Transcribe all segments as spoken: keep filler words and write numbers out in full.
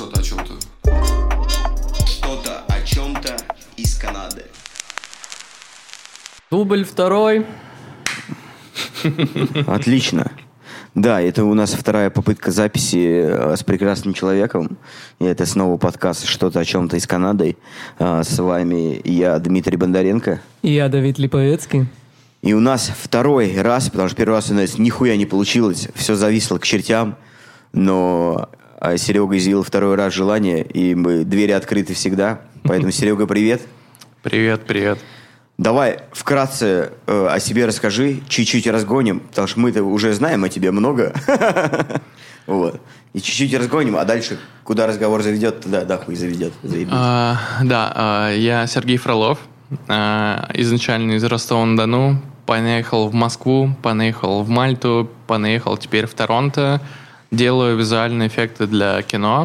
Что-то о чем-то. Что-то о чем-то из Канады. Дубль второй. Отлично. Да, это у нас вторая попытка записи с прекрасным человеком. И это снова подкаст «Что-то о чем-то из Канады». С вами я, Дмитрий Бондаренко. И я, Давид Липовецкий. И у нас второй раз, потому что первый раз у нас нихуя не получилось, все зависло к чертям, но Серега изъявил второй раз желание, и мы, двери открыты всегда. Поэтому, Серега, привет. Привет, привет. Давай вкратце э, о себе расскажи, чуть-чуть разгоним, потому что мы-то уже знаем о тебе много. Вот. И чуть-чуть разгоним, а дальше, куда разговор заведет, туда да, хуй заведет. А, да, а, я Сергей Фролов, а, изначально из Ростова-на-Дону, поехал в Москву, поехал в Мальту, поехал теперь в Торонто, делаю визуальные эффекты для кино.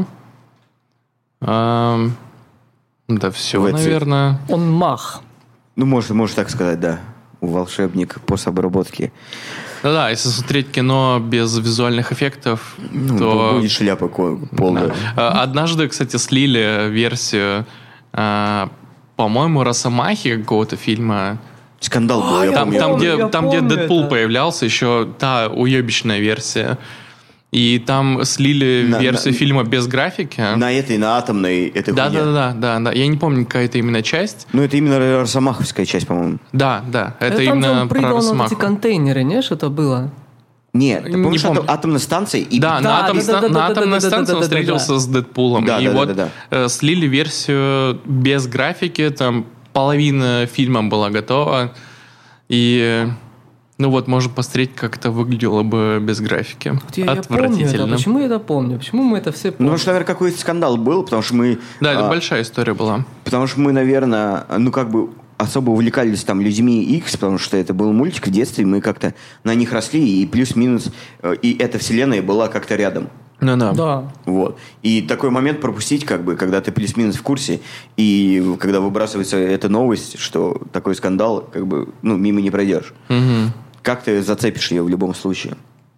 А, да все, В наверное. Он мах. Ну, можно, можно так сказать, да. Волшебник постобработки. Ну да, если смотреть кино без визуальных эффектов, ну, то... будет шляпа полная. Да. Однажды, кстати, слили версию, по-моему, Росомахи какого-то фильма. Скандал был, А, я Там, помню. там, где, я там где помню Дэдпул это. появлялся, еще та уебищная версия. И там слили На- версию на- фильма без графики. На этой, на атомной, этой Да, хуйне. да, да, да, да. Я не помню, какая это именно часть. Ну, это именно Росомаховская часть, по-моему. Да, да. Это, там же именно он про прыгал на вот эти Росомаху. контейнеры, не? Что-то было? Нет, ты Не помнишь помню. атом- атомная станция? И Да, Да, на, атом- да, да, да, на да, атомной да, да, станции да, он да, да, встретился да. с Дэдпулом. Да, и да, да, вот да, да. э, слили версию без графики, там половина фильма была готова. И, э, ну вот, можно посмотреть, как это выглядело бы без графики. Вот я, я помню это. Отвратительно. Почему я это помню? Почему мы это все Ну, помним? потому что, наверное, какой-то скандал был, потому что мы... Да, это а, большая история была. Потому что мы, наверное, ну, как бы особо увлекались там «Людьми Икс», потому что это был мультик в детстве, мы как-то на них росли, и плюс-минус, э, и эта вселенная была как-то рядом. Ну да. Да. Вот. И такой момент пропустить, как бы, когда ты плюс-минус в курсе, и когда выбрасывается эта новость, что такой скандал, как бы, ну, мимо не пройдешь. Мгм. Как ты зацепишь ее в любом случае?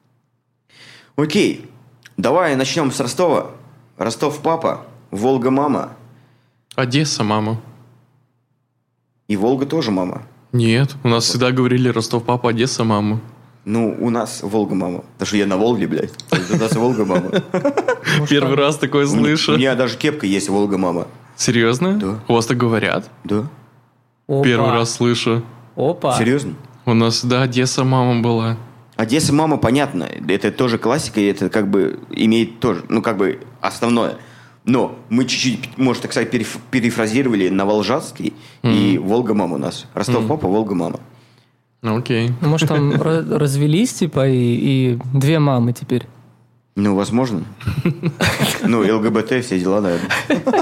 Окей. Давай начнем с Ростова. Ростов папа, Волга мама. Одесса, мама. И Волга тоже мама. Нет, у нас всегда говорили Ростов, папа, Одесса, мама. Ну, у нас Волга мама. Потому что я на Волге, блядь. У нас Волга мама. Первый раз такое У меня- слышу. У меня даже кепка есть Волга мама. Серьезно? Да. У вас так говорят? Да? Опа. Первый раз слышу. Опа. Серьезно? У нас всегда Одесса, мама была. Одесса мама, понятно. Это тоже классика, и это как бы имеет тоже, ну, как бы основное. Но мы чуть-чуть, может так сказать, переф- перефразировали на волжанский, и Волга мама у нас. Ростов папа, Волга мама. Ну, окей. Ну, может, там ra- развелись, типа, и, и две мамы теперь. Ну, возможно. Ну, ЛГБТ, все дела, наверное.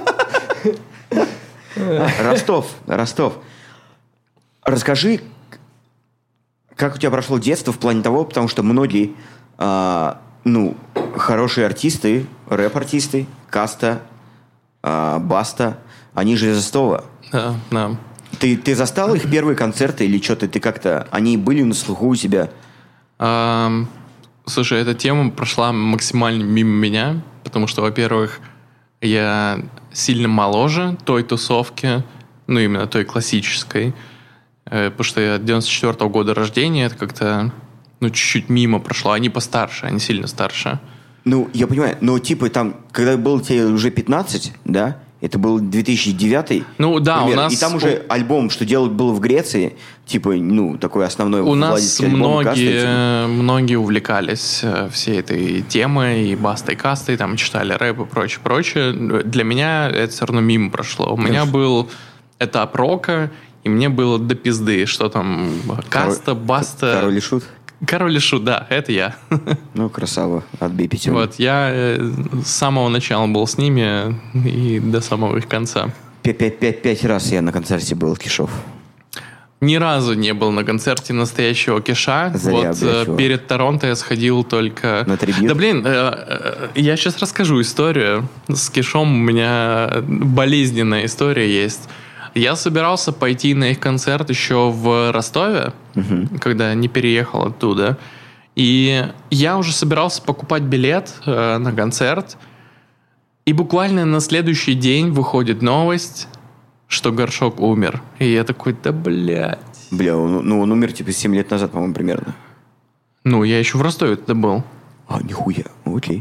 Ростов, Ростов. Расскажи, как у тебя прошло детство в плане того, потому что многие, а, ну, хорошие артисты, рэп-артисты, Каста, а, Баста, они же из Ростова. Да, да. Ты, ты застал их первые концерты или что-то ты как-то... Они были на слуху у тебя? Ам, слушай, эта тема прошла максимально мимо меня, потому что, во-первых, я сильно моложе той тусовки, ну, именно той классической, э, потому что я девяносто четвёртого года рождения, это как-то, ну, чуть-чуть мимо прошло. Они постарше, они сильно старше. Ну, я понимаю, но типа там, когда было тебе уже пятнадцать, да, это был две тысячи девятый. Ну, да, пример, у нас... И там уже альбом, что делать было в Греции, типа, ну, такой основной У нас владельский альбом Касты, типа. многие, многие увлекались э, всей этой темой, и бастой, и кастой, там читали рэп и прочее, прочее. Для меня это все равно мимо прошло. У меня был этап рока, и мне было до пизды, что там каста, баста... Король и Шут? Король и Шут, да, это я. Ну, красава, отбей пятерку. Вот, я э, с самого начала был с ними и до самого их конца. Пять, пять, пять раз я на концерте был, Кишов. Ни разу не был на концерте настоящего Киша. Зря, вот блядь, э, чувак. перед Торонто я сходил только... На трибьют? Да блин, э, э, я сейчас расскажу историю. С Кишом у меня болезненная история есть. Я собирался пойти на их концерт еще в Ростове, Угу. когда не переехал оттуда. И я уже собирался покупать билет э, на концерт. И буквально на следующий день выходит новость, что Горшок умер. И я такой, да блядь. Бля, он, ну он умер типа семь лет назад, по-моему, примерно. Ну, я еще в Ростове тогда был. А, нихуя, окей.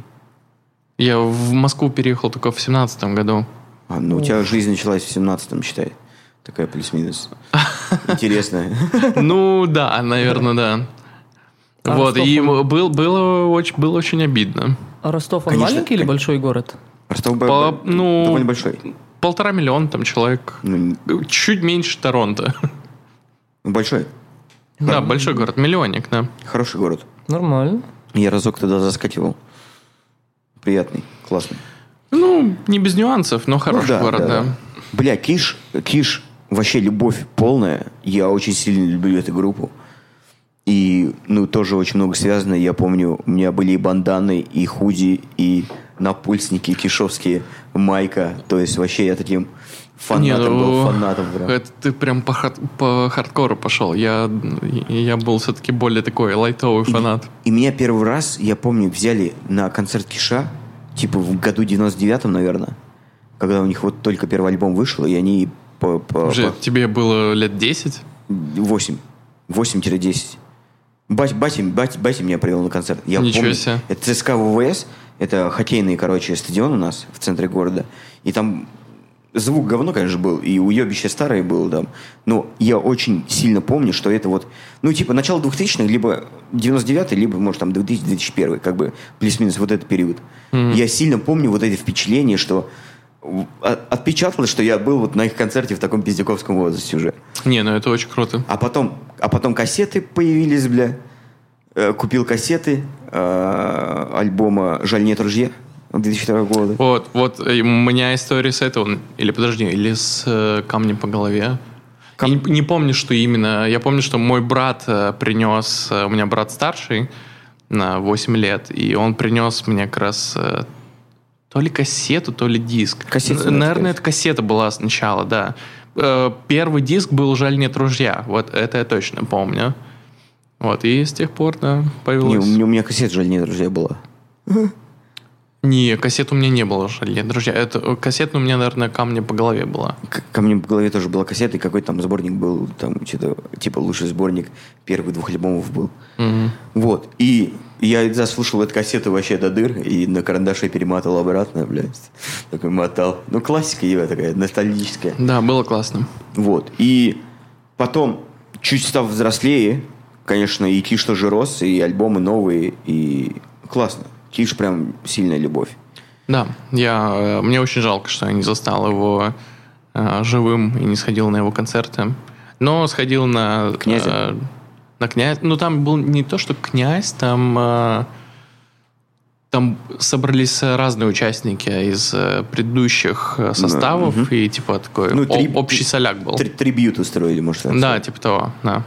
Я в Москву переехал только в семнадцатом году. А, ну у тебя жизнь началась в семнадцатом, считай. Такая плюс-минус. Интересная. Ну, да, наверное, да. А Вот, Ростов, и он- был, было, очень, было очень обидно. А Ростов, он Конечно, маленький или кон- большой город? Ростов б- По- б- ну- довольно большой. Полтора миллиона там человек. Ну, Чуть меньше Торонто. большой. Да, большой город, миллионник, да. Хороший город. Нормально. Я разок туда заскакивал. Приятный, классный. Ну, не без нюансов, но хороший Ну да, город, да. Бля, Киш, Киш, вообще любовь полная. Я очень сильно люблю эту группу. И, ну, тоже очень много связано. Я помню, у меня были и банданы, и худи, и напульсники кишовские, майка. То есть вообще я таким фанатом Не, ну, был, фанатом прям. Это ты прям по, хар- по хардкору пошел. Я, я был все-таки более такой лайтовый фанат. И меня первый раз, я помню, взяли на концерт Киша, типа в году девяносто девятом, наверное, когда у них вот только первый альбом вышел, и они по... по- Уже по- тебе было лет десять? Восемь. Восемь-десять. Бать, батя, батя, батя меня привел на концерт. Я Ничего помню, себе. это ЦСКА ВВС, это хоккейный, короче, стадион у нас в центре города. И там звук говно, конечно, был, и уебище старое было там. Но я очень сильно помню, что это вот, ну, типа, начало двухтысячных, либо девяносто девятый, либо, может, там, две тысячи две тысячи первый, как бы, плюс-минус вот этот период. Мгм. Я сильно помню вот эти впечатления, что в- от- отпечаталось, что я был вот на их концерте в таком пиздяковском возрасте уже. Не, ну это очень круто. А потом, а потом кассеты появились, бля. Э, Купил кассеты э, альбома «Жаль, нет ружья» две тысячи второго года. Вот, вот э, у меня история с этого, или подожди, или с э, камнем по голове. Кам- Я не, не помню, что именно. Я помню, что мой брат э, принес, э, у меня брат старший на восемь лет, и он принес мне как раз э, то ли кассету, то ли диск. Кассету, Н- да, Наверное, скорее это кассета была сначала, да. Э, Первый диск был «Жаль, нет ружья». Вот это я точно помню. Вот, и с тех пор, да, Не, появилось. у, меня, у меня кассета «Жаль, нет ружья» была. Не, кассет у меня не было, «Жаль, нет ружья». Это, э, кассета у меня, наверное, «Камня по голове» была. К- Ко мне в голове тоже была кассета, и какой-то там сборник был, там что-то, типа, лучший сборник первых двух альбомов был. Мгм. Вот. И я заслушал эту кассету вообще до дыр, и на карандаше перематывал обратно, блядь. Такой мотал. Ну, классика его такая, ностальгическая. Да, было классно. Вот. И потом, чуть став взрослее, конечно, и Киш тоже рос, и альбомы новые, и классно. Киш прям сильная любовь. Да, я, э, мне очень жалко, что я не застал его э, живым и не сходил на его концерты. Но сходил на... Князя? э, на князь. Ну, там был не то, что князь, там... э, там собрались разные участники из э, предыдущих э, составов, мгм. и типа такой Ну, о- три- общий соляк был. Три- Трибьют устроили, может, так Да, сказать. типа того, да.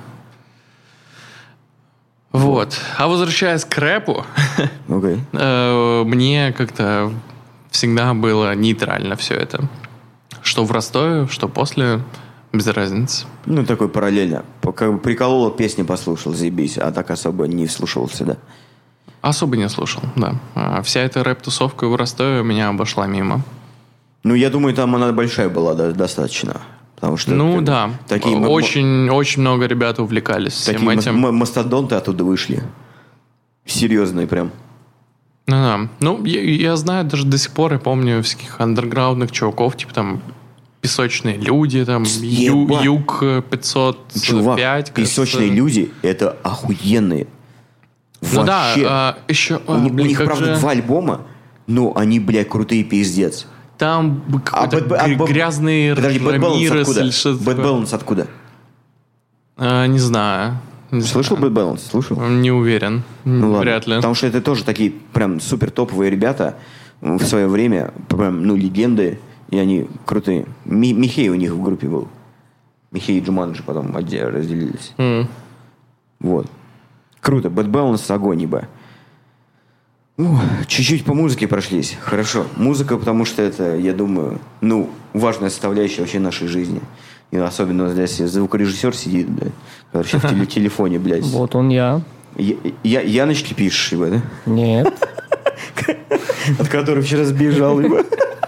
Вот. А возвращаясь к рэпу, Окей. э, мне как-то всегда было нейтрально все это. Что в Ростове, что после, без разницы. Ну, такой параллельно. По- Как бы приколола, песни послушал, заебись, а так особо не вслушивался, да. Особо не слушал, да. А вся эта рэп-тусовка в Ростове меня обошла мимо. Ну, я думаю, там она большая была да, достаточно. Потому что Ну как бы да, такие, м- м- очень, очень много ребят увлекались всем такие м- этим. м- мастодонты оттуда вышли. Серьезные прям. Ну да. Ну, я, я знаю даже до сих пор, я помню всяких андерграундных чуваков, типа там «Песочные люди», там Ю- Еба. «Юг пятьсот пять». Чувак, кажется. песочные люди — это охуенные. Ну да, Вообще. а, еще... У а, них, у блин, них, как правда, же- два альбома, но они, блядь, крутые пиздец. Там б- А какой-то Bad- а гр- Bad- грязные Подожди, Bad Balance Рамирес откуда? или что-то Bad такое. Balance откуда? А, не знаю. Не Слышал знаю. Bad Balance? Слышал? Не уверен. Ну ладно. Вряд ли. Потому что это тоже такие прям супер топовые ребята в свое время, прям, ну, легенды, и они крутые. Ми- Михей у них в группе был. Михей и Джуманджи потом отдельно разделились. М. Вот. Круто. Bad Balance, огонь, ебо. Ну, чуть-чуть по музыке прошлись. Хорошо. Музыка, потому что это, я думаю, ну, важная составляющая вообще нашей жизни. И особенно здесь звукорежиссер сидит, блядь, короче, в теле- телефоне, блядь. Вот он я. Я, я, Яночки пишешь, ебо, да? Нет. От которой вчера сбежал, ебо.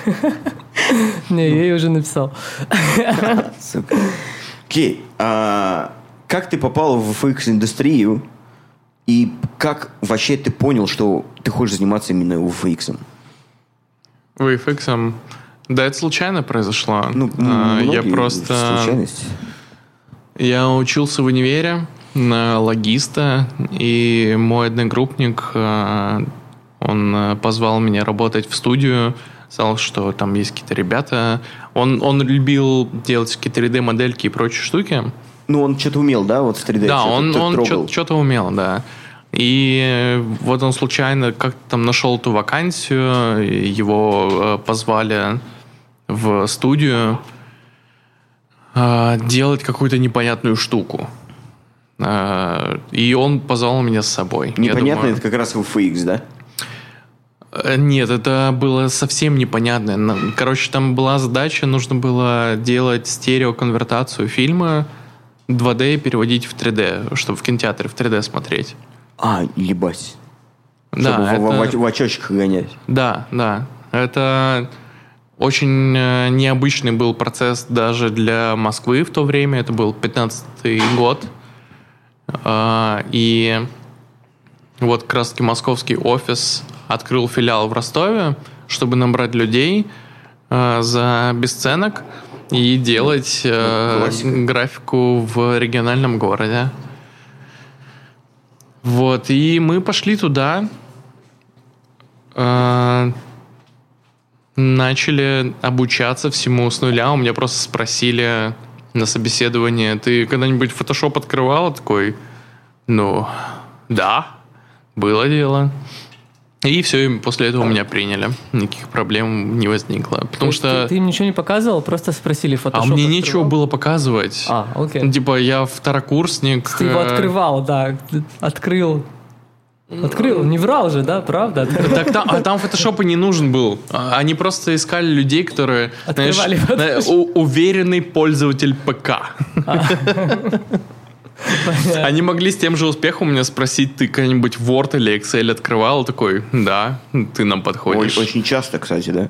Не, я ей уже написал. Сука. Окей. А как ты попал в эф икс-индустрию? И как вообще ты понял, что ты хочешь заниматься именно ви эф икс? ви эф икс? Да, это случайно произошло. Ну, А, я многие просто... случайность. Я учился в универе на логиста, и мой одногруппник, а, он позвал меня работать в студию, сказал, что там есть какие-то ребята. Он, он любил делать какие-то три дэ-модельки и прочие штуки. Ну, он что-то умел, да, вот с три дэ? Да, что-то, он, он трогал. что-то умел, да. И вот он случайно как-то там нашел эту вакансию, его позвали в студию делать какую-то непонятную штуку. И он позвал меня с собой. Непонятно, думаю, это как раз ви эф икс, да? Нет, это было совсем непонятно. Короче, там была задача, нужно было делать стереоконвертацию фильма, два дэ переводить в три дэ, чтобы в кинотеатре в три дэ смотреть. А, ебать. Да, Чтобы это... в, в, в очочках гонять. Да, да. Это очень необычный был процесс даже для Москвы в то время. Это был пятнадцатый год. И вот как раз таки московский офис открыл филиал в Ростове, чтобы набрать людей за бесценок и делать Классика. графику в региональном городе. Вот, и мы пошли туда, э, начали обучаться всему с нуля. У меня просто спросили на собеседовании: ты когда-нибудь Photoshop открывал? Такой, ну, да, было дело. И все, и после этого меня приняли. Никаких проблем не возникло. Потому То что... Ты, ты им ничего не показывал, просто спросили А Photoshop. мне открывал? нечего было показывать. А, окей. Ну, типа, я второкурсник. Ты его э, открывал, да. Открыл. Открыл, не врал же, да, правда? Открыл. Так там, а там фотошоп и не нужен был. А, Они просто искали людей, которые, знаешь, Открывали э, у- уверенный пользователь ПК. Они могли с тем же успехом у меня спросить: ты когда-нибудь Word или Excel открывал? Такой, да, ты нам подходишь. Ой, очень часто, кстати, да?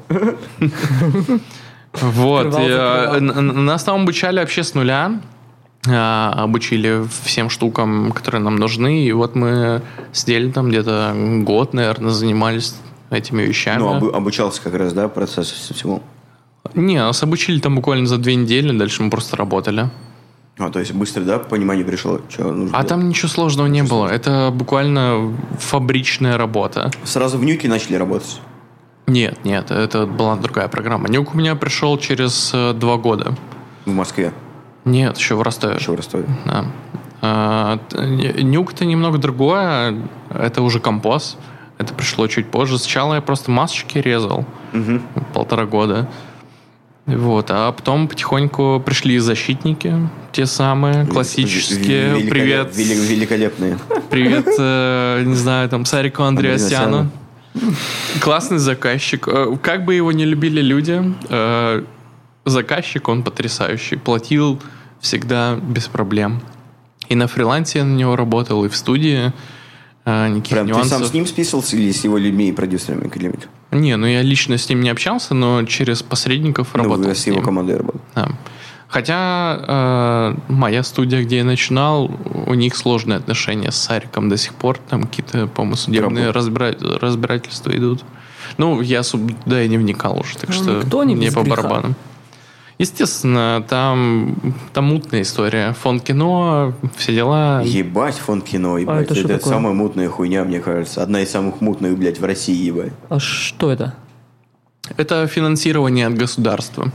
Вот. Открывал, и, а, закрывал. н- Нас там обучали вообще с нуля. А, Обучили всем штукам, которые нам нужны. И вот мы сидели там где-то год, наверное, занимались этими вещами. Ну, обу- обучался как раз, да, процессу всему. Не, нас обучили там буквально за две недели, дальше мы просто работали. А, то есть быстро, да, понимание пришло, что нужно А делать? там ничего сложного не было. Это буквально фабричная работа. Сразу в Нюке начали работать? Нет, нет, это была другая программа. Нюк у меня пришел через э, два года. В Москве? Нет, еще в Ростове. Еще в Ростове? Да. А, т- Нюк это немного другое. Это уже композ. Это пришло чуть позже. Сначала я просто масочки резал. Угу. Полтора года. Вот. А потом потихоньку пришли защитники. Те самые, классические. Великолеп- Привет. вели- Великолепные. Привет, э, не знаю, там, Сарику Андреасяну. Классный заказчик. Э, Как бы его не любили люди, э, заказчик, он потрясающий. Платил всегда без проблем. И на фрилансе я на него работал, и в студии. Э, Никаких Прям ты нюансов. сам с ним списывался или с его людьми и продюсерами какими-то? Не, ну я лично с ним не общался, но через посредников работал Ну, с с его ним. командой работал. Да. Хотя э, моя студия, где я начинал, у них сложные отношения с Сариком до сих пор. Там какие-то, по-моему, судебные разбира- разбирательства идут. Ну, я особо да, и не вникал уже, так Ну, что никто не мне без по греха. барабану. Естественно, там, там мутная история. Фонд кино, все дела. Ебать, фонд кино, ебать. это это что это такое? самая мутная хуйня, мне кажется. Одна из самых мутных, блядь, в России, ебать. А что это? Это финансирование от государства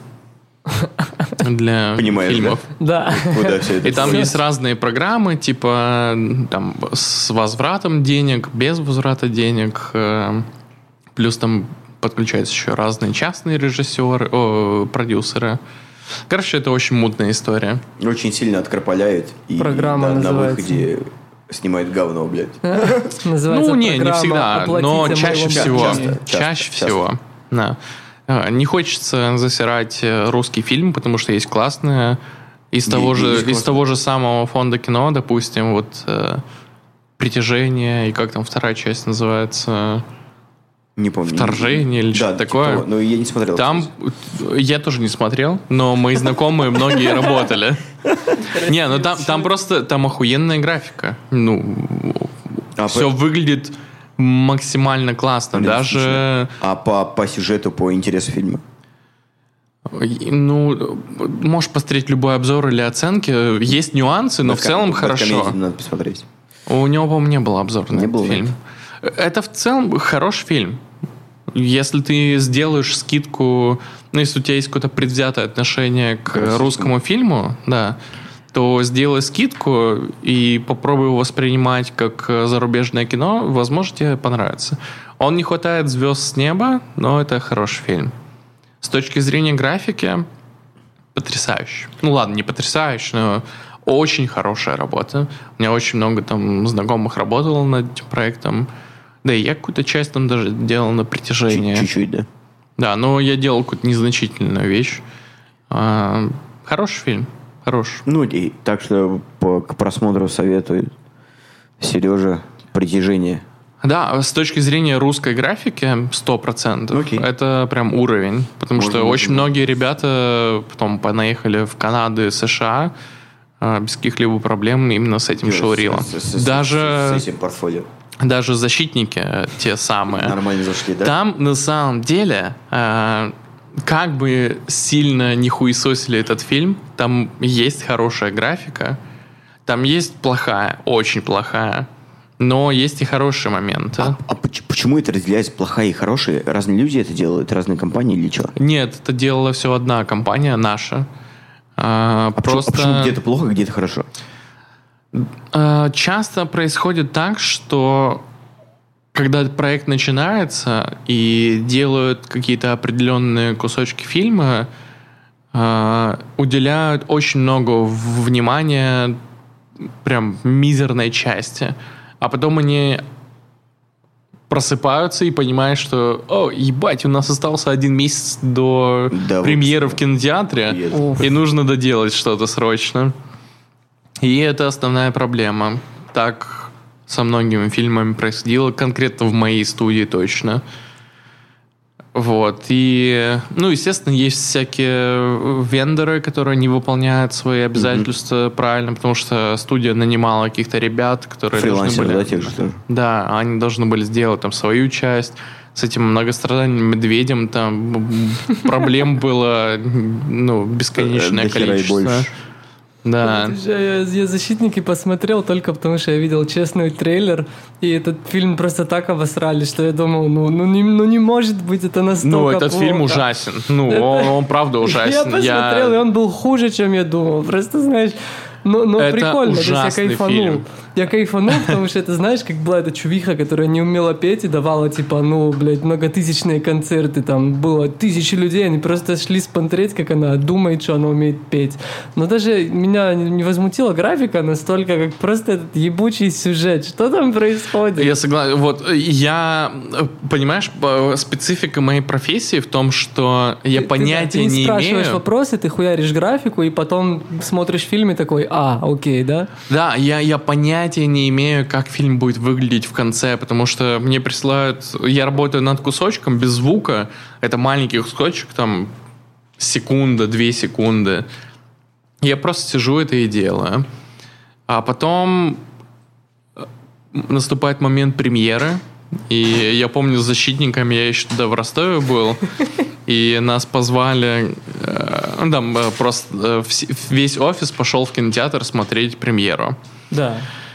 для Понимаешь, фильмов. Да. Куда все это? И там Всё. есть разные программы, типа там с возвратом денег, без возврата денег. э, Плюс там подключаются еще разные частные режиссеры, о, продюсеры. Короче, это очень мутная история. Очень сильно откропаляет. И Программа на, на называется. выходе снимает говно, блядь. Называется Ну, не, не программа всегда, «Оплатите но моего чаще мужчину». всего. Часто, часто, чаще часто. всего. Да. А, Не хочется засирать э, русский фильм, потому что есть классные. Из Е- того, есть же, из классные. того же самого фонда кино, допустим, вот э, «Притяжение», и как там вторая часть называется? Не помню. Вторжение или да, что-то такое. Типа, но я не смотрел. Там кстати. я тоже не смотрел, но мои знакомые многие работали. Не, ну там, там просто там охуенная графика. Ну, А все по- выглядит максимально классно. Даже, А по, по сюжету, по интересу фильма? ну, можешь посмотреть любой обзор или оценки. Есть нюансы, но в целом хорошо. Бэдкомедию надо посмотреть. У него, по-моему, не было обзора на Не этот было, да? фильм. Это в целом хороший фильм. Если ты сделаешь скидку, ну, если у тебя есть какое-то предвзятое отношение к Российскому. русскому фильму, да, то сделай скидку и попробуй его воспринимать как зарубежное кино, возможно, тебе понравится. Он не хватает звезд с неба, но это хороший фильм. С точки зрения графики, потрясающе. Ну ладно, не потрясающе, но очень хорошая работа. У меня очень много там знакомых работало над этим проектом. Да и я какую-то часть там даже делал на притяжение. Чуть-чуть, да. Да, но я делал какую-то незначительную вещь. А, хороший фильм. Хороший. Ну, и так что по, к просмотру советую Сережа «Притяжение». Да, с точки зрения русской графики сто процентов. Окей. Это прям уровень. Потому Можно, что можно. очень многие ребята потом понаехали в Канаду и США а, без каких-либо проблем именно с этим шоурилом. С, с- с- Даже, с этим портфолио. даже защитники те самые. Нормально зашли, да? Там на самом деле, э, как бы сильно не хуесосили этот фильм, там есть хорошая графика, там есть плохая, очень плохая, но есть и хорошие моменты. А, а поч- почему это разделяется плохая и хорошая? Разные люди это делают, разные компании или что? Нет, это делала все одна компания, наша. А, А почему- просто а почему где-то плохо, где-то хорошо? э, часто происходит так, что когда проект начинается и делают какие-то определенные кусочки фильма, э, уделяют очень много в- внимания прям мизерной части, а потом они просыпаются и понимают, что, о, ебать, у нас остался один месяц до Да, премьеры вот. в кинотеатре, Привет. Уф. и нужно доделать что-то срочно. И это основная проблема. Так со многими фильмами происходило, конкретно в моей студии точно. Вот. И, ну, естественно, есть всякие вендоры, которые не выполняют свои обязательства правильно, потому что студия нанимала каких-то ребят, которые должны Фрилансеры, были... да, тех же тоже? Да, они должны были сделать там свою часть. С этим многострадальным медведем там м, проблем было, ну, бесконечное До хера и количество. больше. Да. Вот уже Я, я «Защитники» посмотрел только потому, что я видел честный трейлер, и этот фильм просто так обосрали, что я думал, ну, ну, не, ну не может быть это настолько Ну, этот плохо. фильм ужасен. Ну, Это- он, он правда Я ужасен. посмотрел, и он был хуже, чем я думал. Просто, знаешь, ну, ну Это прикольно, то есть я ужасный кайфанул. фильм. Я кайфанул, потому что это, знаешь, как была эта чувиха, которая не умела петь и давала, типа, ну, блядь, многотысячные концерты, там было тысячи людей, они просто шли смотреть, как она думает, что она умеет петь. Но даже меня не возмутила графика настолько, как просто этот ебучий сюжет. Что там происходит? Я согласен. Вот я, э, понимаешь, по- специфика моей профессии в том, что я Ты- ты, понятия да, ты не спрашиваешь имею. вопросы, ты хуяришь графику, и потом смотришь фильм и такой, а, окей, да? Да, я, я понятия не имею, как фильм будет выглядеть в конце, потому что мне присылают... Я работаю над кусочком без звука. Это маленький кусочек, там, секунда, две секунды. Я просто сижу это и делаю. А потом наступает момент премьеры, и я помню, с «Защитниками» я еще тогда в Ростове был, и нас позвали, э, ну, там э, просто э, вс- весь офис пошел в кинотеатр смотреть премьеру. Да.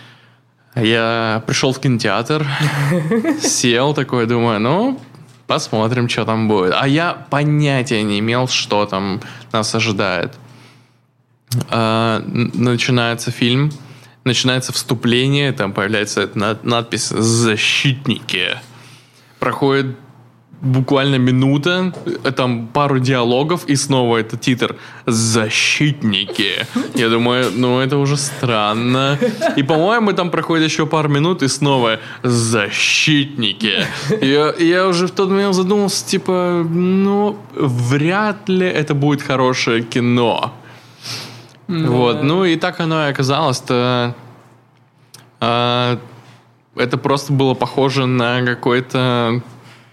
Я пришел в кинотеатр, сел такой, думаю, ну, посмотрим, что там будет. А я понятия не имел, что там нас ожидает. А, н- начинается фильм, начинается вступление, там появляется эта над- надпись «Защитники». Проходит буквально минута, э, там пару диалогов, и снова этот титр «Защитники». Я думаю, ну это уже странно. И, по-моему, там проходит еще пару минут, и снова «Защитники». И я, и я уже в тот момент задумался, типа, ну, вряд ли это будет хорошее кино. Вот, ну и так оно и оказалось-то. А, это просто было похоже на какой-то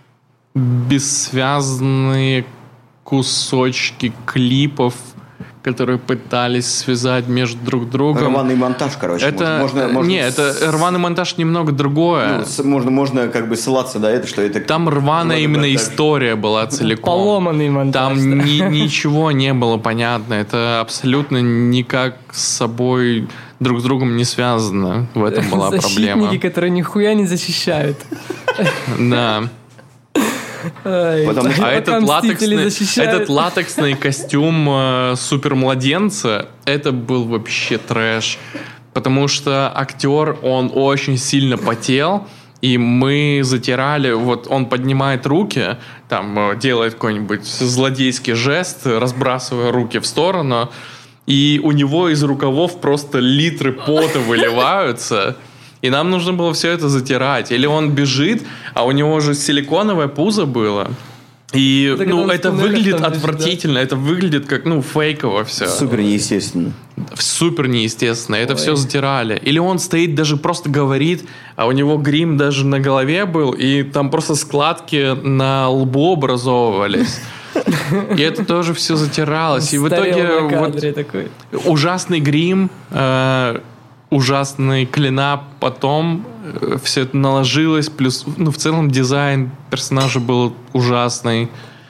бессвязные кусочки клипов, которые пытались связать между друг другом. Рваный монтаж, короче. Это, можно, можно, не, это рваный монтаж немного другое. Ну, с, можно, можно как бы ссылаться на это, что это... Там рваная именно монтаж. История была целиком. Поломанный монтаж. Там да. ни, ничего не было понятно. Это абсолютно никак с собой друг с другом не связано. В этом была проблема. Защитники, которые нихуя не защищают. Да. Ай, Потому что а этот латексный, этот латексный костюм э, супермладенца, это был вообще трэш. Потому что актер, он очень сильно потел, и мы затирали, вот он поднимает руки, там делает какой-нибудь злодейский жест, разбрасывая руки в сторону, и у него из рукавов просто литры пота выливаются. И нам нужно было все это затирать. Или он бежит, а у него же силиконовое пузо было. И так ну, это выглядит отвратительно. Бежит, да? Это выглядит как ну, фейково все. Супер неестественно. Супер неестественно. Это Ой. все затирали. Или он стоит, даже просто говорит, а у него грим даже на голове был, и там просто складки на лбу образовывались. И это тоже все затиралось. И в итоге вот ужасный грим... ужасный клинап, потом э, все это наложилось, плюс, ну, в целом дизайн персонажа был ужасный.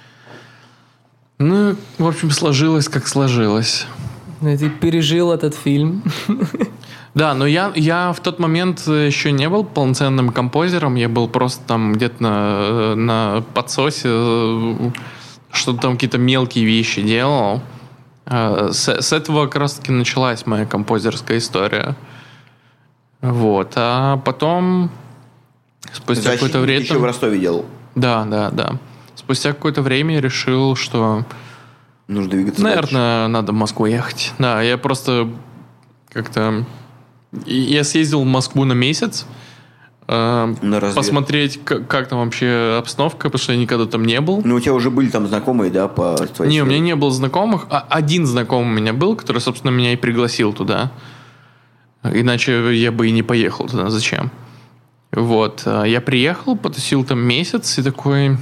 Ну, в общем, сложилось, как сложилось. Ну, ты пережил этот фильм. Да, но я, я в тот момент еще не был полноценным композером, я был просто там где-то на, на подсосе, что-то там какие-то мелкие вещи делал. С, с этого как раз-таки началась моя композерская история. Вот. А потом, спустя какое-то время... еще в Ростове делал. Да, да, да. Спустя какое-то время я решил, что... Нужно двигаться наверное, дальше. надо в Москву ехать. Да, я просто как-то... Я съездил в Москву на месяц, на посмотреть, как, как там вообще обстановка, потому что я никогда там не был. Ну, у тебя уже были там знакомые, да, по твоей Не, сфере? у меня не было знакомых. А один знакомый у меня был, который, собственно, меня и пригласил туда. Иначе я бы и не поехал туда. Зачем? Вот. Я приехал, потусил там месяц и такой...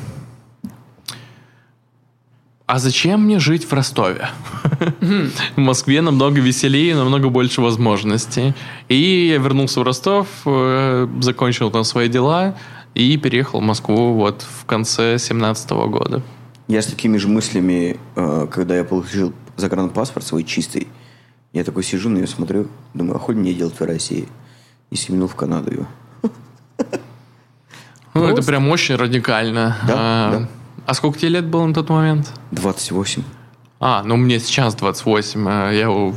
А зачем мне жить в Ростове? В Москве намного веселее, намного больше возможностей. И я вернулся в Ростов, закончил там свои дела и переехал в Москву вот в конце семнадцатого года. Я с такими же мыслями, когда я получил загранпаспорт свой чистый, я такой сижу на нее смотрю, думаю, а хуй мне делать в России? И семенил в Канаду ее. Ну, это прям очень радикально. Да, а, да. А сколько тебе лет было на тот момент? двадцать восемь. А, ну мне сейчас двадцать восемь. Я в,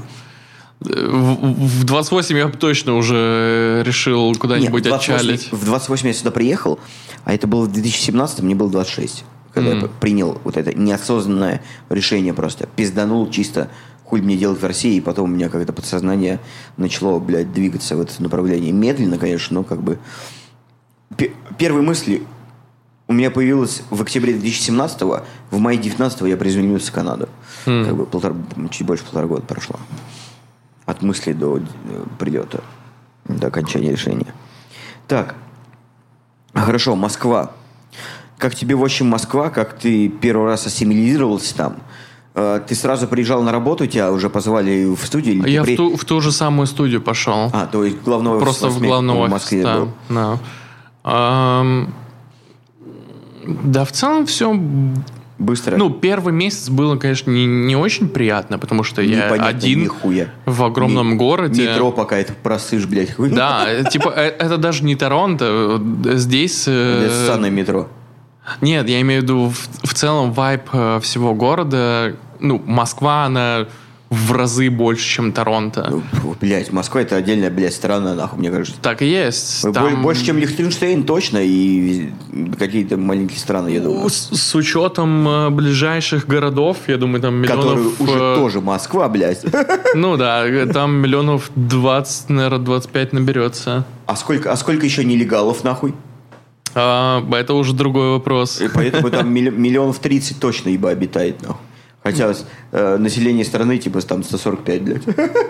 в двадцать восемь я точно уже решил куда-нибудь Нет, отчалить. В двадцать восемь я сюда приехал, а это было в две тысячи семнадцатом, мне было двадцать шесть. Когда mm. я принял вот это неосознанное решение просто. Пизданул чисто, хуй мне делать в России, и потом у меня как-то подсознание начало, блядь, двигаться в это направление. Медленно, конечно, но как бы... П- первые мысли... У меня появилось в октябре две тысячи семнадцатого, в мае девятнадцатого я приземлился в Канаду. Mm. Как бы полтора, чуть больше полтора года прошло. От мысли до прилета, до окончания решения. Так, хорошо, Москва. Как тебе, в общем, Москва? Как ты первый раз ассимилизировался там? Ты сразу приезжал на работу, тебя уже позвали в студию? Или я при... в, ту, в ту же самую студию пошел. А, то есть главного офиса Просто в главном офисе, в Москве да, был. Да. Um... Да, в целом все быстро. Ну, первый месяц было, конечно, не, не очень приятно, потому что Непонятно, я один нихуя. в огромном Ми- городе. Метро пока это просышь, блядь. Хуй. Да, типа, это даже не Торонто. Здесь... Это ссаное метро. Нет, я имею в виду в, в целом вайб всего города. Ну, Москва, она в разы больше, чем Торонто. Ну, блядь, Москва это отдельная, блядь, страна, нахуй, мне кажется. Так и есть. Там... Больше, чем Лихтенштейн, точно, и какие-то маленькие страны, я думаю. С, с учетом ближайших городов, я думаю, там миллионов... Которые уже тоже Москва, блядь. Ну да, там миллионов двадцать, наверное, двадцать пять наберется. А сколько, а сколько еще нелегалов, нахуй? А, это уже другой вопрос. И поэтому там миллионов тридцать точно ибо обитает, нахуй. Хотя э, население страны, типа, там сто сорок пять, блядь.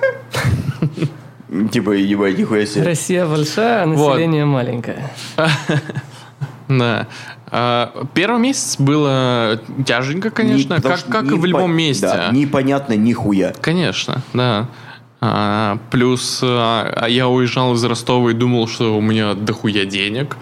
Типа, ебать, нихуя себе. Россия большая, а население маленькое. Да. А, первый месяц было тяженько, конечно, Не- потому как, что как и непо- в любом месте. Да, непонятно нихуя. Конечно, да. А, плюс а, я уезжал из Ростова и думал, что у меня дохуя денег.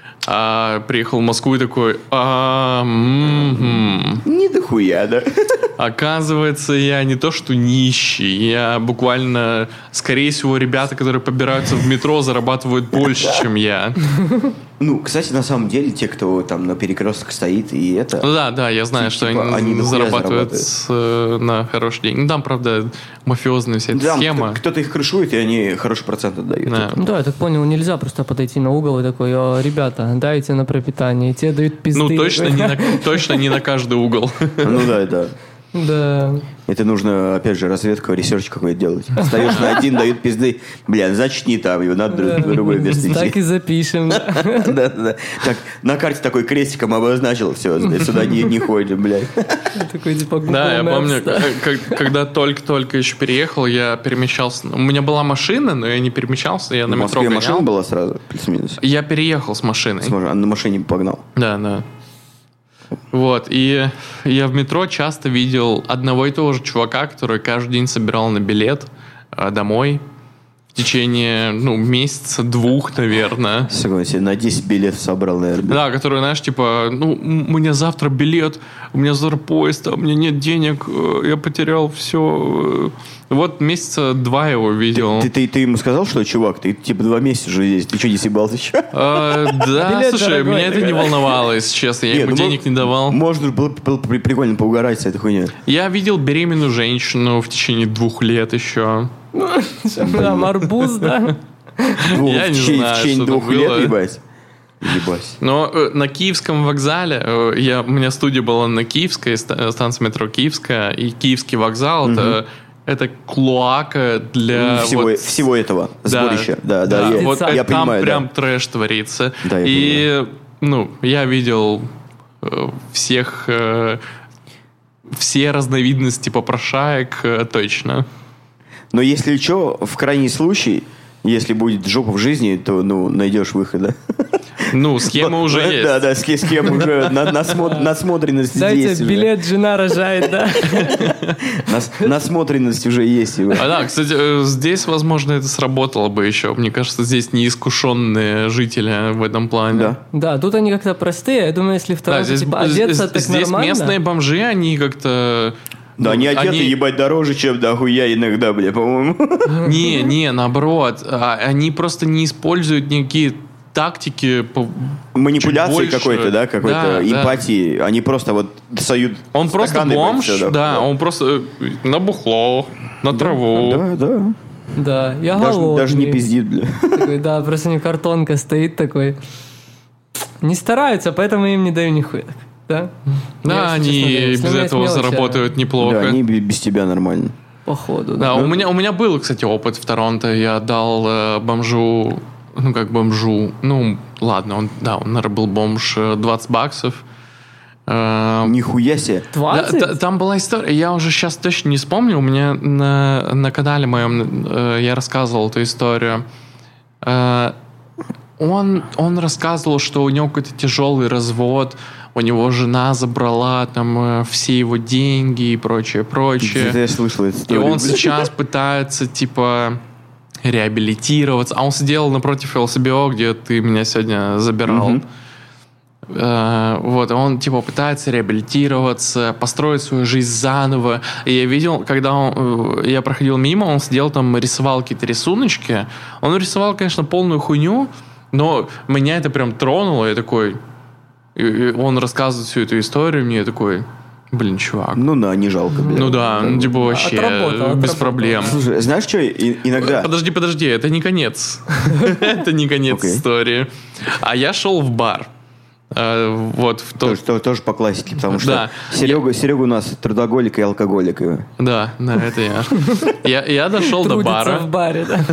А приехал в Москву и такой, а, м-м-м. Не дохуя, да? Оказывается, я не то что нищий, я буквально, скорее всего, ребята, которые побираются в метро, зарабатывают больше, чем я. Ну, кстати, на самом деле, те, кто там на перекрестках стоит, и это... Ну да, да, я знаю, Типа, что они, они дохуя зарабатывают зарабатывают. с, э, на хорошие деньги. Ну там, правда, мафиозная вся эта Да, схема. кто- кто-то их крышует, и они хороший процент отдают. Да. Ну да, я так понял, нельзя просто подойти на угол и такой, «О, ребята, дайте на пропитание, и тебе дают пизды. Ну точно не, на, точно не на каждый угол. Ну да, да. Да. Это нужно, опять же, разведку, ресерч какой-то делать. Встаешь на один, дают пизды. Бля, зачни там, его надо Да. в другое место Так идти. и запишем. да. Да, да, да. Так, на карте такой крестиком обозначил, все, сюда не, не ходим, блядь. Такой типа Google Да, я Maps, помню, да. к- как- когда только-только еще переехал, я перемещался. У меня была машина, но я не перемещался, я В на метро Москве гонял. машина была сразу, плюс-минус. Я переехал с машиной. Смотри, а на машине погнал. Да, да. Вот, и я в метро часто видел одного и того же чувака, который каждый день собирал на билет э, домой в течение, ну, месяца-двух, наверное. Согласен, на десять билетов собрал, наверное. Да, который, знаешь, типа, ну, м- у меня завтра билет, у меня завтра поезд, а у меня нет денег, э, я потерял все. Вот месяца два его видел. Ты, ты, ты ему сказал, что, чувак, ты типа два месяца уже здесь, ты что, не съебался еще? А, да, Билет слушай, дорогой, меня это такой, не да? волновало, если честно. Я Не, ему ну, денег не давал. Можно было, было при- прикольно поугарать с этой хуйней. Я видел беременную женщину в течение двух лет еще. Да, арбуз, да. Ну, Я в не течение- знаю, в течение что двух это лет, было. ебать. Ебать. Но э, на Киевском вокзале, э, я, у меня студия была на Киевской, ста- станция метро Киевская, и Киевский вокзал, это, это клоака для... всего, вот- всего этого Да, сборища. Да, да, я, вот я там понимаю, прям да. трэш творится. Да, я и, ну, я видел э, всех... э, все разновидности попрошаек э, точно. Но если что, в крайний случай, если будет жопа в жизни, то, ну, найдешь выход, да? Ну, схема Вот, уже да, есть. Да, да, с с кем уже на- насмо- насмотренность Дайте есть. уже. билет, жена рожает, да. Нас- Насмотренность уже есть. уже. А да, кстати, э, здесь, возможно, это сработало бы еще. Мне кажется, здесь неискушенные жители в этом плане. Да. Да, тут они как-то простые. Я думаю, если в Да, Торонто здесь, типа одеться, здесь- так здесь нормально. местные бомжи, они как-то... Да, ну, они одеты, ебать, дороже, чем дохуя иногда, бля, по-моему. Не, не, наоборот. А, Они просто не используют никакие тактики. по- Манипуляции чуть больше. какой-то, да, какой-то Да, да. эмпатии. Они просто вот суют Он просто стаканы, блядь, бомж, всё, да, он просто э, на бухло, на траву. Да, да. Да, я Даже, голодный. даже не пиздит, бля. Такой, да, просто у него картонка стоит такой. Не стараются, поэтому им не даю нихуя. Да, Да, Я, они честно говоря, если без у меня есть этого мелочи, заработают неплохо. Да, они бе- без тебя нормально. Походу, Да, да. у меня, у меня был, кстати, опыт в Торонто. Я дал э, бомжу, ну как бомжу, ну ладно, он, да, он, наверное, был бомж, э, двадцать баксов. Э, Нихуя себе. да, двадцать? та- там была история, я уже сейчас точно не вспомню, у меня на, на канале моем э, я рассказывал эту историю. Э, он, он рассказывал, что у него какой-то тяжелый развод, у него жена забрала там э, все его деньги и прочее, прочее. Где-то я слышал эту И историю. он бля. сейчас пытается, типа, реабилитироваться. А он сидел напротив эл эс би о, где ты меня сегодня забирал. Мгм. Э, вот, он, типа, пытается реабилитироваться, построить свою жизнь заново. И я видел, когда он, э, я проходил мимо, он сидел там, рисовал какие-то рисуночки. Он рисовал, конечно, полную хуйню, но меня это прям тронуло. Я такой... и- и он рассказывает всю эту историю, мне я такой... Блин, чувак. Ну да, не жалко, бля. Ну да, ну типа вообще Отработал, без отработал. проблем. Слушай, знаешь что, и- иногда... Подожди, подожди, это не конец. Это не конец Окей. истории. А я шел в бар. Э, Вот в то... Тоже, то- тоже по классике, потому что Да. Серега, Серега у нас трудоголик и алкоголик. и- Да, да, это я. Я, я дошел до Трудится бара. в баре, да.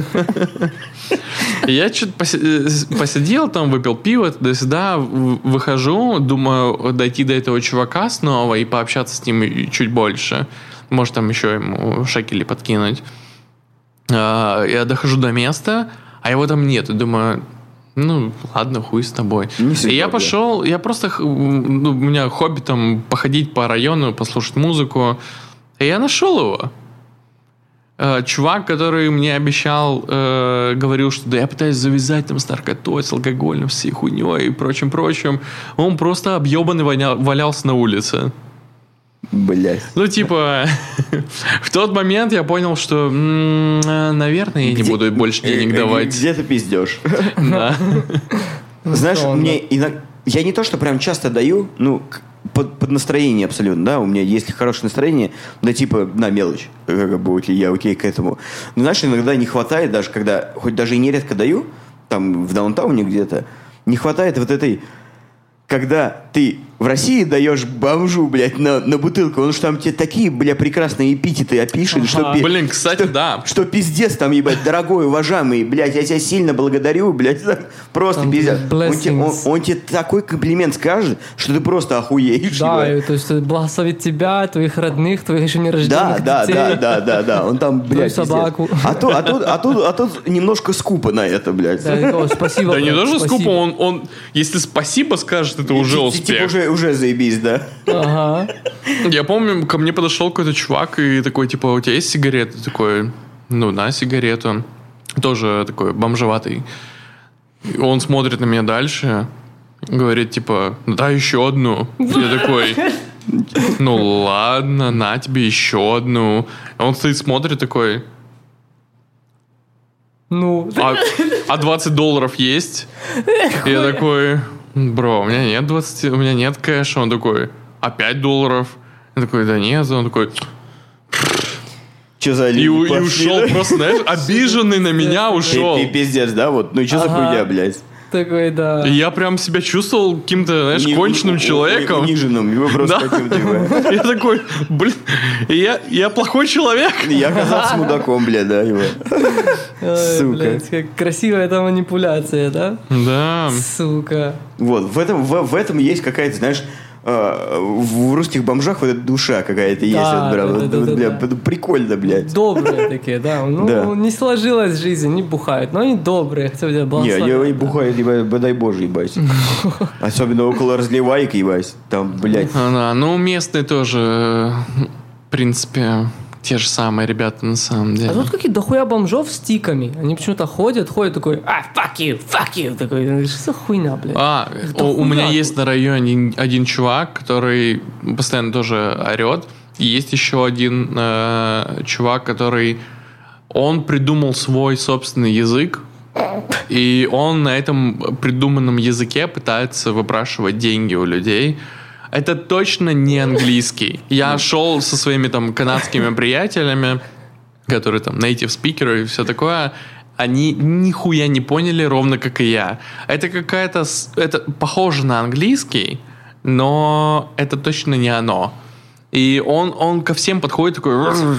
И я что-то посидел там, выпил пиво, туда-сюда, в- выхожу, думаю дойти до этого чувака снова и пообщаться с ним и- чуть больше. Может, там еще ему шекели подкинуть. А, Я дохожу до места, а его там нет. И думаю, Ну, ладно, хуй с тобой. Не всегда, и я да. пошел, я просто, х- ну, у меня хобби там походить по району, послушать музыку. И я нашел его. Э, Чувак, который мне обещал, э, говорил, что да я пытаюсь завязать там с наркотой, с алкоголем, всей хуйней и прочим-прочим. Он просто объебанный воня- валялся на улице. Блять. Ну, типа, в тот момент я понял, что, м, э, наверное, я не Где- буду больше денег Э, э, давать. Где ты пиздешь? Да. Знаешь, Условно. мне иногда... Я не то, что прям часто даю, ну, к- под, под настроение абсолютно, да, у меня, если хорошее настроение, да, типа, на мелочь, как бы, окей, я окей к этому. Но, знаешь, иногда не хватает, даже когда, хоть даже и нередко даю, там, в даунтауне где-то, не хватает вот этой... Когда ты в России даешь бомжу, блядь, на, на бутылку, он же там тебе такие, бля, прекрасные эпитеты опишет, что, пи- Блин, кстати, что, да. что пиздец там, ебать, дорогой, уважаемый, блядь, я тебя сильно благодарю, блядь, просто Там, пиздец. Он тебе, он, blessings. он тебе такой комплимент скажет, что ты просто охуеешь, Да, ебать. и, то есть благословит тебя, твоих родных, твоих еще не Да, рожденных да, детей. да, да, да, да, он там, блядь, пиздец. собаку. А тут, а, тут, а, тут, а тут немножко скупо на это, блядь. Да, о, спасибо. Да не брат, даже спасибо. скупо, он, он, если спасибо скажет, это уже Ти- ти- успех. Типа уже, уже заебись, да? Ага. Я помню, ко мне подошел какой-то чувак и такой, типа, у тебя есть сигареты? Такой, ну, на сигарету. Тоже такой бомжеватый. И он смотрит на меня дальше, говорит, типа, да, еще одну. Я такой, ну, ладно, на тебе еще одну. А он стоит, смотрит такой, Ну, а, а двадцать долларов есть? И я такой, бро, у меня нет двадцати, у меня нет кэша. Он такой, а пять долларов? Я такой, да нет. Он такой, Че за и, люди у- и пошли, ушел, да? просто, знаешь, обиженный на меня Пи- ушел. пи- Пиздец, да? Вот, ну что за Ага. хуйня, блядь? такой, да. И я прям себя чувствовал каким-то, знаешь, Уни- конченным у- у- человеком. Униженным, его просто Да. каким-то, ебать. Я такой, блин, я, я плохой человек. Я оказался мудаком, блядь, да, его. Ой, сука. блядь, как красивая эта манипуляция, да? Да. Сука. Вот, в этом, в, в этом есть какая-то, знаешь, э, в русских бомжах вот эта душа какая-то есть. Да, Вот, прям, да, вот, да, вот, да, бля, да. прикольно, блядь. Добрые такие, да. Ну, Да. не сложилась жизнь, не бухают, но они добрые, хотя бы тебя Не, благословят. я и бухаю, ебать, дай боже, ебать. Особенно около разливаек, ебать. Там, блядь. А, да, ну, местные тоже, э, в принципе, те же самые ребята на самом деле. А тут какие дохуя бомжов с тиками. Они почему-то ходят, ходят такой, а, fuck you, fuck you. Такой, что за хуйня, блядь? А, Это у, у меня хуя есть на районе один, один чувак, который постоянно тоже орет. И есть еще один э, чувак, который... Он придумал свой собственный язык. И он на этом придуманном языке пытается выпрашивать деньги у людей. Это точно не английский. Я шел со своими там канадскими приятелями, которые там native speaker и все такое. Они нихуя не поняли, ровно как и я. Это какая-то... с- Это похоже на английский, но это точно не оно. И он, он ко всем подходит такой...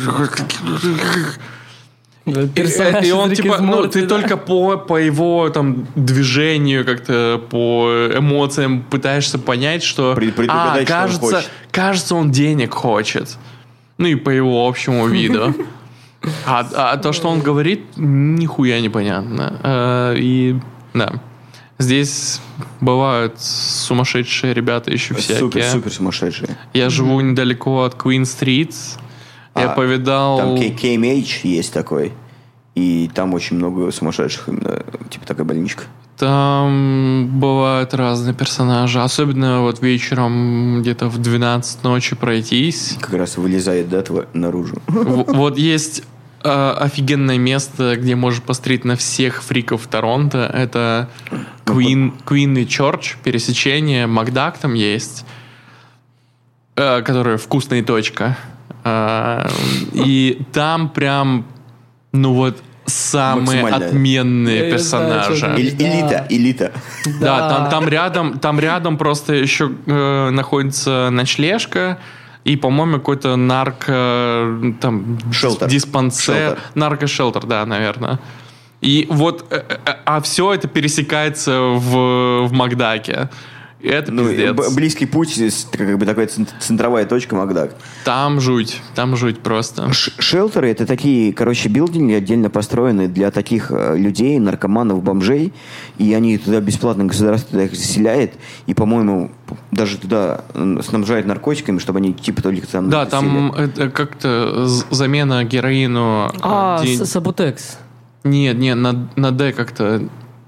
Да, И, персонаж и из он Рик типа, из ну, Морти, ты да. только по, по его там движению, как-то по эмоциям пытаешься понять, что Пред- предугадать, а, что он кажется, хочет. кажется, он денег хочет. Ну и по его общему виду. А, а то, что он говорит, нихуя непонятно. Э, И да. Здесь бывают сумасшедшие ребята еще всякие. Супер, супер сумасшедшие. Я живу недалеко от Куин-стрит. Я А, повидал... Там К- кей эм эйч есть такой. И там очень много сумасшедших именно, типа такая больничка. Там бывают разные персонажи. Особенно вот вечером где-то в двенадцать ночи пройтись. Как раз вылезает, да, тва- наружу. В- Вот есть э, офигенное место, где можно посмотреть на всех фриков Торонто. Это Queen, Queen и Church, пересечение. Макдак там есть, э, которая вкусная точка. Э, И там прям, ну вот, самые Максимально. отменные Я не знаю, персонажи. что это. Эль- Да. Элита, элита. Да, там, там рядом, там рядом просто еще э, находится ночлежка и, по-моему, какой-то нарко там Шелтер. диспансер, Шелтер. наркошелтер, да, наверное. И вот, э, э, а все это пересекается в, в Макдаке. Это Ну, пиздец. б- близкий путь, с- как бы такая цен- центровая точка Макдак. Там жуть, там жуть просто. Ш- Шелтеры — это такие, короче, билдинги отдельно построены для таких э, людей, наркоманов, бомжей, и они туда бесплатно, государство туда их заселяет, и, по-моему, даже туда м, снабжает наркотиками, чтобы они типа только там... Да, засели. там это как-то з- замена героину... А, э, ди- с- Сабутекс. Нет, нет, на, на Д как-то...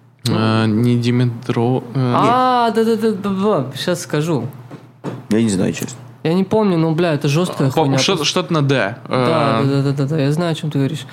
э, не Димедро... э, А, да-да-да, сейчас скажу. Я не знаю, честно. Я не помню, но, бля, это жесткая по- хуйня. что- Что-то на Д. Да, Э, да, да, да, да, я знаю, о чем ты говоришь.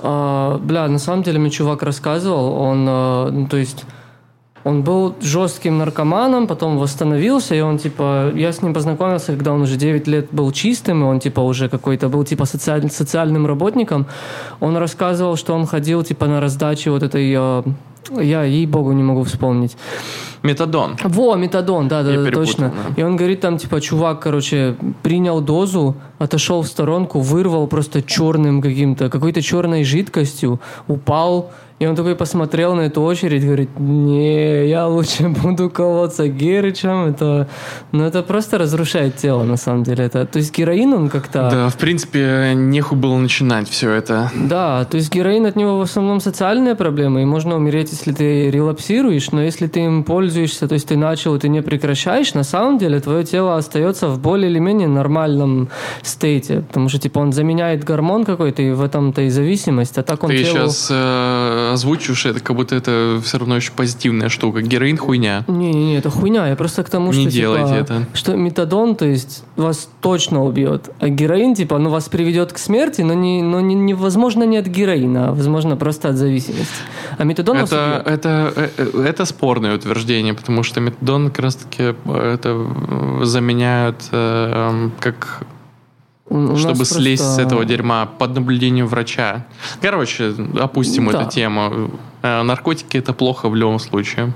А, бля, на самом деле мне чувак рассказывал, он, а, ну, то есть, он был жестким наркоманом, потом восстановился, и он, типа, я с ним познакомился, когда он уже девять лет был чистым, и он, типа, уже какой-то был, типа, социаль- социальным работником. Он рассказывал, что он ходил, типа, на раздаче вот этой... а, я, ей-богу, не могу вспомнить. Метадон. Во, метадон, да, да, Я да, перепутал, точно. да. И он говорит, там, типа, чувак, короче, принял дозу, отошел в сторонку, вырвал просто черным каким-то, какой-то черной жидкостью, упал, и он такой посмотрел на эту очередь, говорит, не, я лучше буду колоться Герычем, это, ну, это просто разрушает тело, на самом деле. Это, то есть героин, он как-то... Да, в принципе, нехуй было начинать все это. Да, то есть героин от него в основном социальная проблема, и можно умереть, если ты релапсируешь, но если ты им пользуешься, то есть ты начал, и ты не прекращаешь, на самом деле твое тело остается в более или менее нормальном стейте, потому что типа он заменяет гормон какой-то, и в этом-то и зависимость, а так он Ты телу... сейчас э, озвучиваешь это, как будто это все равно очень позитивная штука. Героин хуйня. Не-не-не, это хуйня, я просто к тому, Не что делайте типа, это. что метадон, то есть вас точно убьет, а героин, типа, ну вас приведет к смерти, но, не, но не, невозможно не от героина, а возможно просто от зависимости. А метадон вас Это, убьет. это, э, это спорное утверждение, потому что метадон как раз-таки э, это заменяют э, эм, как... У- у нас чтобы просто- слезть с этого дерьма под наблюдением врача. Короче, опустим Да. эту тему. Э, Наркотики это плохо в любом случае.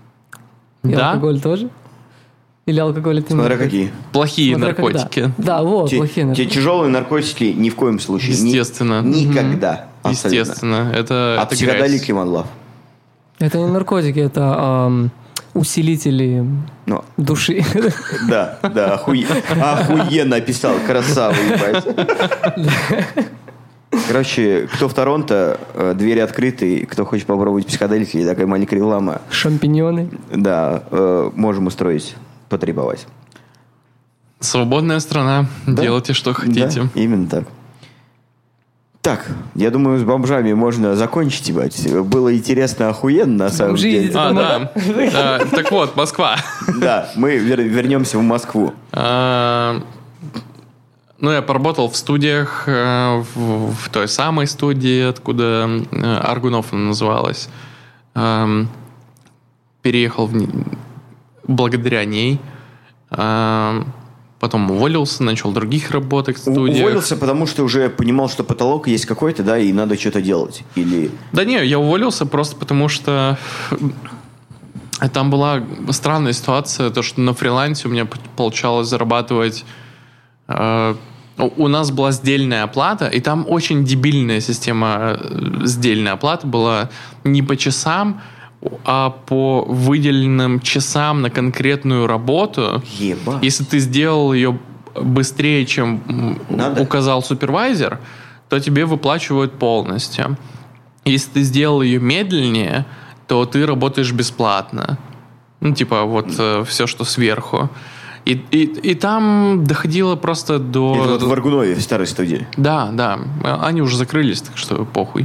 И Да, алкоголь тоже? Или алкоголь это не Смотря наркотик? какие. плохие Смотря когда. наркотики. Да, вот, Те, плохие те наркотики. тяжелые наркотики ни в коем случае. Ни- Естественно. никогда. Абсолютно. Естественно. Это, А это психоделики, грязь. Манлав. Это не наркотики, это ам, усилители Ну, души. да, да, охуе- охуенно описал. Красава, ебать. Короче, кто в Торонто, э, двери открыты. Кто хочет попробовать психоделики, такая маленькая реклама. Шампиньоны. Да, э, можем устроить, потребовать. Свободная страна. Да. Делайте, что хотите. Да, именно так. Так, я думаю, с бомжами можно закончить, ебать. Было интересно, охуенно, на самом Бомжи деле. идите А, домой. да. А, Так вот, Москва. Да, мы вер- вернемся в Москву. А, Ну, я поработал в студиях, э, в, в той самой студии, откуда э, Аргунов она называлась. Эм, Переехал в, не- благодаря ней. Эм, Потом уволился, начал других работать в У- студиях. Уволился, потому что уже понимал, что потолок есть какой-то, да, и надо что-то делать. Или... Да не, я уволился просто потому, что там была странная ситуация, то, что на фрилансе у меня получалось зарабатывать... э, У нас была сдельная оплата, и там очень дебильная система э, сдельной оплаты была не по часам, а по выделенным часам на конкретную работу. Ебать. Если ты сделал ее быстрее, чем м, Надо. указал супервайзер, то тебе выплачивают полностью. Если ты сделал ее медленнее, то ты работаешь бесплатно. Ну, типа, вот э, все, что сверху. И, и, и там доходило просто до... Это вот в Аргунове, в старой студии. Да, да. Они уже закрылись, так что похуй.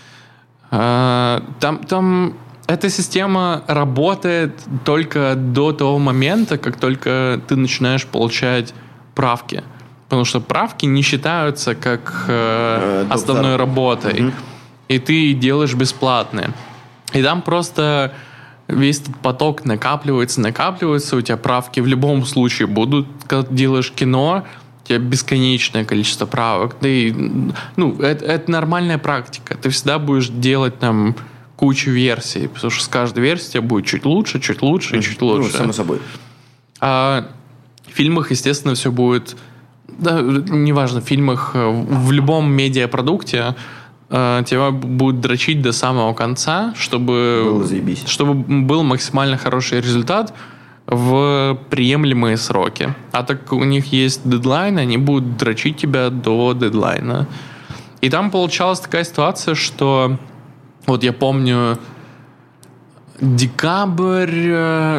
А, Там, там эта система работает только до того момента, как только ты начинаешь получать правки. Потому что правки не считаются как э, Э, основной доп. работой. Мгм. И ты делаешь бесплатные. И там просто весь этот поток накапливается, накапливается, у тебя правки в любом случае будут. Когда ты делаешь кино, у тебя бесконечное количество правок. Ты, ну, это, это нормальная практика. Ты всегда будешь делать там кучу версий, потому что с каждой версией тебе будет чуть лучше, чуть лучше и чуть Ну, лучше. само собой. А в фильмах, естественно, все будет... Да, неважно, в фильмах, в любом медиапродукте э, тебя будут дрочить до самого конца, чтобы, Было заебись. чтобы был максимально хороший результат. в приемлемые сроки. А так как у них есть дедлайн, они будут дрочить тебя до дедлайна. И там получалась такая ситуация, что вот я помню декабрь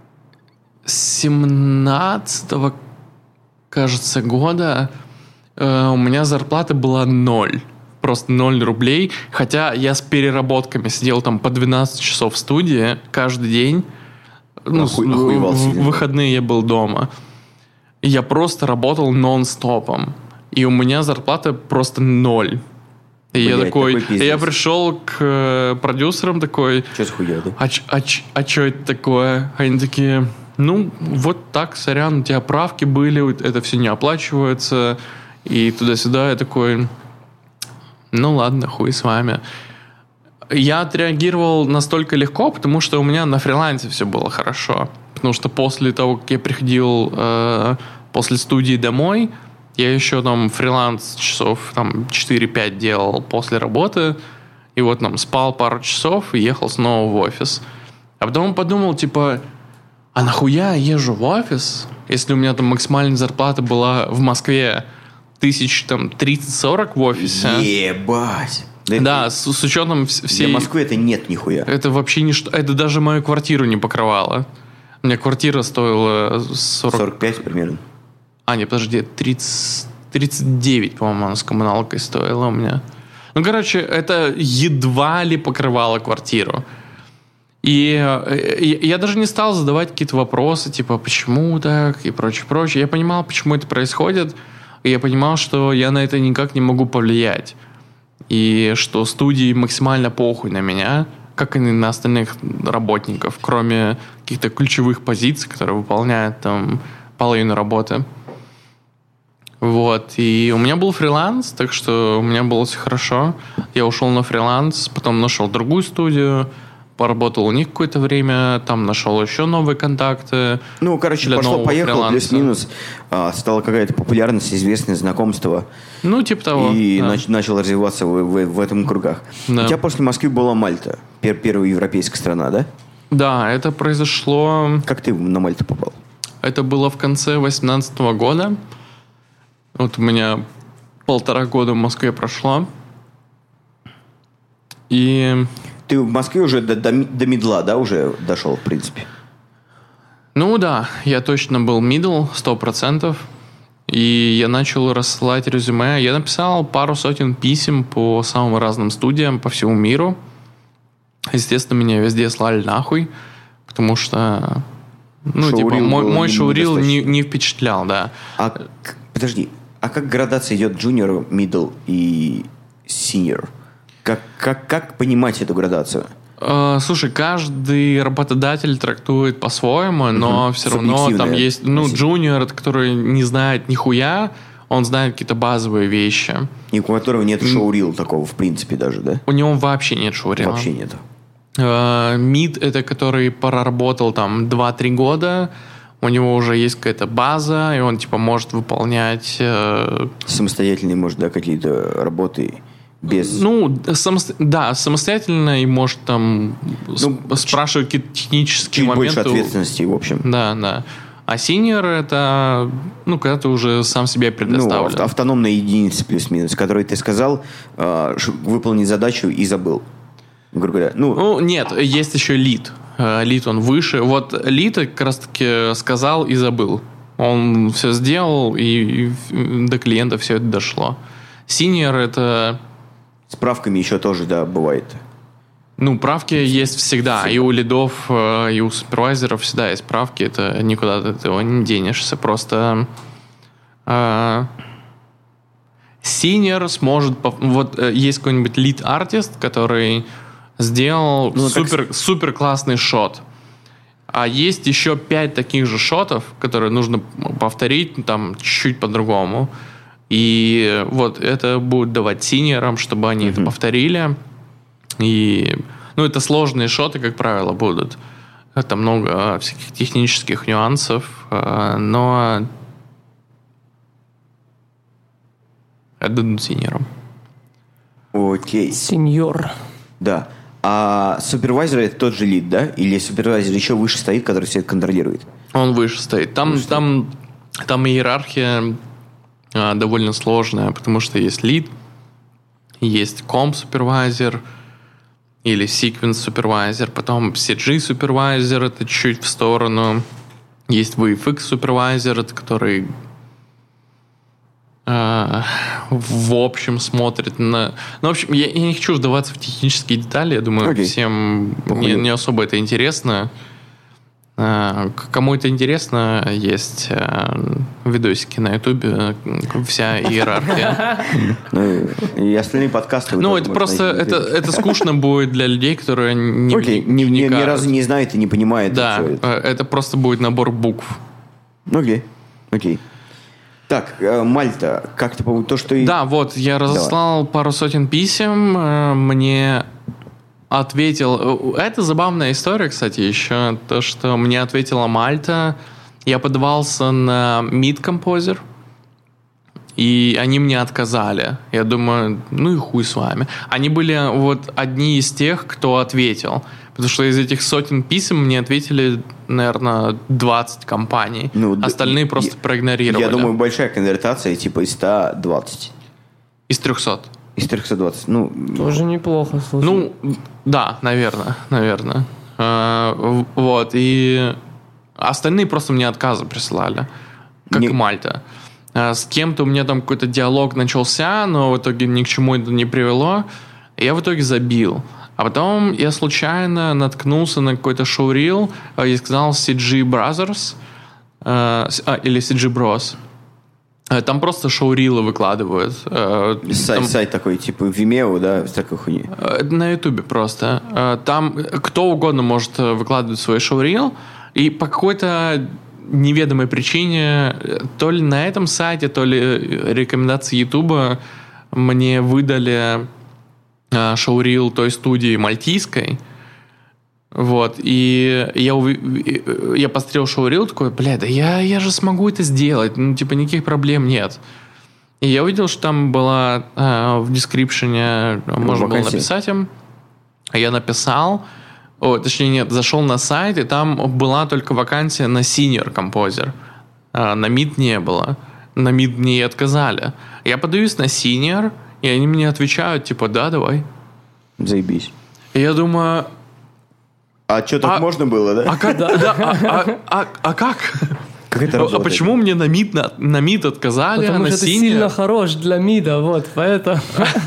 семнадцатого, кажется, года э, у меня зарплата была ноль. Просто ноль рублей. Хотя я с переработками сидел там по двенадцать часов в студии каждый день. Ну, Оху- в, в выходные я был дома. И я просто работал нон-стопом. И у меня зарплата просто ноль. И Блядь, я такой, такой и я пиздец. пришел к э, продюсерам такой, Что за хуя, да? а, ч- а, ч- а что это такое? Они такие, ну, вот так, сорян, у тебя правки были, вот это все не оплачивается. И туда-сюда я такой, ну ладно, хуй с вами. Я отреагировал настолько легко, потому что у меня на фрилансе все было хорошо. Потому что после того, как я приходил э, после студии домой, я еще там фриланс часов там четыре-пять делал после работы. И вот там спал пару часов и ехал снова в офис. А потом подумал, типа, а нахуя я езжу в офис, если у меня там максимальная зарплата была в Москве тысяч там тридцать-сорок в офисе. Ебать. Да, Да, это- с, с учетом вс- всей... Для Москвы это нет нихуя. Это вообще ничто. Это даже мою квартиру не покрывало. У меня квартира стоила сорок... сорок пять примерно. А, нет, подожди, тридцать... тридцать девять, по-моему, она с коммуналкой стоила у меня. Ну, короче, это едва ли покрывало квартиру. И э, я я даже не стал задавать какие-то вопросы, типа, почему так и прочее, прочее. Я понимал, почему это происходит, и я понимал, что я на это никак не могу повлиять. И что студии максимально похуй на меня, как и на остальных работников, кроме каких-то ключевых позиций, которые выполняют там половину работы. Вот. И у меня был фриланс, так что у меня было все хорошо. Я ушел на фриланс, потом нашел другую студию, поработал у них какое-то время, там нашел еще новые контакты. Ну, короче, для нового пошло-поехало, фриланса. плюс-минус. А, стала какая-то популярность, известность, знакомство. Ну, типа того. И да. нач- начал развиваться в, в- в этом кругах. Да. У тебя после Москвы была Мальта. Пер- первая европейская страна, да? Да, это произошло... Как ты на Мальту попал? Это было в конце восемнадцатого года. Вот у меня полтора года в Москве прошло. И... Ты в Москве уже до, до, ми- до мидла, да, уже дошел, в принципе? Ну да, я точно был middle, сто процентов. И я начал рассылать резюме. Я написал пару сотен писем по самым разным студиям по всему миру. Естественно, меня везде слали нахуй, потому что... Ну, Шоурил типа, мой, было мой не- шоурил не, недостаточно. не впечатлял, да. А, к- подожди, а как градация идет junior, middle и senior? Как, как, как понимать эту градацию? Э, Слушай, каждый работодатель трактует по-своему, но Мгм. все равно там Субъективное есть, ну, относительно. джуниор, который не знает нихуя, он знает какие-то базовые вещи. И у которого нет шоурил такого, в принципе, даже, да? У него вообще нет шоурила. Вообще нет. Э, Мид — это который проработал там два-три года, у него уже есть какая-то база, и он типа может выполнять... э, Самостоятельные, может, да, какие-то работы без... Ну, самосто- да, самостоятельно, и может там с- Ну, спрашивать какие-то технические чуть больше моменты. ответственности, в общем. Да, да. А синьор — это, ну, когда ты уже сам себе Ну, предоставлен. ав- автономная единица плюс-минус, которой ты сказал, э, ш- выполнить задачу и забыл. Грубо говоря, ну, Ну, нет, есть еще лид. Э, Лид, он выше. Вот лид как раз-таки сказал и забыл. Он все сделал, и, и до клиента все это дошло. Синьор — это... с правками еще тоже, да, бывает. Ну, правки есть всегда. И у лидов, э, и у супервайзеров всегда есть правки. Это никуда от этого не денешься. Просто... э, Синьор сможет... пов- Вот э, есть какой-нибудь лид-артист, который сделал Ну, как супер, супер классный шот. А есть еще пять таких же шотов, которые нужно повторить ну, там чуть-чуть по-другому. И вот это будет давать синьорам, чтобы они это повторили. И, ну, это сложные шоты, как правило, будут. Это много а, всяких технических нюансов, а, но отдадут синьорам. Окей, Сеньор. да. А супервайзер это тот же лид, да? Или супервайзер еще выше стоит, который все это контролирует? Он выше стоит. Там, выше там, там иерархия а, довольно сложная, потому что есть лид, есть комп-супервайзер или секвенс-супервайзер, потом си джи-супервайзер, это чуть в сторону. Есть ви эф экс-супервайзер, который э, в общем смотрит на... Ну, в общем, я, я не хочу вдаваться в технические детали, я думаю, okay. всем не, не особо это интересно. Э, кому это интересно, есть э, видосики на ютубе, вся иерархия. И остальные подкасты... Ну, это просто, это скучно будет для людей, которые ни разу не знают и не понимают. Да, это просто будет набор букв. Окей, окей. Так, Мальта, как-то по то, что... Да, вот, я разослал пару сотен писем, мне... Ответил... Это забавная история, кстати, еще. То, что мне ответила Мальта. Я подавался на Mid Composer, и они мне отказали. Я думаю, ну и хуй с вами. Они были вот одни из тех, кто ответил. Потому что из этих сотен писем мне ответили, наверное, двадцать компаний. Ну, остальные да, просто я, проигнорировали. Я думаю, большая конвертация, типа из ста двадцать. Из трехсот. Из трехсот двадцати, ну... Тоже неплохо, слушай. Ну, да, наверное, наверное. А, вот, и остальные просто мне отказы присылали, как не... и Мальта. А, с кем-то у меня там какой-то диалог начался, но в итоге ни к чему это не привело. И я в итоге забил. А потом я случайно наткнулся на какой-то шоурил, я сказал си джи Brothers, а, или си джи Bros. Там просто шоурилы выкладывают. Сайт, там, сайт такой, типа Vimeo, да, с такой хуйни. На Ютубе просто. Там кто угодно может выкладывать свой шоурил, и по какой-то неведомой причине, то ли на этом сайте, то ли рекомендации Ютуба мне выдали шоурил той студии мальтийской. Вот, и я, я посмотрел шоурил, такой, бля, да я, я же смогу это сделать, ну, типа, никаких проблем нет. И я увидел, что там была э, в дескрипшене, можно было написать им, я написал, о, точнее, нет, зашел на сайт, и там была только вакансия на senior composer, э, на mid не было, на mid мне отказали. Я подаюсь на senior, и они мне отвечают, типа, да, давай. Заебись. И я думаю... А что, так а, можно было, да? А как? Да, да, а, а, а, а как? Как это работает? А почему мне на мид, на, на мид отказали, Потому а на что senior? ты сильно хорош для мида, вот, поэтому...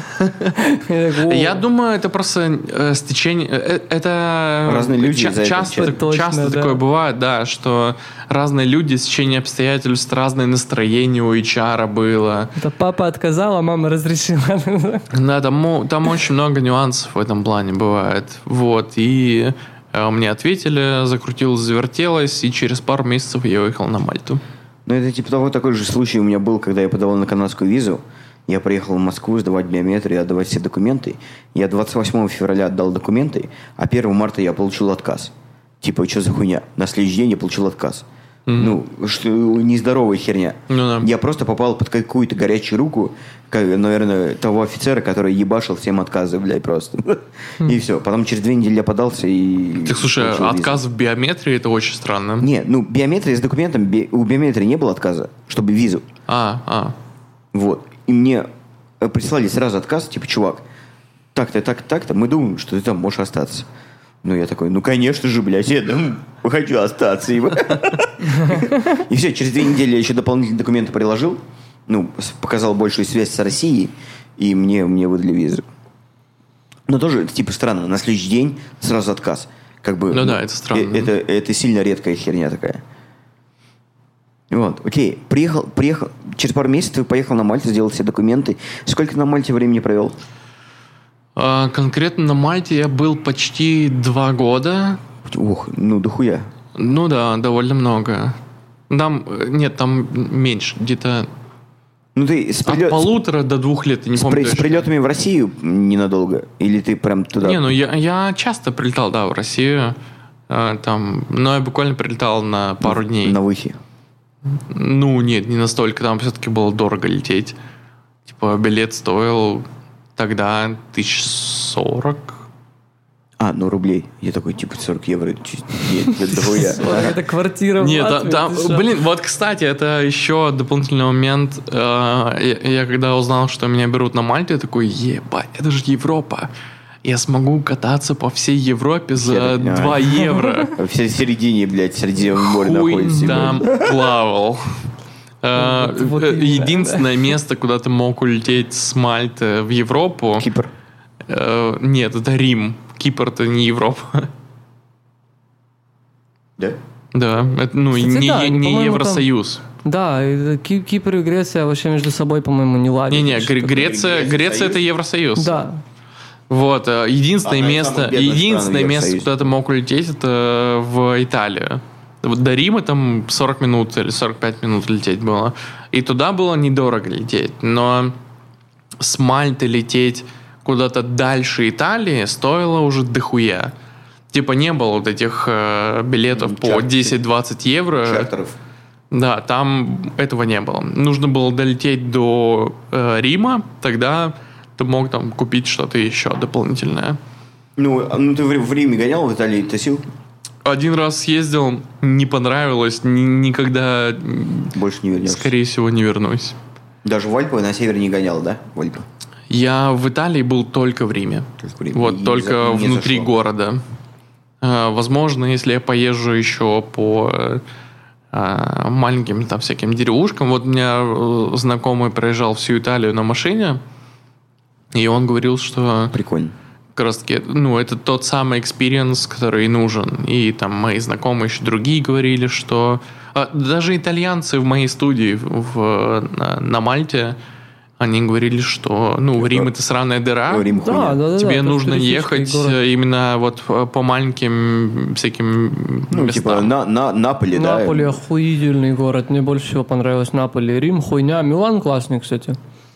Я думаю, это просто стечение... Это... Разные люди Часто такое бывает, да, что разные люди, стечение обстоятельств, разное настроение у эйч ар было. Это папа отказал, а мама разрешила. Да, там, там очень много нюансов в этом плане бывает. Вот, и... Мне ответили, закрутилось, завертелось, и через пару месяцев я уехал на Мальту. Ну, это типа того, такой же случай у меня был, когда я подавал на канадскую визу. Я приехал в Москву сдавать биометрию, отдавать все документы. Я двадцать восьмого февраля отдал документы, а первого марта я получил отказ. Типа, что за хуйня? На следующий день я получил отказ. Mm-hmm. Ну, что, нездоровая херня. Ну, да. Я просто попал под какую-то горячую руку, как, наверное, того офицера, который ебашил всем отказы, блядь, просто. Mm-hmm. И все. Потом через две недели я подался и... Так, слушай, отказ в биометрии, это очень странно. Не, ну, биометрия с документом, би... у биометрии не было отказа, чтобы визу. А, а. Вот. И мне прислали сразу отказ, типа, чувак, так-то, так-то, так-то, мы думаем, что ты там можешь остаться. Ну, я такой, ну, конечно же, блядь, я там хочу остаться. И все, через две недели я еще дополнительные документы приложил, ну, показал большую связь с Россией, и мне, мне выдали визу. Но тоже, это типа странно, на следующий день сразу отказ. Как бы, ну, ну да, это странно. Это, это сильно редкая херня такая. Вот, окей, приехал, приехал, через пару месяцев поехал на Мальту, сделал все документы. Сколько на Мальте времени провел? Конкретно на Мальте я был почти два года. Ух, ну дохуя. Ну да, довольно много. Там, нет, там меньше, где-то ну, ты с прилет... от полутора до двух лет, я не с помню. При... С прилетами в Россию ненадолго? Или ты прям туда? Не, ну я, я часто прилетал, да, в Россию. Там, но я буквально прилетал на пару на, дней. На выхе? Ну нет, не настолько, там все-таки было дорого лететь. Типа билет стоил... Тогда тысяч сорок. А, ну рублей. Я такой, типа, сорок евро. Чуть- Нет, это дохуя. Это квартира в Нет, Латвии, там, ты там- шо? блин, вот, кстати, это еще дополнительный момент. Э, Я, я когда узнал, что меня берут на Мальту, я такой, ебать, это же Европа. Я смогу кататься по всей Европе Я за так понимаю. два евро. В середине, блядь, Средиземного моря Хуй находится. там плавал. Э, Вот- вот э, именно, Единственное место, куда ты мог улететь с Мальты в Европу... Кипр. э, Нет, это Рим. Кипр — это не Европа. Да? Да, это, ну, Кстати, не, да, е- они, не по-моему, Евросоюз. Да, и Ки- Кипр и Греция вообще между собой, по-моему, не ладят. Не-не, Что-то. Гре- Греция, Греция Греция Союз? это Евросоюз. Да. Вот, э, единственное Одна из место, самых бедных единственное стран место, Евросоюза. куда ты мог улететь, это в Италию. Вот до Рима там сорок минут или сорок пять минут лететь было. И туда было недорого лететь. Но с Мальты лететь куда-то дальше Италии стоило уже дохуя. Типа не было вот этих э, билетов по Чар- десять-двадцать евро. Чартеров. Да, там этого не было. Нужно было долететь до э, Рима, тогда ты мог там купить что-то еще дополнительное. Ну, а, ну, ты в, в Риме гонял, в Италии тусил? Один раз съездил, не понравилось, ни- никогда, Больше не вернешься. скорее всего, не вернусь. Даже в Альпы на север не гонял, да? В Альпы. Я в Италии был только в Риме. Только в Риме. Вот, И только за- не внутри зашло. города. А, возможно, если я поезжу еще по э, а, маленьким там всяким деревушкам. Вот у меня э, знакомый проезжал всю Италию на машине, и он говорил, что Прикольно. как раз таки, ну, это тот самый экспириенс, который нужен. И там мои знакомые еще другие говорили, что... а, даже итальянцы в моей студии в, в- на, на Мальте, они говорили, что, ну, Рим — это сраная дыра. Ну, Рим Да, хуйня. да, да. Тебе да, нужно туристический ехать город. э, именно вот э, по маленьким всяким Ну, местам. типа, на, на, Наполе, да? Наполе охуительный город. Мне больше всего понравилось Наполе. Рим хуйня. Милан классный, кстати.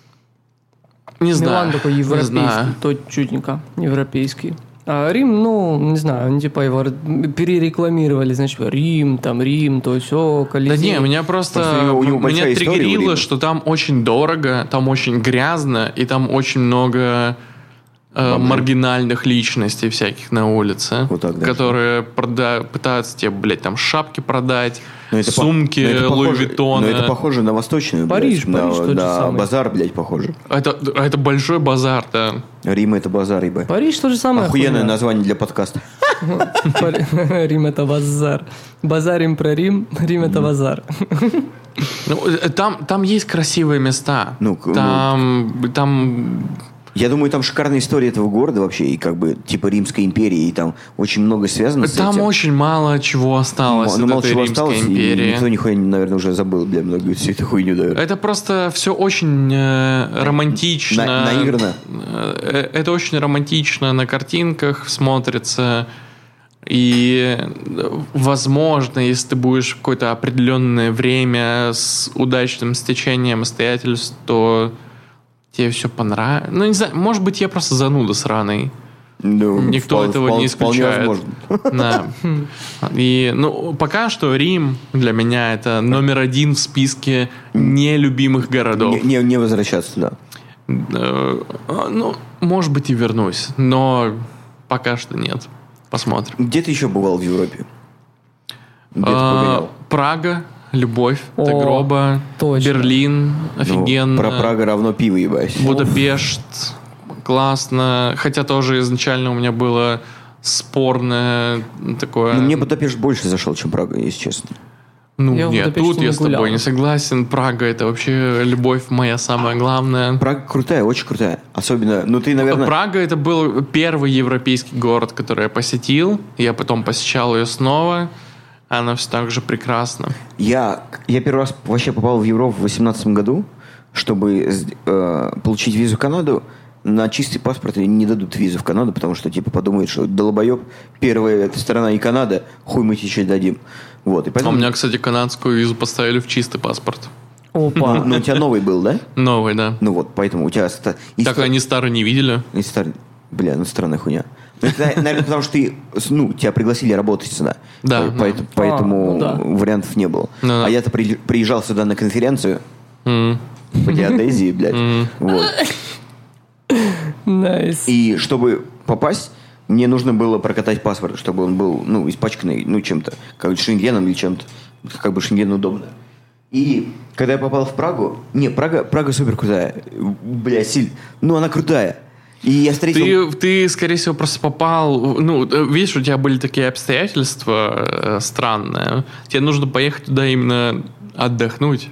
Не знаю. Милан такой не европейский, знаю. то чутенько европейский. А Рим, ну, не знаю, они типа его перерекламировали, значит, Рим, там Рим, то все, Да Колизей. не, меня просто, Просто у него- у него большая меня история у триггерило, Рима. что там очень дорого, там очень грязно, и там очень много э, Бомжей. маргинальных личностей всяких на улице, Вот так, да. которые прода- пытаются тебе, блядь, там шапки продать, Но это по- сумки но это Луи похоже- Виттона. Но это похоже на восточную, Париж, блядь, Париж на, тот же на самый. базар, блядь, похоже. Это, это большой базар, да. Рим это базар, ебать. Париж то же самое. Охуенное хуйня. название для подкаста. Пари- Рим это базар. Базарим про Рим, Рим это базар. Ну, э, там, там есть красивые места. Ну, к- там, там Я думаю, там шикарная история этого города вообще, и как бы типа Римской империи, и там очень много связано с Там этим. очень мало чего осталось Ну, от мало этой чего Римской осталось, и империи. никто нихуя, наверное, уже забыл, бля, многие всю эту хуйню, наверное. Это просто все очень э, романтично. На- наигранно. Э, Это очень романтично на картинках смотрится. И, э, возможно, если ты будешь в какое-то определенное время с удачным стечением обстоятельств, то тебе все понравится. Ну, не знаю, может быть, я просто зануда сраный. Ну, Никто вполне- этого вполне- не вполне исключает. возможно. Да. И, ну, пока что Рим для меня это номер один в списке нелюбимых городов. Не, не, не возвращаться туда. Э, Ну, может быть, и вернусь, но пока что нет. Посмотрим. Где ты еще бывал в Европе? Где ты А, погонял? Прага, любовь, О, Тагроба, точно. Берлин, Ну, офигенно. про Прага равно пиво, ебать. Будапешт, классно. Хотя тоже изначально у меня было спорное такое... Ну, мне Будапешт больше зашел, чем Прага, если честно. Ну, Я в нет, Будапеште тут не я с гулял. тобой не согласен. Прага — это вообще любовь моя самая главная. Прага крутая, очень крутая. Особенно, ну ты, наверное... Прага — это был первый европейский город, который я посетил. Я потом посещал ее снова. Она все так же прекрасна. Я, я первый раз вообще попал в Европу в восемнадцатом году, чтобы э, получить визу в Канаду. На чистый паспорт не дадут визу в Канаду, потому что типа подумают, что долбоеб, первая эта страна и Канада, хуй мы тебе еще дадим. Вот, и А у поэтому... меня, кстати, канадскую визу поставили в чистый паспорт. Опа. Ну, у тебя новый был, да? Новый, да. Ну вот, поэтому у тебя... ста- и Так ста- они старый не видели. и стар- Бля, ну странная хуйня. Ну, это, наверное, потому что ты, ну, тебя пригласили работать сюда. Да, По- да. Поэтому, поэтому ну да. вариантов не было. Ну да. А я-то при- приезжал сюда на конференцию М. по геодезии, блядь. Вот. Найс. И чтобы попасть, Мне нужно было прокатать паспорт, чтобы он был, ну, испачканный, ну, чем-то, как шенгеном или чем-то. Как бы шенген удобно. И когда я попал в Прагу... Не, Прага, Прага супер крутая. Бля, сильно. Ну, она крутая. И я встретил... Ты, ты, скорее всего, просто попал... Ну, видишь, у тебя были такие обстоятельства э, странные. Тебе нужно поехать туда именно отдохнуть.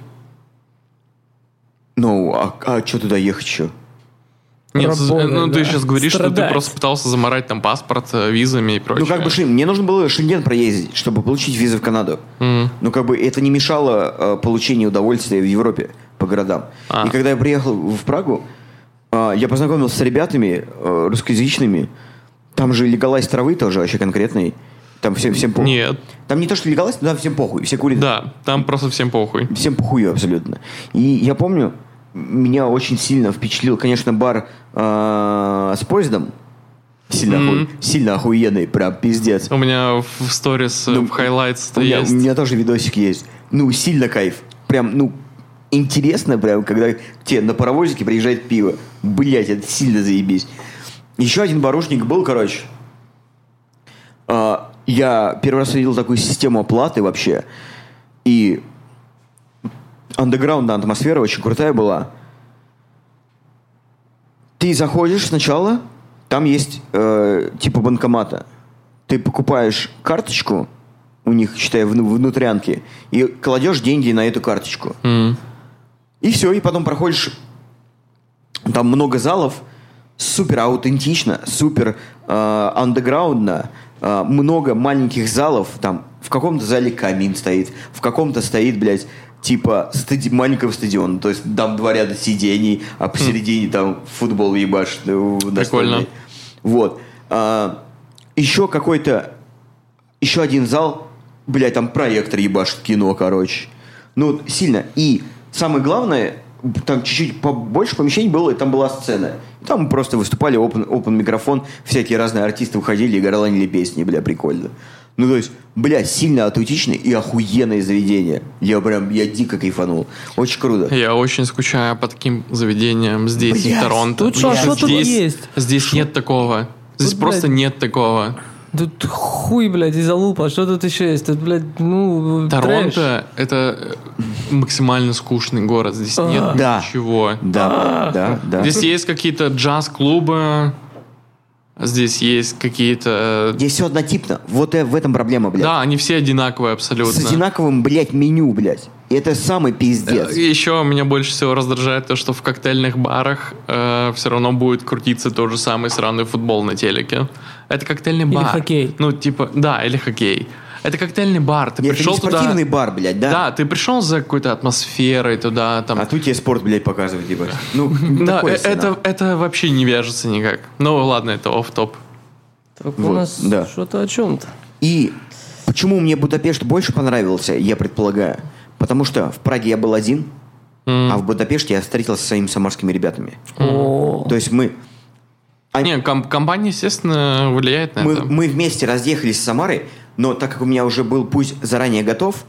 Ну, а, а что туда ехать еще? Нет, Работать, ну да. ты сейчас говоришь, Страдать. что ты просто пытался заморать там паспорт, визами и прочее. Ну, как бы, Шин, мне нужно было шенген проездить, чтобы получить визу в Канаду. Mm. Ну, как бы, это не мешало э, получению удовольствия в Европе по городам. А. И когда я приехал в Прагу, э, я познакомился с ребятами э, русскоязычными. Там же легалайз травы тоже вообще конкретный. Там всем, всем похуй. Нет. Там не то, что легалайз, но там всем похуй. Все курят. Да, там просто всем похуй. Всем похуй абсолютно. И я помню, меня очень сильно впечатлил, конечно, бар э, с поездом. Сильно, Мгм. оху- сильно охуенный, прям пиздец. У меня в сторис, Ну, в хайлайтс У меня, есть. у меня тоже видосик есть. Ну, сильно кайф. Прям, ну, интересно, прям, когда к тебе на паровозике приезжает пиво. Блять, это сильно заебись. Еще один барушник был, короче. А, я первый раз увидел такую систему оплаты вообще. И андеграундная атмосфера очень крутая была. Ты заходишь сначала, там есть э, типа банкомата. Ты покупаешь карточку у них, считай, вну- внутрянки, и кладешь деньги на эту карточку. М. И все, и потом проходишь. Там много залов, супер аутентично, супер э, андеграундно, э, много маленьких залов. Там в каком-то зале камин стоит, в каком-то стоит, блядь, типа стади- маленького стадиона. То есть там два ряда сидений, а посередине там футбол ебашь. ну, настольный. Прикольно. Вот. А, еще какой-то... Еще один зал, блядь, там проектор ебашит кино, короче. Ну, сильно. И самое главное, там чуть-чуть побольше помещений было, и там была сцена. И там мы просто выступали, open, open микрофон, всякие разные артисты выходили и горланили песни, бля, прикольно. Ну, то есть, бля, сильно аутентичное и охуенное заведение. Я прям, я дико кайфанул. Очень круто. Я очень скучаю по таким заведениям здесь, Блядь, в Торонто. тут что, Блядь, что тут здесь- есть? Здесь нет такого. Здесь Тут, просто блядь, нет такого. Тут хуй, блядь, и залупа. Что тут еще есть? Тут, блядь, ну, трэш. Торонто — это максимально скучный город. Здесь нет Да. ничего. Да, да, да. Здесь есть какие-то джаз-клубы, здесь есть какие-то... Здесь все однотипно. Вот э, в этом проблема, блядь. Да, они все одинаковые абсолютно. С одинаковым, блядь, меню, блядь. И это самый пиздец. Еще меня больше всего раздражает то, что в коктейльных барах э, все равно будет крутиться тот же самый сраный футбол на телеке. Это коктейльный Или бар. хоккей. Ну, типа, да, или хоккей. Это коктейльный бар. Ты И это пришел не туда... спортивный бар, блядь, да? Да, ты пришел за какой-то атмосферой туда, там... А тут тебе спорт, блядь, показывают, типа. Ну, Да, такое э- себе, это, нахуй. это вообще не вяжется никак. Ну, ладно, это офф-топ. Так у Вот, нас да. что-то о чем-то. И почему мне Будапешт больше понравился, я предполагаю. Потому что в Праге я был один, а в Будапеште я встретился со своими самарскими ребятами. О, То есть мы... они- Не, ком- компания, естественно, влияет на мы, это. мы вместе разъехались с Самары, но так как у меня уже был путь заранее готов,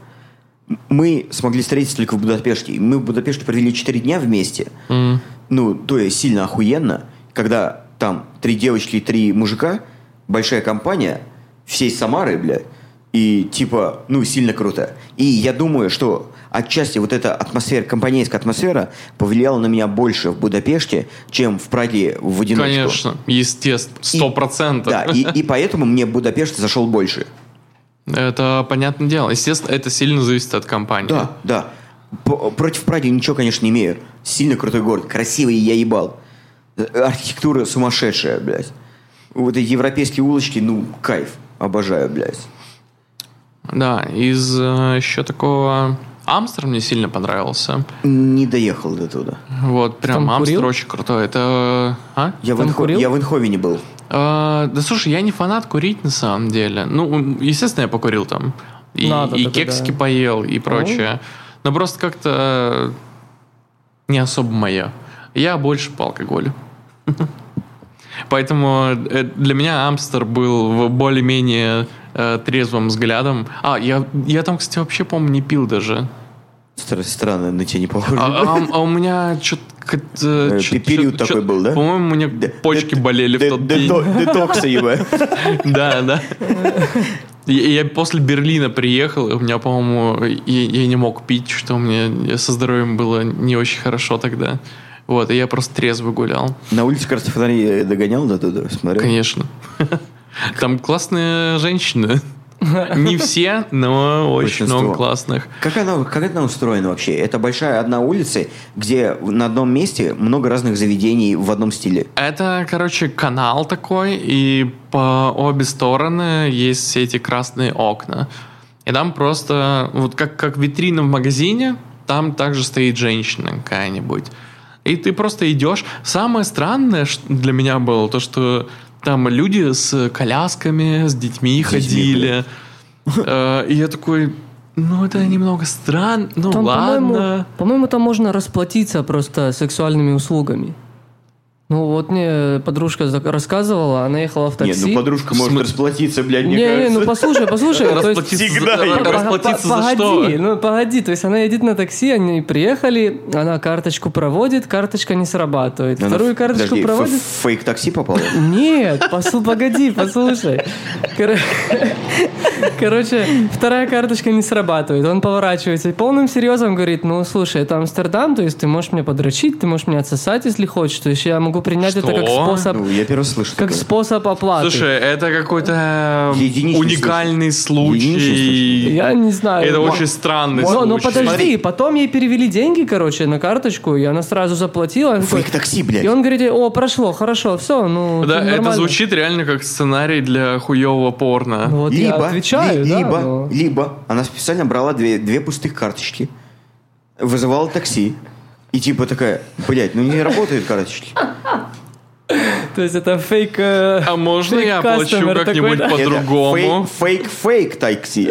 мы смогли встретиться только в Будапеште. И мы в Будапеште провели четыре дня вместе. М. Ну, то есть сильно охуенно, когда там три девочки и три мужика, большая компания, все из Самары, бля, и типа, ну, сильно круто. И я думаю, что отчасти вот эта атмосфера, компанейская атмосфера повлияла на меня больше в Будапеште, чем в Праге в одиночку. Конечно, естественно, сто процентов. Да, и, и поэтому мне Будапешт зашел больше. Это понятное дело. Естественно, это сильно зависит от компании. Да, да. П- Против Праги ничего, конечно, не имею. Сильно крутой город, красивый, я ебал. Архитектура сумасшедшая, блядь. Вот эти европейские улочки, ну, кайф. Обожаю, блядь. Да, из э, еще такого... Амстер мне сильно понравился. Не доехал до туда. Вот, прям Там Амстер курил? очень крутой. Это... А? Я, в, Там Инхо- курил? я в Инховене был. Э, да слушай, я не фанат курить на самом деле. Ну, естественно, я покурил там. И, Надо и так, кексики да. поел, и прочее. Но просто как-то не особо мое. Я больше по алкоголю. Поэтому э, для меня Амстер был в более-менее э, трезвым взглядом. А, я, я там, кстати, вообще, по-моему, не пил даже. Стр- Странно, на тебя не похоже. А, а- а у меня что-то... Период такой был, да? По-моему, у меня почки болели в тот день. Детоксы его. Да, да. Я, я после Берлина приехал, и у меня, по-моему, я, я не мог пить, что у меня со здоровьем было не очень хорошо тогда. Вот, и я просто трезво гулял. На улице красной фонари догонял до туда? Смотрел? Конечно. Там классные женщины. Не все, но очень Большинство. много классных. Как она, как она устроена вообще? Это большая одна улица, где на одном месте много разных заведений в одном стиле. Это, короче, канал такой, и по обе стороны есть все эти красные окна. И там просто, вот как, как витрина в магазине, там также стоит женщина какая-нибудь. И ты просто идешь. Самое странное что для меня было то, что там люди с колясками, с детьми ходили. Э, И я такой, ну это немного странно, ну Там, по-моему, ладно. по-моему, там можно расплатиться просто сексуальными услугами. Ну, вот мне подружка за- рассказывала, она ехала в такси. Нет, ну подружка может смысле? расплатиться, блядь, мне Не, не, кажется. ну послушай, послушай. то есть- Расплатиться за- всегда ра- идет. расплатиться П- за что? Погоди, ну погоди, то есть она едет на такси, они приехали, она карточку проводит, карточка не срабатывает. Она- Вторую карточку подожди, проводит. в фейк-такси попала? Нет, посу, погоди, послушай. Кор- Короче, вторая карточка не срабатывает. Он поворачивается и полным серьезом говорит, ну, слушай, это Амстердам, то есть ты можешь мне подрочить, ты можешь меня отсосать, если хочешь. То есть я могу принять Что? это как способ, Ну, я первый раз слышу как такое. способ оплаты. Слушай, это какой-то Единичный уникальный Единичный случай. Я не знаю. Это Мо- очень странный Но, случай. но подожди, Смотри. потом ей перевели деньги, короче, на карточку, и она сразу заплатила. Он такой- Фейк-такси, блядь. И он говорит, о, прошло, хорошо, все, ну, Да, нормально. это звучит реально как сценарий для хуевого порно. Вот я Либо, отвечаю, ли- да, либо, но- либо она специально брала две, две пустых карточки, вызывала такси, и типа такая, блядь, ну не работают карточки. То есть это фейк... э, А можно фейк я оплачу customer как-нибудь такой, да? по-другому? Фейк-фейк такси.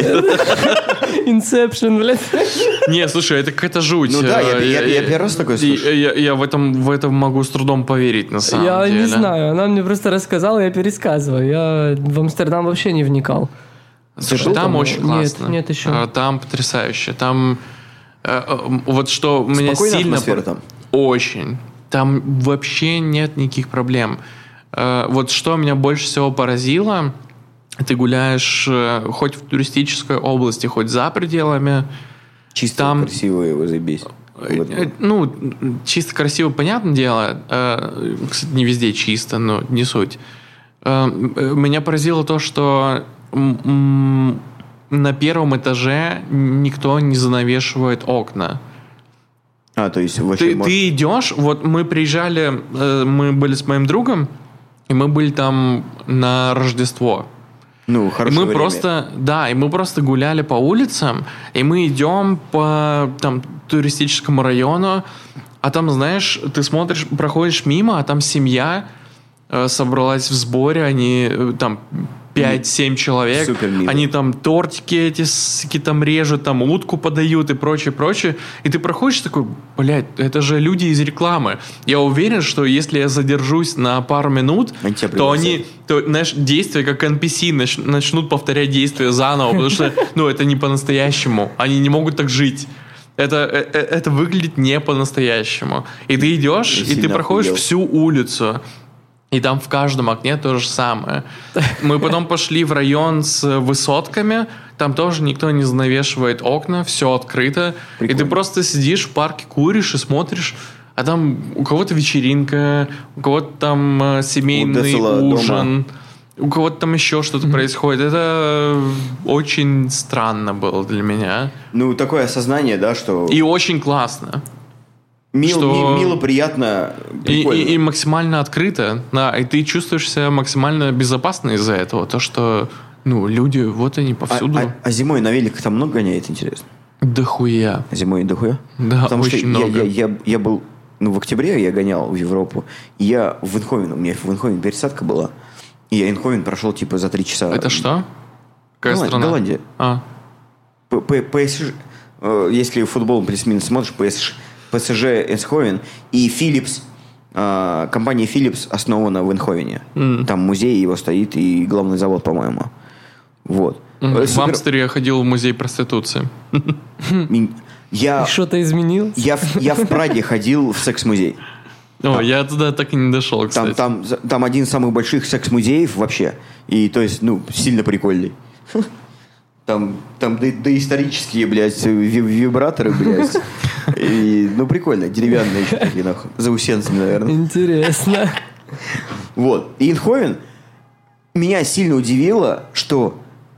Inception, блядь. Не, слушай, это какая-то жуть. Ну да, я- Э, я- я первый раз такое и- слышу. Я, я в, этом, в этом могу с трудом поверить, на самом Я деле. не знаю, она мне просто рассказала, я пересказываю. Я в Амстердам вообще не вникал. Слушай, был там там? очень Нет, классно. нет еще. А, Там потрясающе. Там э, э, вот что меня Спокойная сильно... атмосфера там. Очень. Там вообще нет никаких проблем. Э, Вот что меня больше всего поразило, ты гуляешь э, хоть в туристической области, хоть за пределами. Чисто Там- красивые, вы заебись. Вот. Э, Ну, чисто красиво, понятное дело. Э, Кстати, не везде чисто, но не суть. Э, э, Меня поразило то, что м, м, на первом этаже никто не занавешивает окна. А, то есть вообще... Ты, может- ты идешь, вот мы приезжали, э, мы были с моим другом, и мы были там на Рождество. Ну, И хорошее мы время. просто, да, и мы просто гуляли по улицам, и мы идем по там туристическому району, а там, знаешь, ты смотришь, проходишь мимо, а там семья э, собралась в сборе, они э, там пять-семь человек, Супер мило. они там тортики эти с- там режут, там утку подают и прочее, прочее, и ты проходишь такой, блядь, это же люди из рекламы. Я уверен, что если я задержусь на пару минут, Они тебя то они пригласят. то, знаешь, действия как эн пи си нач- начнут повторять действия заново, потому что, ну, это не по-настоящему. Они не могут так жить. Это, э- э- это выглядит не по-настоящему. И ты идешь, Я и ты сильно проходишь охуел. всю улицу, и там в каждом окне то же самое. Мы потом пошли в район с высотками, там тоже никто не занавешивает окна, все открыто. И ты Прикольно. просто сидишь в парке, куришь и смотришь, а там у кого-то вечеринка, у кого-то там э, семейный Децела дома. ужин, у кого-то там еще что-то происходит. Это очень странно было для меня. Ну, такое осознание, да, что... И очень классно. мил- что- ми- мило, приятно, И, прикольно. и- и максимально открыто. Да, и ты чувствуешь себя максимально безопасно из-за этого. То, что ну, люди, вот они А, повсюду. а- а зимой на великах там много гоняет, интересно? Дохуя. Зимой дохуя? Да, Потому очень что я- много. Я, я, я был... Ну, в октябре я гонял в Европу, и я в Эйнховен, у меня в Эйнховен пересадка была, и я Эйнховен прошел типа за три часа. Это что? Какая Голланд- страна? Голландия. А, П- П- ПСЖ, э, если футбол плюс-минус смотришь, ПСЖ, ПСЖ Эйнховен и Philips, э, компания Philips основана в Эйнховене. М. Там музей его стоит и главный завод, по-моему. Вот. Мгм. Э, в супер- Амстере я ходил в музей проституции. Ми- Я, И что-то изменилось? я, в- я в Праге ходил в секс-музей. О, я туда так и не дошел, Там, кстати. там, там один из самых больших секс-музеев вообще. И, то есть, ну, сильно прикольный. Там, там до- доисторические, блядь, ви- вибраторы, блядь. И, ну, прикольно. Деревянные еще такие, нахуй. Заусенцами, наверное. Интересно. Вот. И Эйндховен меня сильно удивило, что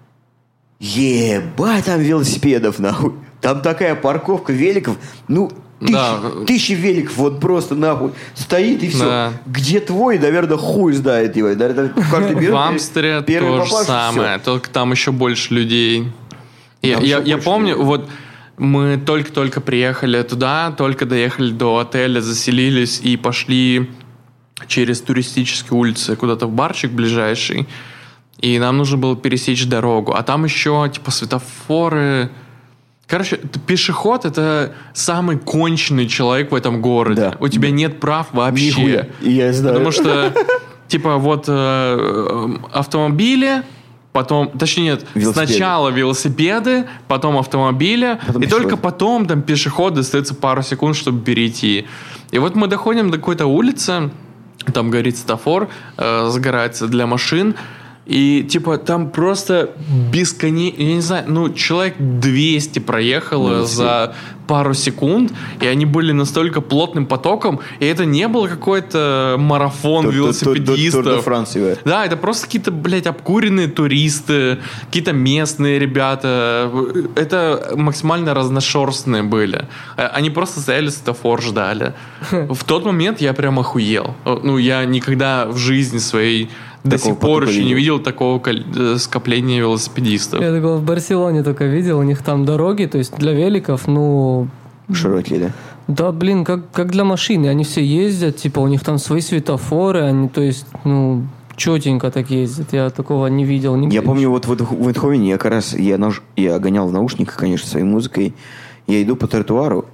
ебать там велосипедов, нахуй. Там такая парковка великов. Ну, тысячи, Да. тысячи великов вот просто, нахуй, стоит и все. Да. Где твой, наверное, хуй знает его. Наверное, каждый берет, В Амстере первый то же попавший, самое, всё. только там еще больше людей. Я, Там я- еще я больше помню, людей. вот мы только-только приехали туда, только доехали до отеля, заселились и пошли через туристические улицы куда-то в барчик ближайший. И нам нужно было пересечь дорогу. А там еще типа светофоры. Короче, т- пешеход — это самый конченый человек в этом городе. Да. У тебя нет прав вообще. Нихуя. И я знаю. Потому что, типа, вот э, автомобили, потом, точнее, нет, Велосипеды. сначала велосипеды, потом автомобили, Потом и пешеходы. только потом там пешеходы остается пару секунд, чтобы перейти. И вот мы доходим до какой-то улицы, там горит светофор, э, загорается для машин, и, типа, там просто бесконечно, я не знаю, ну, человек двести проехало Велосипед. за пару секунд, и они были настолько плотным потоком, и это не был какой-то марафон Тур- тур- тур- Тур де велосипедистов. Франции. Да, это просто какие-то, блядь, обкуренные туристы, какие-то местные ребята. Это максимально разношерстные были. Э, Они просто стояли, светофор ждали. В тот момент я прям охуел. Ну, я никогда в жизни своей до Такого сих пор потока еще не видел. видел такого кол- э, скопления велосипедистов. Я такого в Барселоне только видел, у них там дороги, то есть для великов, ну, Широкие, да? да, блин, как, как для машины, они все ездят, типа у них там свои светофоры, они, то есть, ну, четенько так ездят, я такого не видел нигде. Я помню, вот в Эйндх- в Эйндховене я как раз, я, наж- я гонял в наушниках, конечно, своей музыкой. Я иду по тротуару,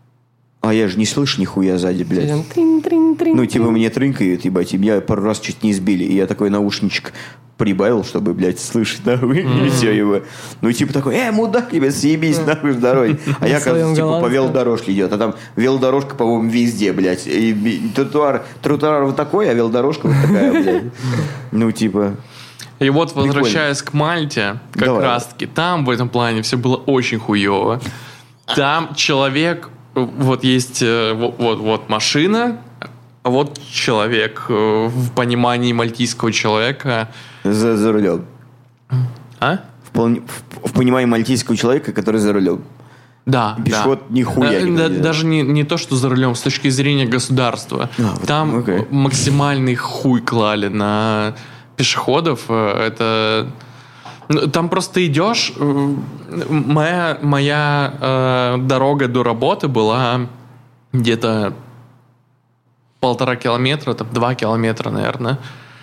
а я же не слышу нихуя сзади, блядь. Там трин-трин-трин. Ну, типа, мне трынкают, ебать, и меня пару раз чуть не сбили. И я такой наушничек прибавил, чтобы, блядь, слышать, нахуй, и все его. Ну, и типа такой, э, мудак, ебать, съебись, нахуй, с дороги. А я, На своем кажется, типа, по голландском. велодорожке идет. А там велодорожка, по-моему, везде, блядь. И, и тротуар, тротуар вот такой, а велодорожка вот такая, блядь. Ну, типа... И вот, возвращаясь к Мальте, как Давай. раз-таки, там в этом плане все было очень хуево. Там человек, вот есть э, вот, вот, вот машина, а вот человек э, в понимании мальтийского человека. За, за рулем. А? В, полни- в- в понимании мальтийского человека, который за рулем. Да, Пешеход да. нихуя Э, не да, видит. Даже не, не то, что за рулем, с точки зрения государства. А, вот, Там окей. максимальный хуй клали на пешеходов. Э, Это... ну, там просто идешь. э, Моя, моя э, дорога до работы была где-то полтора километра, там два километра, наверное.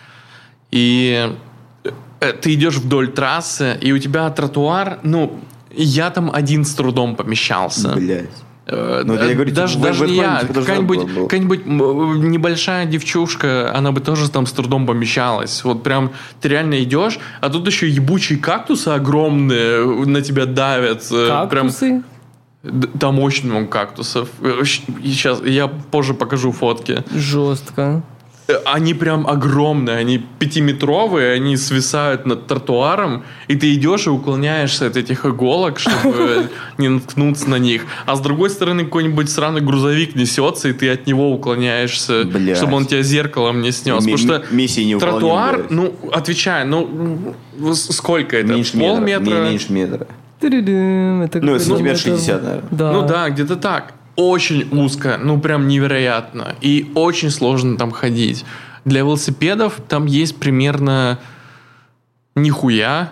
И э, ты идешь вдоль трассы, и у тебя тротуар, ну, я там один с трудом помещался. Блядь. Э, Ну, я говорю, даже типа, в- даже в не этом я, типа, должна какая-нибудь, была- была. какая-нибудь м, небольшая девчушка, она бы тоже там с трудом помещалась. Вот прям ты реально идешь, а тут еще ебучие кактусы огромные на тебя давят. э, Прям, Кактусы? д- там очень много кактусов. Сейчас я позже покажу фотки. Жестко. Э, Они прям огромные, они пятиметровые, они свисают над тротуаром, и ты идешь и уклоняешься от этих иголок, чтобы не наткнуться на них. А с другой стороны какой-нибудь сраный грузовик несется, и ты от него уклоняешься, Блядь. чтобы он тебя зеркалом не снес. Ми- Потому что миссия невыполнима, тротуар, блядь. ну, отвечай, ну, с- сколько это? Меньше метра. Полметра? Не, меньше метра. Тыры-дым. Это Ну, как- сантиметр это- шестьдесят, наверное. Да. Ну да, где-то так. Очень узко, ну прям невероятно. И очень сложно там ходить. Для велосипедов там есть примерно нихуя.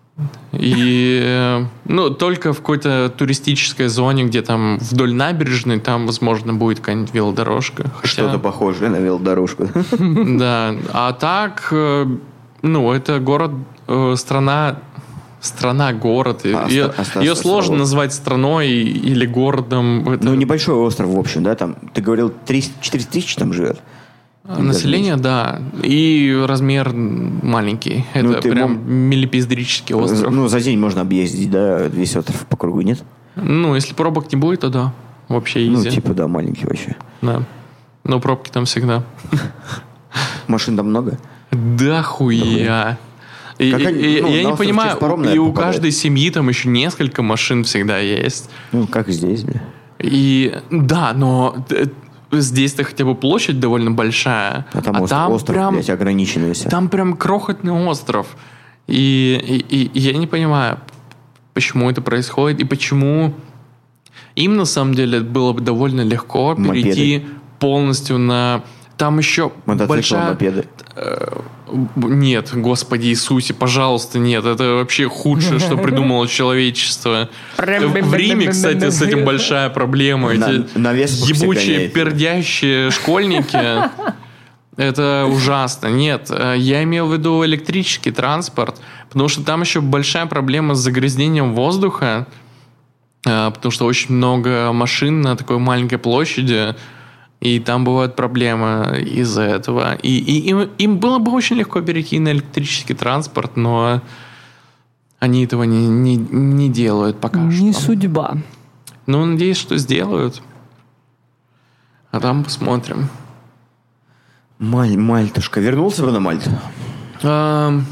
И э, ну, только в какой-то туристической зоне, где там вдоль набережной, там, возможно, будет какая-нибудь велодорожка. Хотя- Что-то похожее на велодорожку. Да. А так, э, ну, это город, э, страна, страна, город. А, ее остро- остро- ее островок. сложно назвать страной или городом. Это- Ну, небольшой остров, в общем, да, там, ты говорил, триста-четыреста тысяч там живет? Население, да. И размер маленький. Это Ну, ты прям мог- милипиздрический остров. Ну, за день можно объездить, да, весь остров по кругу, нет? Ну, если пробок не будет, то да. Вообще Ну, изи. типа, да, маленький вообще. Да. Но пробки там всегда. Машин там много? Да хуя. И, Как они- и- ну, я на не остров понимаю, через паром, и наверное, у попадает. каждой семьи там еще несколько машин всегда есть. Ну, как и здесь, бля. И да, но э, здесь-то хотя бы площадь довольно большая. А там, остров, остров, прям, блядь, ограниченный все. там прям крохотный остров. И, и- и я не понимаю, почему это происходит и почему им на самом деле было бы довольно легко Мопеды. перейти полностью на... Там еще Мотоциклы, большая... мопеды. Нет, Господи Иисусе, пожалуйста, нет. Это вообще худшее, что придумало человечество. В Риме, кстати, с этим большая проблема. На- Эти на Веспах все ебучие, гоняют. пердящие школьники. Это ужасно. Нет, э, я имел в виду электрический транспорт, потому что там еще большая проблема с загрязнением воздуха, э, потому что очень много машин на такой маленькой площади, и там бывают проблемы из-за этого. И, и им, им было бы очень легко перейти на электрический транспорт, но они этого не, не, не делают пока Не что. судьба. Ну, надеюсь, что сделают. А там посмотрим. Маль, Мальтушка. Вернулся бы на Мальту? Эм,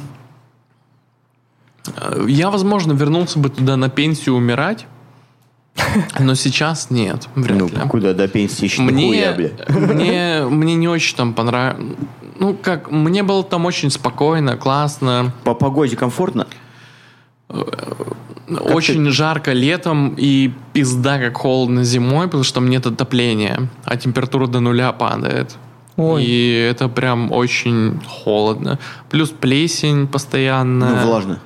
э, Я, возможно, вернулся бы туда на пенсию умирать, но сейчас нет, вряд Ну, ли. куда до пенсии еще Мне, нихуя, бля. мне, мне не очень там понравилось. Ну, как, мне было там очень спокойно, классно. По погоде комфортно? Очень жарко летом и пизда как холодно зимой, потому что там нет отопления, а температура до нуля падает. Ой. И это прям очень холодно. Плюс плесень постоянно. Ну, влажно.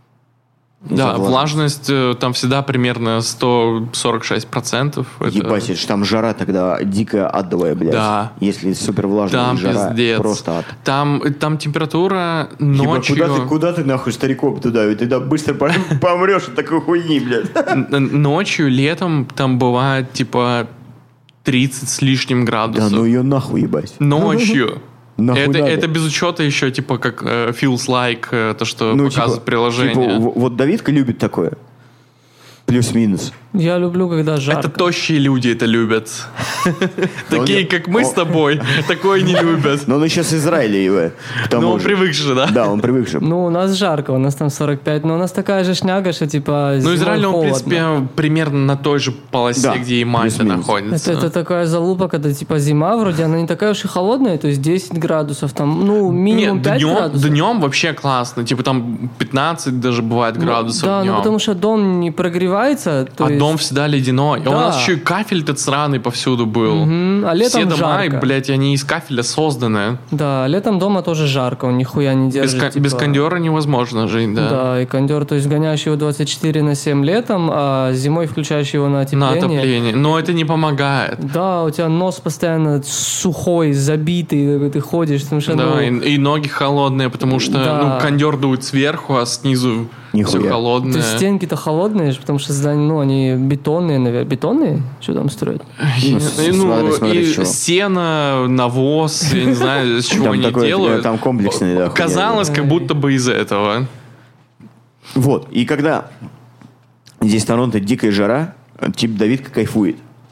Да, Из-за влажность э, там всегда примерно сто сорок шесть процентов. Это- Ебать, это ж там жара тогда дикая адовая, блядь. Да. Если супер влажная Там жара, пиздец. просто ад. Там, там температура Ебать, ночью... куда ты, куда ты нахуй стариком туда? Ты да быстро пом- помрешь от такой хуйни, блядь. Н- Ночью, летом там бывает типа тридцать с лишним Да градусов. ну ее нахуй, ебать. Ночью. Нахуй это, надо. это без учета еще, типа, как э, feels like, э, то, что Ну, показывает типа- приложение. типа, в- вот Давидка любит такое. Плюс-минус. Я люблю, когда жарко. Это тощие люди это любят. Такие, он- как мы с он- тобой, такое не любят. Но он еще с Израиля, его. к тому Ну, он же. привыкший, да? Да, он привыкший. Ну, у нас жарко, у нас там сорок пять, но у нас такая же шняга, что типа Ну, зимой Израиль, он, в холодно. принципе, примерно на той же полосе, Да, где и Мальта плюс-минус. находится. Это, это такая залупа, когда типа зима вроде, она не такая уж и холодная, то есть десять градусов, там, ну, минимум Нет, пять днем, градусов. днем вообще классно. Типа там пятнадцать даже бывает градусов Да, днем. ну потому что дом не прогревается. То А есть- дом всегда ледяной. И у Да. нас еще и кафель этот сраный повсюду был. Мгм, а летом Все дома, жарко. блядь, они из кафеля созданы. Да, летом дома тоже жарко, он нихуя не Без, держит. кон- типа- без кондера невозможно жить, да. Да, и кондер, то есть гоняющий его двадцать четыре на семь летом, а зимой включающий его на отопление. На отопление. Но это не помогает. Да, у тебя нос постоянно сухой, забитый, такой ты ходишь, потому что, Да, ну, и, и ноги холодные, потому что Да. ну, кондер дует сверху, а снизу Нихуя. все холодное. то есть стенки-то холодные, же, потому что здания, ну, они бетонные, наверное. Бетонные? Что там строят? И, Ну, с- и, ну, смотри, смотри, и с чего. сено, навоз, я не знаю, с чего Там они такое, делают. там комплексный, да, хуйня. Казалось, как будто бы из этого. Вот, и когда здесь в Торонто дикая жара, тип Давидка кайфует.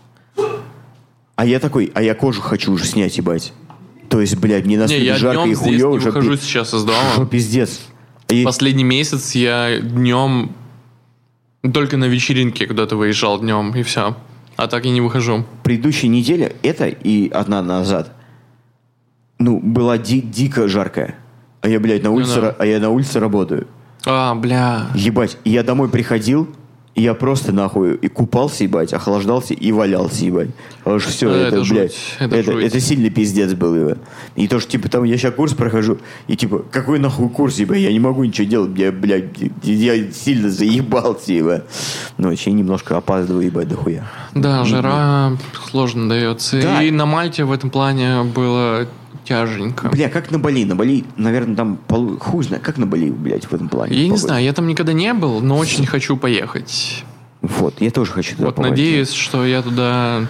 А я такой, а я кожу хочу уже снять, ебать. То есть, блядь, мне Не, настолько я жарко днем и здесь не хуёво, что выхожу пи- сейчас из что дома. пиздец. И- Последний месяц я днем только на вечеринке куда-то выезжал днем, и все. А так я не выхожу. предыдущая неделя, это и одна назад, ну, была ди- дико жаркая. А я, блядь, на улице, Ну да. ра- а я на улице работаю. А, бля. Ебать, и я домой приходил, и я просто нахуй и купался, ебать, охлаждался и валялся, ебать. Потому что все, Да, это, это жуть, блядь, это это, жуть. это сильный пиздец был, ебать. И то, что, типа, там я сейчас курс прохожу, и, типа, какой нахуй курс, ебать, я не могу ничего делать, я, блядь, я сильно заебался, ебать. Но вообще немножко опаздываю, ебать, дохуя. Да, жара сложно дается. Да. И на Мальте в этом плане было тяженько. Бля, как на Бали? На Бали, наверное, там полу... хуй знает, как на Бали, блядь, в этом плане. Я не погода? знаю, я там никогда не был, но очень хочу поехать. Вот, я тоже хочу туда Вот попасть. надеюсь, что я туда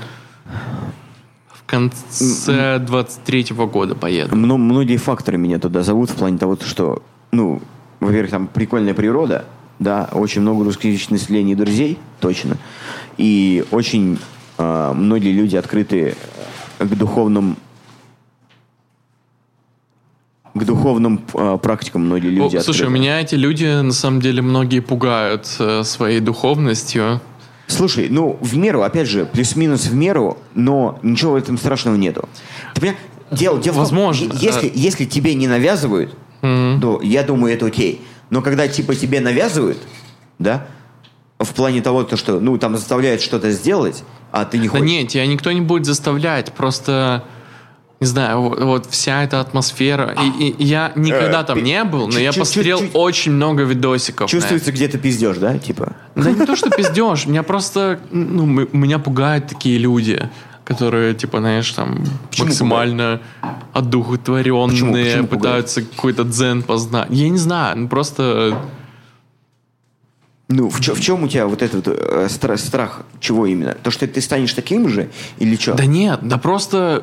в конце двадцать третьего года поеду. Мно- многие факторы меня туда зовут в плане того, что, ну, во-первых, там прикольная природа, да, очень много русскоязычных населения и друзей, точно. И очень э, многие люди открыты к духовным к духовным э, практикам, многие люди О, слушай, открыты. меня эти люди, на самом деле, многие пугают э, своей духовностью. Слушай, ну, в меру, опять же, плюс-минус в меру, но ничего в этом страшного нету. Ты понимаешь, дело, дело Возможно. в том, если, если тебе не навязывают, Mm-hmm. то я думаю, это окей. Но когда типа тебе навязывают, да, в плане того, то, что, ну, там заставляют что-то сделать, а ты не Да хочешь. нет, тебя никто не будет заставлять, просто, не знаю, вот, вот вся эта атмосфера. И, и я никогда Э, там пи- не был, но чуть- я чуть- посмотрел чуть- очень много видосиков. на Чувствуется, где-то пиздешь, да, типа? Да не то, что пиздешь, меня просто, ну, м- меня пугают такие люди, которые, типа, знаешь, там, Почему максимально одухотворенные, Почему? Почему пытаются какой-то дзен познать. Я не знаю, ну, просто... Ну, в, чё- в чем у тебя вот этот э, стра- страх? Чего именно? То, что ты станешь таким же или что? Да нет, да просто...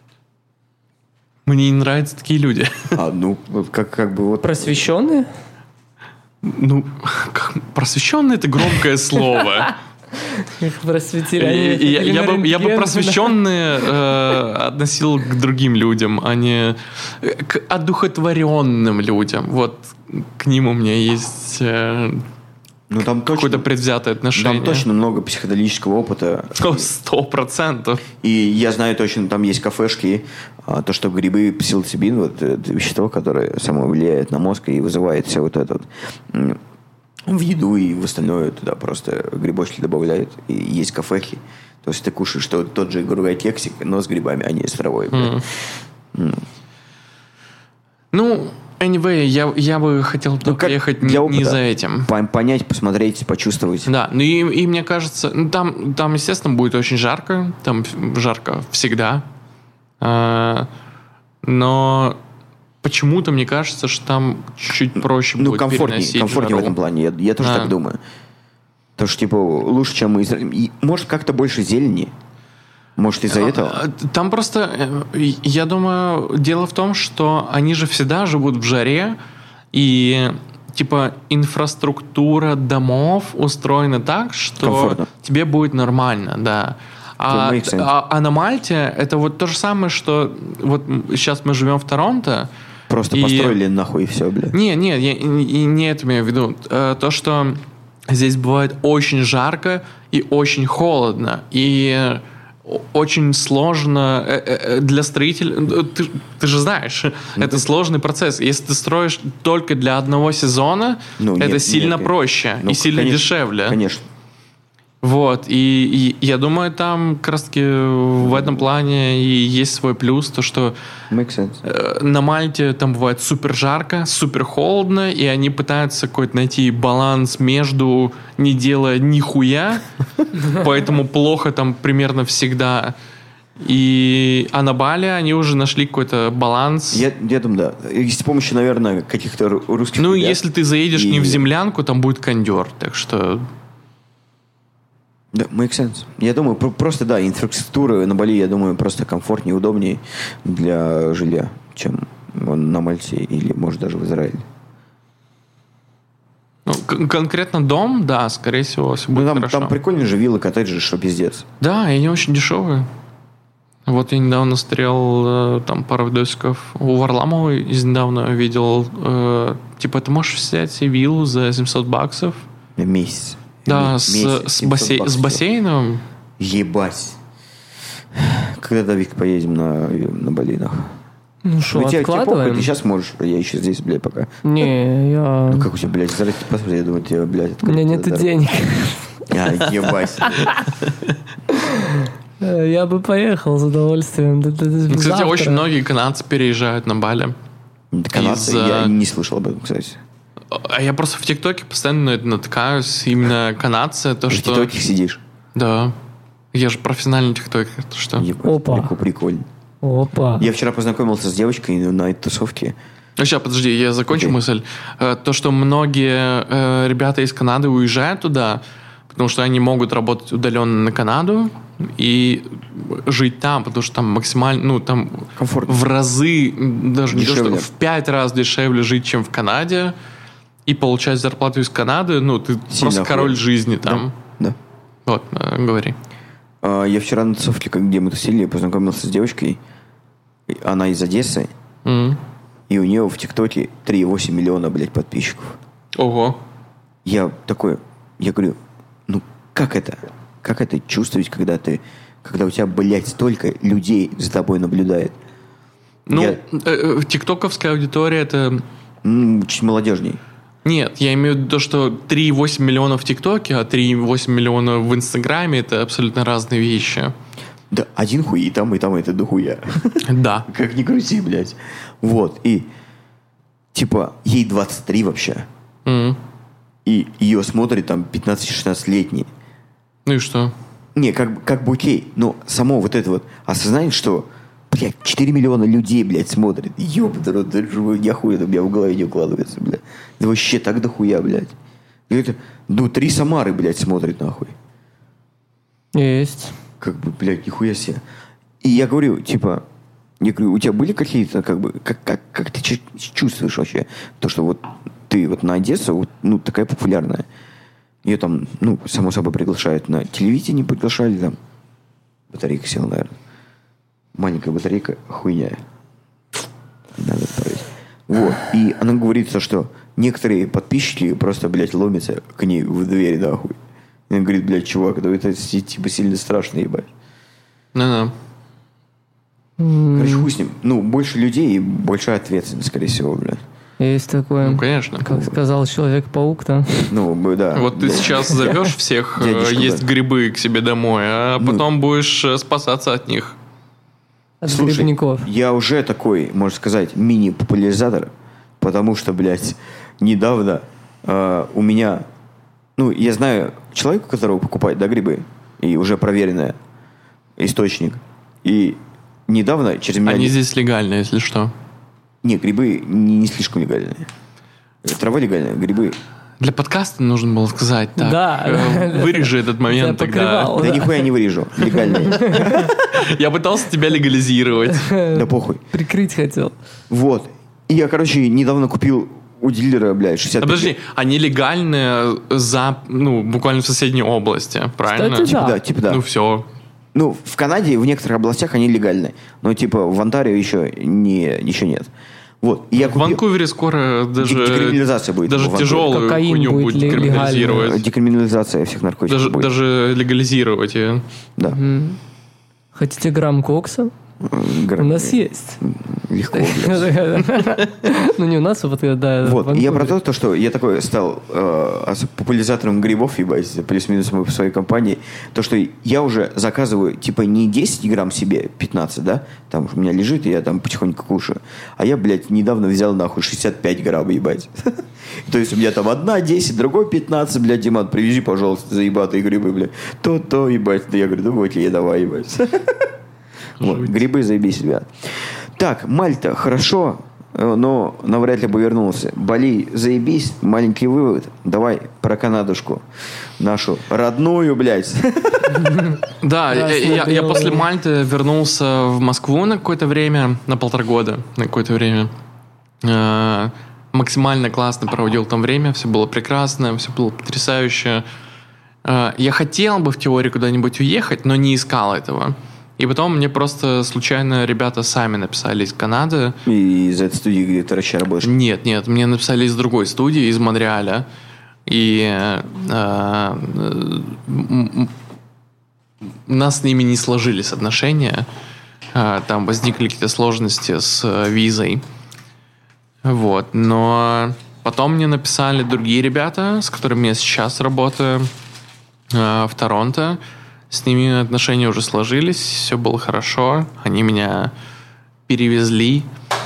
Мне не нравятся такие люди. А, ну, вот как, как бы вот... Просвещенные? Ну, как- просвещенный — это громкое слово. Их просветили. И- они и Я ходили я на бы я бы рентген. просвещенные э, относил к другим людям, а не к одухотворенным людям. Вот к ним у меня есть э, Ну, там какое-то точно, предвзятое отношение. там точно много психоделического опыта. О, Сто процентов. И я знаю точно, там есть кафешки, а, то, что грибы, псилоцибин, вот это вещество, которое само влияет на мозг и вызывает все вот это вот, м, в еду и в остальное туда просто грибочки добавляют. И есть кафехи. То есть ты кушаешь тот, тот же гругай кексик, но с грибами, а не с травой. блядь. Ну, anyway, я, я бы хотел туда Ну, как поехать для не, опыта. не за этим. Пон- Понять, посмотреть, почувствовать. Да, ну и, и мне кажется, ну, там, там, естественно, будет очень жарко, там жарко всегда, А, но почему-то мне кажется, что там чуть проще Ну, будет комфортнее, переносить комфортнее в жару. этом плане. Я, я тоже Да. так думаю. Потому что, типа, лучше, чем Израиль. И, может, как-то больше зелени. Может, из-за этого? А, Там просто, э, я думаю, дело в том, что они же всегда живут в жаре, и типа инфраструктура домов устроена так, что Комфортно. тебе будет нормально, да. А, makes sense. а- а на Мальте это вот то же самое, что вот сейчас мы живем в Торонто. Просто и- построили нахуй и все, бля. Не, не, я и- и не это имею в виду. Э, То, что здесь бывает очень жарко и очень холодно. И о- очень сложно э, э, для строителя... э, Ты, ты же знаешь, это сложный процесс. Если ты строишь только для одного сезона, Ну, это нет, сильно нет, проще Ну, и сильно конечно, дешевле. Конечно. Вот, и, и я думаю, там как раз-таки в этом плане и есть свой плюс, то, что Makes sense. э, на Мальте там бывает супер жарко, супер холодно, и они пытаются какой-то найти баланс между не делая нихуя, поэтому плохо там примерно всегда. И, а на Бали они уже нашли какой-то баланс. Я, я думаю, да. И с помощью, наверное, каких-то ру- русских Ну, ребят. если ты заедешь И- не в землянку, там будет кондер, так что... Да, makes sense. Я думаю, про- просто, да, инфраструктура на Бали, я думаю, просто комфортнее, удобнее для жилья, чем на Мальте или, может, даже в Израиле. Ну, кон- конкретно дом, да, скорее всего, все Ну, будет там, хорошо. там прикольные же виллы, коттеджи, что пиздец. Да, и они очень дешевые. Вот я недавно смотрел э, там пару видосиков у Варламова, из недавно видел, э, типа, ты можешь взять себе виллу за семьсот баксов. Месяц. Да, Ме- с, месяц, с, семьсот бассей- с баксов. бассейном. Ебать. Когда, Давик, поедем на, на Бали, нахуй? Ну что, Ну, тебе, тебе похуй, откладываем? ты сейчас можешь, я еще здесь, блядь, пока. Не, я... Ну, как у тебя, блядь, заради паспорт, я думаю, тебе, блядь, У меня открыть нет дорогу. денег. А, ебать. Э, Я бы поехал с удовольствием. Да- да- да Кстати, завтра. очень многие канадцы переезжают на Бали. Канадцы, Из-за- я не слышал об этом, кстати. А я просто в ТикТоке постоянно на это натыкаюсь. Именно канадцы, то, Ты в что... ТикТоке сидишь. Да. Я же профессиональный тиктокер, то что... Ебать, Опа. прикол- прикольно. Опа. Я вчера познакомился с девочкой на этой тусовке. Ну, сейчас, подожди, я закончу Окей. мысль. Э, То, что многие э, ребята из Канады уезжают туда, потому что они могут работать удаленно на Канаду и жить там, потому что там максимально, ну, там Комфортно. в разы, даже не то, Дешевле. что в пять раз дешевле жить, чем в Канаде. и получать зарплату из Канады, ну, ты Сильно просто охуенно. король жизни там. Да. Вот, э, говори. А, Я вчера на тусовке, как- где мы тусили, познакомился с девочкой. И Она из Одессы, М. и у нее в ТикТоке три и восемь миллиона, блядь, подписчиков. Ого. Я такой, я говорю, ну как это? Как это чувствовать, когда ты, когда у тебя, блядь, столько людей за тобой наблюдает? Ну, Я- э, э, тиктоковская аудитория это... М, чуть молодежней. Нет, я имею в виду то, что три и восемь миллионов в ТикТоке, а три и восемь миллионов в Инстаграме это абсолютно разные вещи. Да, один хуй, и там, и там это дохуя. Да. Как ни крути, блядь. Вот, и типа, ей двадцать три вообще. М. И ее смотрит там пятнадцать-шестнадцатилетний. Ну и что? Не, как, бы- как бы окей, но само вот это вот осознание, что, блядь, четыре миллиона людей, блядь, смотрит. Ёбаный рот, это же я хуй, это у меня в голове не укладывается, блядь. Это вообще так дохуя, блядь. И это, ну, три Самары, блядь, смотрит, нахуй. Есть. Как бы, блядь, нихуя себе. И я говорю, типа, я говорю, у тебя были какие-то, как бы, как, как, как ты чу- чувствуешь вообще то, что вот ты вот на Одессу, вот, ну, такая популярная. Ее там, ну, само собой приглашают на телевидение, приглашали там. Батарейка села, наверное. Маленькая батарейка, хуйня. Надо отправить. Вот. И она говорит, то, что некоторые подписчики просто, блядь, ломятся к ней в дверь, нахуй. И он говорит, блядь, чувак, да это типа сильно страшно, ебать. Ну-ну. Короче, хуй с ним. Ну, больше людей и большая ответственность, скорее всего, блядь. Есть такое. Ну, конечно. Как сказал Человек-паук, да? Ну, б- да. Вот ты сейчас зовешь всех э, Дядюшка, есть да. грибы к себе домой, а Ну. потом будешь э, спасаться от них. От Слушай, грибников. я уже такой, можно сказать, мини-популяризатор, потому что, блядь, недавно э, у меня... Ну, я знаю человека, у которого покупает, да, грибы, и уже проверенный источник. И недавно через меня... Они здесь легальны, если что. Не, грибы не, не слишком легальные. Трава легальная, грибы... Для подкаста нужно было сказать так. Да. э, Вырежи этот момент Для тогда. покрывала. Да да. нихуя не вырежу, легальные. Я пытался тебя легализировать. Да похуй. Прикрыть хотел. Вот. И я, короче, недавно купил у дилера, блядь, шестьдесят пять... Подожди, они легальны за, ну, буквально в соседней области, правильно? Кстати, Типа да. да, типа да. Ну все. Ну, в Канаде в некоторых областях они легальны. Но, типа, в Онтарио еще, не, еще нет. Вот. И я В купил... Ванкувере скоро даже, Декриминализация будет даже в Ванкувере. тяжелую Кокаин хуйню будет будет ле- криминализировать. Декриминализация всех наркотиков Даже, будет. даже легализировать ее. Да. М. Хотите грамм кокса? Гра- У нас есть. Легко, блядь. Ну, не у нас, а вот да. в Вот, и я про Ванкувере. то, то, что я такой стал э, ос- популяризатором грибов, ебать, плюс-минус мы в своей компании, то, что я уже заказываю, типа, не десять грамм себе, пятнадцать, да, там у меня лежит, и я там потихоньку кушаю, а я, блядь, недавно взял, нахуй, шестьдесят пять грамм, ебать. То есть у меня там одна десять, другой пятнадцать, блядь, Диман, привези, пожалуйста, заебатые грибы, блядь. То-то, ебать. Да я говорю, ну вот я давай, ебать. Вот, грибы заебись, ребят. Так, Мальта, хорошо, э, но навряд ли бы вернулся. Бали, заебись, маленький вывод. Давай про Канадушку. Нашу родную, блядь. Да, я, я- я Красно-белый. после Мальты вернулся в Москву на какое-то время, на полтора года, на какое-то время. Э, Максимально классно проводил там время, все было прекрасно, все было потрясающе. Э, Я хотел бы в теории куда-нибудь уехать, но не искал этого. И потом мне просто случайно ребята сами написали из Канады. И из этой студии, где ты раньше работаешь. Нет, нет, мне написали из другой студии, из Монреаля. И э, э, м- м- у нас с ними не сложились отношения. Э, Там возникли какие-то сложности с э, визой. Вот. Но потом мне написали другие ребята, с которыми я сейчас работаю э, в Торонто. С ними отношения уже сложились, все было хорошо. Они меня перевезли.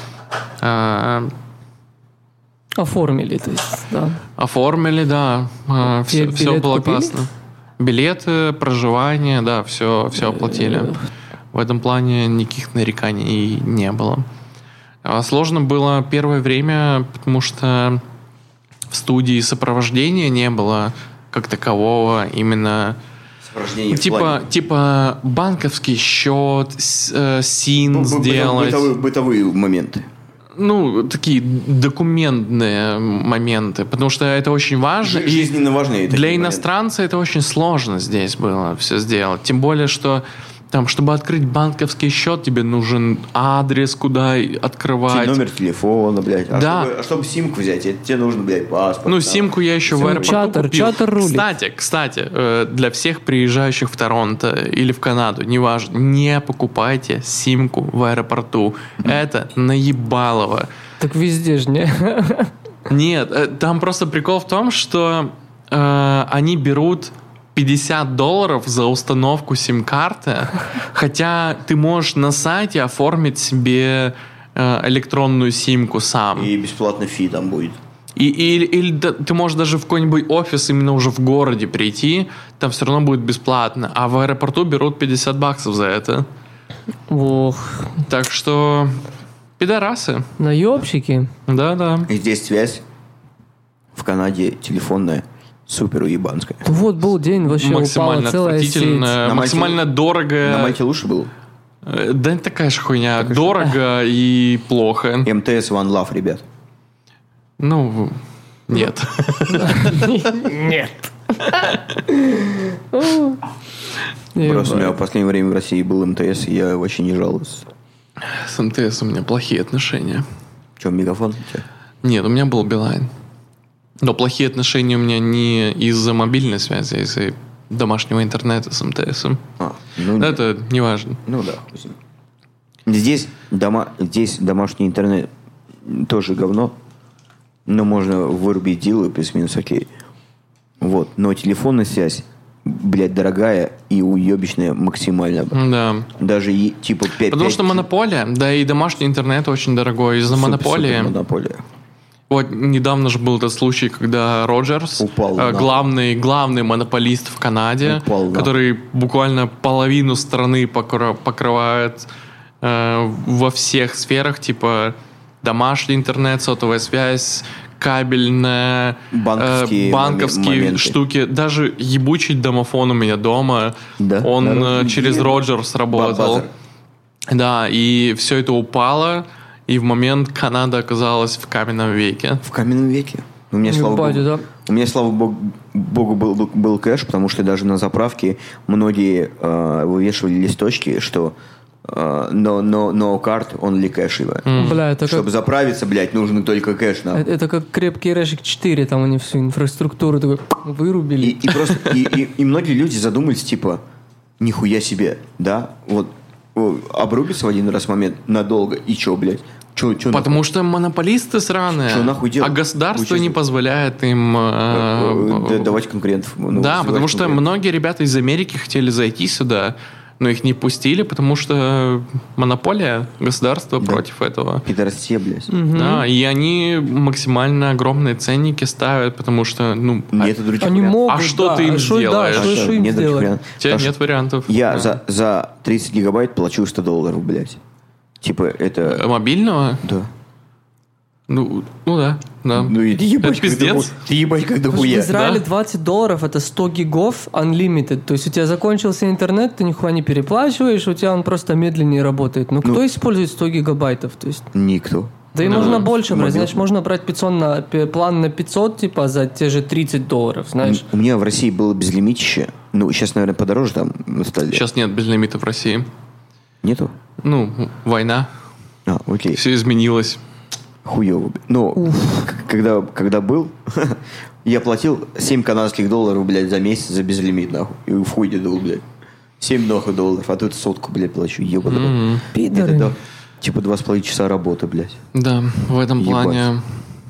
Э, Оформили, то есть, да. Оформили, да. Все, Билет все было купили? классно. Билеты, проживание, да, все, все оплатили. В этом плане никаких нареканий не было. А Сложно было первое время, потому что в студии сопровождения не было как такового именно... Сопровождение в Типа, плане. типа банковский счет, с- э, СИН Ну, бы- бытовые- сделать. Бытовые, бытовые моменты. ну, такие документные моменты, потому что это очень важно. Жи- жизненно и важные такие для моменты. иностранца это очень сложно здесь было все сделать. Тем более, что там, чтобы открыть банковский счет, тебе нужен адрес, куда открывать. Номер телефона, блядь. А, Да. чтобы, а чтобы симку взять, это тебе нужно, блядь, паспорт. Ну, там. симку я еще в Симку. аэропорту Чатер, купил. чатер рулит. Кстати, кстати, э, для всех приезжающих в Торонто или в Канаду, неважно, не покупайте симку в аэропорту. Это наебалово. Так везде же, не? Нет, э, там просто прикол в том, что э, они берут пятьдесят долларов за установку сим-карты, хотя ты можешь на сайте оформить себе э, электронную симку сам. И бесплатно фи там будет. И, или, или да, ты можешь даже в какой-нибудь офис именно уже в городе прийти, там все равно будет бесплатно. А в аэропорту берут пятьдесят баксов за это. Ох, Так что пидорасы. наебщики. Да-да. И здесь связь в Канаде телефонная супер уебанская. Вот был день, вообще Максимально упала целая сеть. отвратительно, На максимально Мальте- дорого. На Мальте лучше было? Э, Да такая же хуйня. Дорого и плохо. МТС One Love, ребят. Ну, нет. Нет. Просто у меня в последнее время в России был МТС, и я вообще не жаловался. С МТС у меня плохие отношения. Че, мегафон у тебя? Нет, у меня был Билайн. Но плохие отношения у меня не из-за мобильной связи, а из-за домашнего интернета с МТСом. А, ну, Но это не важно. ну да, хуй с ним. Здесь, дома, здесь домашний интернет тоже говно, но можно вырубить дилы, плюс-минус окей. Вот, но телефонная связь, блядь, дорогая и уебищная максимально. Да. Даже и, типа пять. Потому что монополия, да и домашний интернет очень дорогой. Из-за монополии. Монополия. Вот недавно же был этот случай, когда Роджерс, Упал э, на- главный, главный монополист в Канаде, Упал на- который буквально половину страны покро- покрывает э, во всех сферах, типа домашний интернет, сотовая связь, кабельная, Банковские э, банковские моменты. штуки. Даже ебучий домофон у меня дома, Да? он Народ, э, через еб- Роджерс работал. Базар. Да, и все это упало, и в момент Канада оказалась в каменном веке. В каменном веке. У меня, слава Ебать, богу, да. у меня, слава богу, богу был, был, был кэш, потому что даже на заправке многие э, вывешивали листочки, что э, no, no, no card, only cash. Mm. Бля, это как, Чтобы заправиться, блядь, нужно только кэш. нахуй. это как крепкий решек четыре, там они всю инфраструктуру такой вырубили. И, и просто и, и, и многие люди задумались, типа, нихуя себе, да, вот о, обрубится в один раз момент надолго, и чё, блядь? Чё, чё Потому что монополисты сраные. Чё нахуй делать? А государство Вы не чё- позволяет им... нахуй? э, Э, давать конкурентов. ну, Да, развивать потому что конкурентов. многие ребята из Америки хотели зайти сюда, но их не пустили, потому что монополия, государство против этого. Пидорасия, блядь. Да, и они максимально огромные ценники ставят, потому что, ну, а- Нет других Они вариантов. могут, А что да, ты им а шо- сделаешь? Да, что, Саша, что им нет других сделать? вариантов. у тебя Потому что нет вариантов. Я Да. за, за тридцать гигабайт плачу сто долларов, блядь. Типа, это... Мобильного? Да. Ну, ну да, да. Ну, и ты ебать, Это пиздец. как доху- Ты ебать, как В дохуя. Израиле да? двадцать долларов это сто гигов unlimited. То есть у тебя закончился интернет, ты нихуя не переплачиваешь, у тебя он просто медленнее работает. Ну, кто Ну. использует сто гигабайтов? То есть, Никто. да и Ну, можно больше брать. мобил. Значит, можно брать пятьсот на, пе- план на пятьсот, типа, за те же тридцать долларов, знаешь. У меня в России было безлимитище. Ну, сейчас, наверное, подороже там стали. Сейчас нет безлимита в России. Нету? Ну, война, А, окей. все изменилось. Хуёво. Но к- когда, когда был, я платил семь канадских долларов, блядь, за месяц за безлимит, нахуй. И в хуй не дул, блядь. семь нахуй долларов, а тут сотку, блядь, плачу. Ебаный рот. М. Пидоры. Это да, типа два с половиной часа работы, блядь. Да, в этом Ебать. плане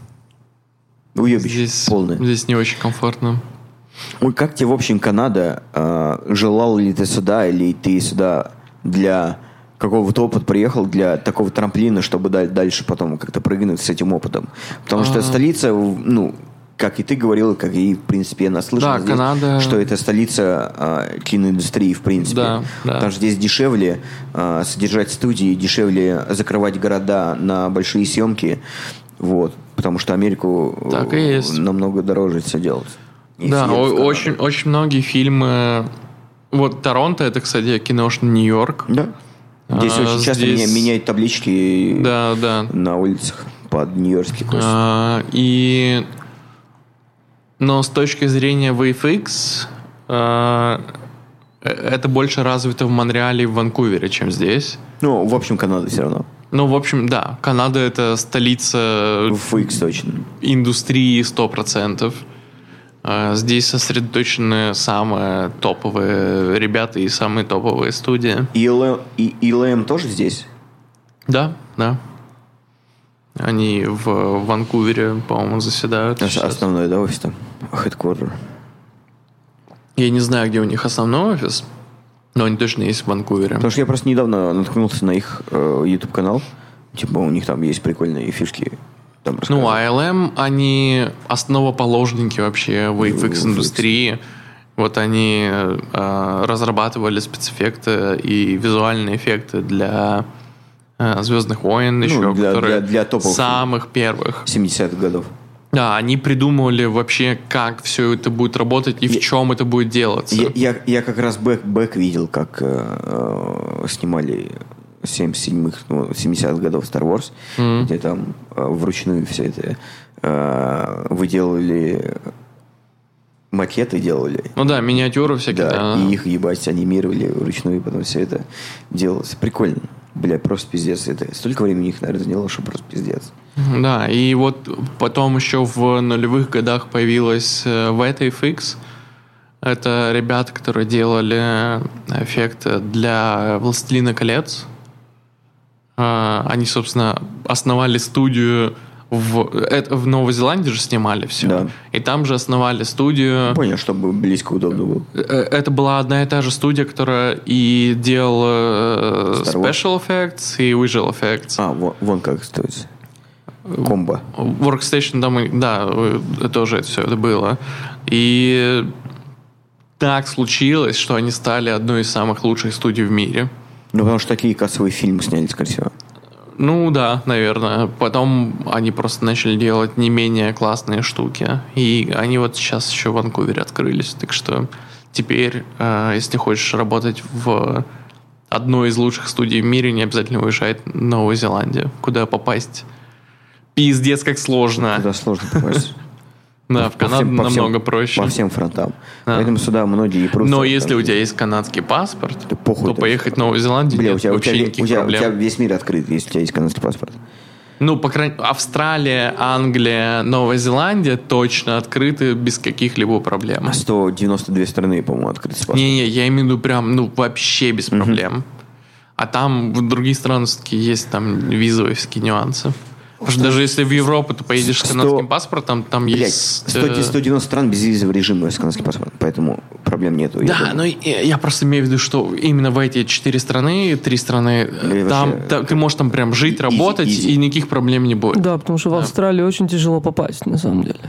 Уебище здесь, полное. здесь не очень комфортно. Ой, как тебе, в общем, Канада? э, желал ли ты сюда, или ты сюда для какого-то опыта приехал, для такого трамплина, чтобы даль- дальше потом как-то прыгнуть с этим опытом? Потому что А. столица, в- ну, как и ты говорил, как и, в принципе, я наслышал Да, здесь, Канада- что это столица э, киноиндустрии, в принципе. Да, да. Потому что здесь дешевле э, содержать студии, дешевле закрывать города на большие съемки. Вот. Потому что Америку э, Так и есть. намного дороже все делать. И Да, съедут в о- Канаду. очень, очень многие фильмы... Вот Торонто, это, кстати, киношный Нью-Йорк. Да. Здесь А, очень часто здесь- меня- меняют таблички Да, да. на улицах под нью-йоркский кость. А, и... Но с точки зрения ви эф икс, а, это больше развито в Монреале и в Ванкувере, чем здесь. Ну, в общем, Канада все равно. Ну, в общем, да, Канада — это столица В икс точно. индустрии сто процентов. А, Здесь сосредоточены самые топовые ребята и самые топовые студии. И эл эм, и эл эм тоже здесь? Да, да. Они в Ванкувере, по-моему, заседают. Ос- сейчас. Основной, да, офис там? Headquarter. Я не знаю, где у них основной офис, но они точно есть в Ванкувере. Потому что я просто недавно наткнулся на их э, YouTube-канал. Типа, у них там есть прикольные фишки. Там Ну, рассказывают. а эл эм, они основоположники вообще ви эф икс-индустрии. Вот они э, разрабатывали спецэффекты и визуальные эффекты для э, «Звездных войн» еще, Ну, для- которые для- для топовых. самых первых. семидесятых годов. Да, они придумывали вообще, как все это будет работать и в Я- чем это будет делаться. Я, я, я как раз бэк, бэк видел, как э, э, снимали семьдесят седьмых, ну, семидесятых годов Star Wars, Мгм. где там э, вручную все это э, выделывали макеты делали. Ну да, миниатюры всякие. Да, Да, и их, ебать, анимировали вручную, и потом все это делалось. Прикольно. Бля, просто пиздец. Это столько времени их, наверное, заняло, что просто пиздец. Да, и вот потом еще в нулевых годах появилась э, ви эф икс. Это ребята, которые делали эффекты для «Властелина колец». А, Они, собственно, основали студию в, это в Новой Зеландии же снимали все. Да. И там же основали студию. Понял, чтобы близко удобно было. Э, Это была одна и та же студия, которая и делала э, Star Wars. special effects и visual effects. А, вон, вон как стоит. Комбо. Workstation там, и- да, э, тоже это все это было. И так случилось, что они стали одной из самых лучших студий в мире. Ну, потому что такие кассовые фильмы сняли, скорее всего. Ну да, наверное. Потом они просто начали делать не менее классные штуки. И они вот сейчас еще в Ванкувере открылись. Так что теперь, э, если хочешь работать в одной из лучших студий в мире, не обязательно уезжать в Новую Зеландию. Куда попасть? Пиздец, как сложно. Туда сложно попасть. Да, в По Канаду всем- по всем- намного проще. По всем фронтам. Да. Поэтому сюда многие и просто... Но там, если у тебя есть канадский паспорт, Да похуй то там. поехать в Новую Зеландию Бля, у нет тебя, у, вообще тебя, у, никаких тебя, у проблем. тебя весь мир открыт, если у тебя есть канадский паспорт. Ну, по крайней мере, Австралия, Англия, Новая Зеландия точно открыты без каких-либо проблем. А сто девяносто две страны, по-моему, открыты с паспортом. Не-не, я имею в виду прям, ну, вообще без проблем. А там в другие страны все-таки есть там визовые всякие нюансы. Потому что даже если в Европу ты поедешь с сто- канадским паспортом, там Блядь, есть... сто, э, сто девяносто стран без визового режима с канадским паспортом, поэтому проблем нету. я Да, думаю. но я я просто имею в виду, что именно в эти четыре страны, три страны, Или там, вообще- там ты можешь там прям жить, Изи- работать, изи. и никаких проблем не будет. Да, потому что в Австралию очень тяжело попасть, на самом деле.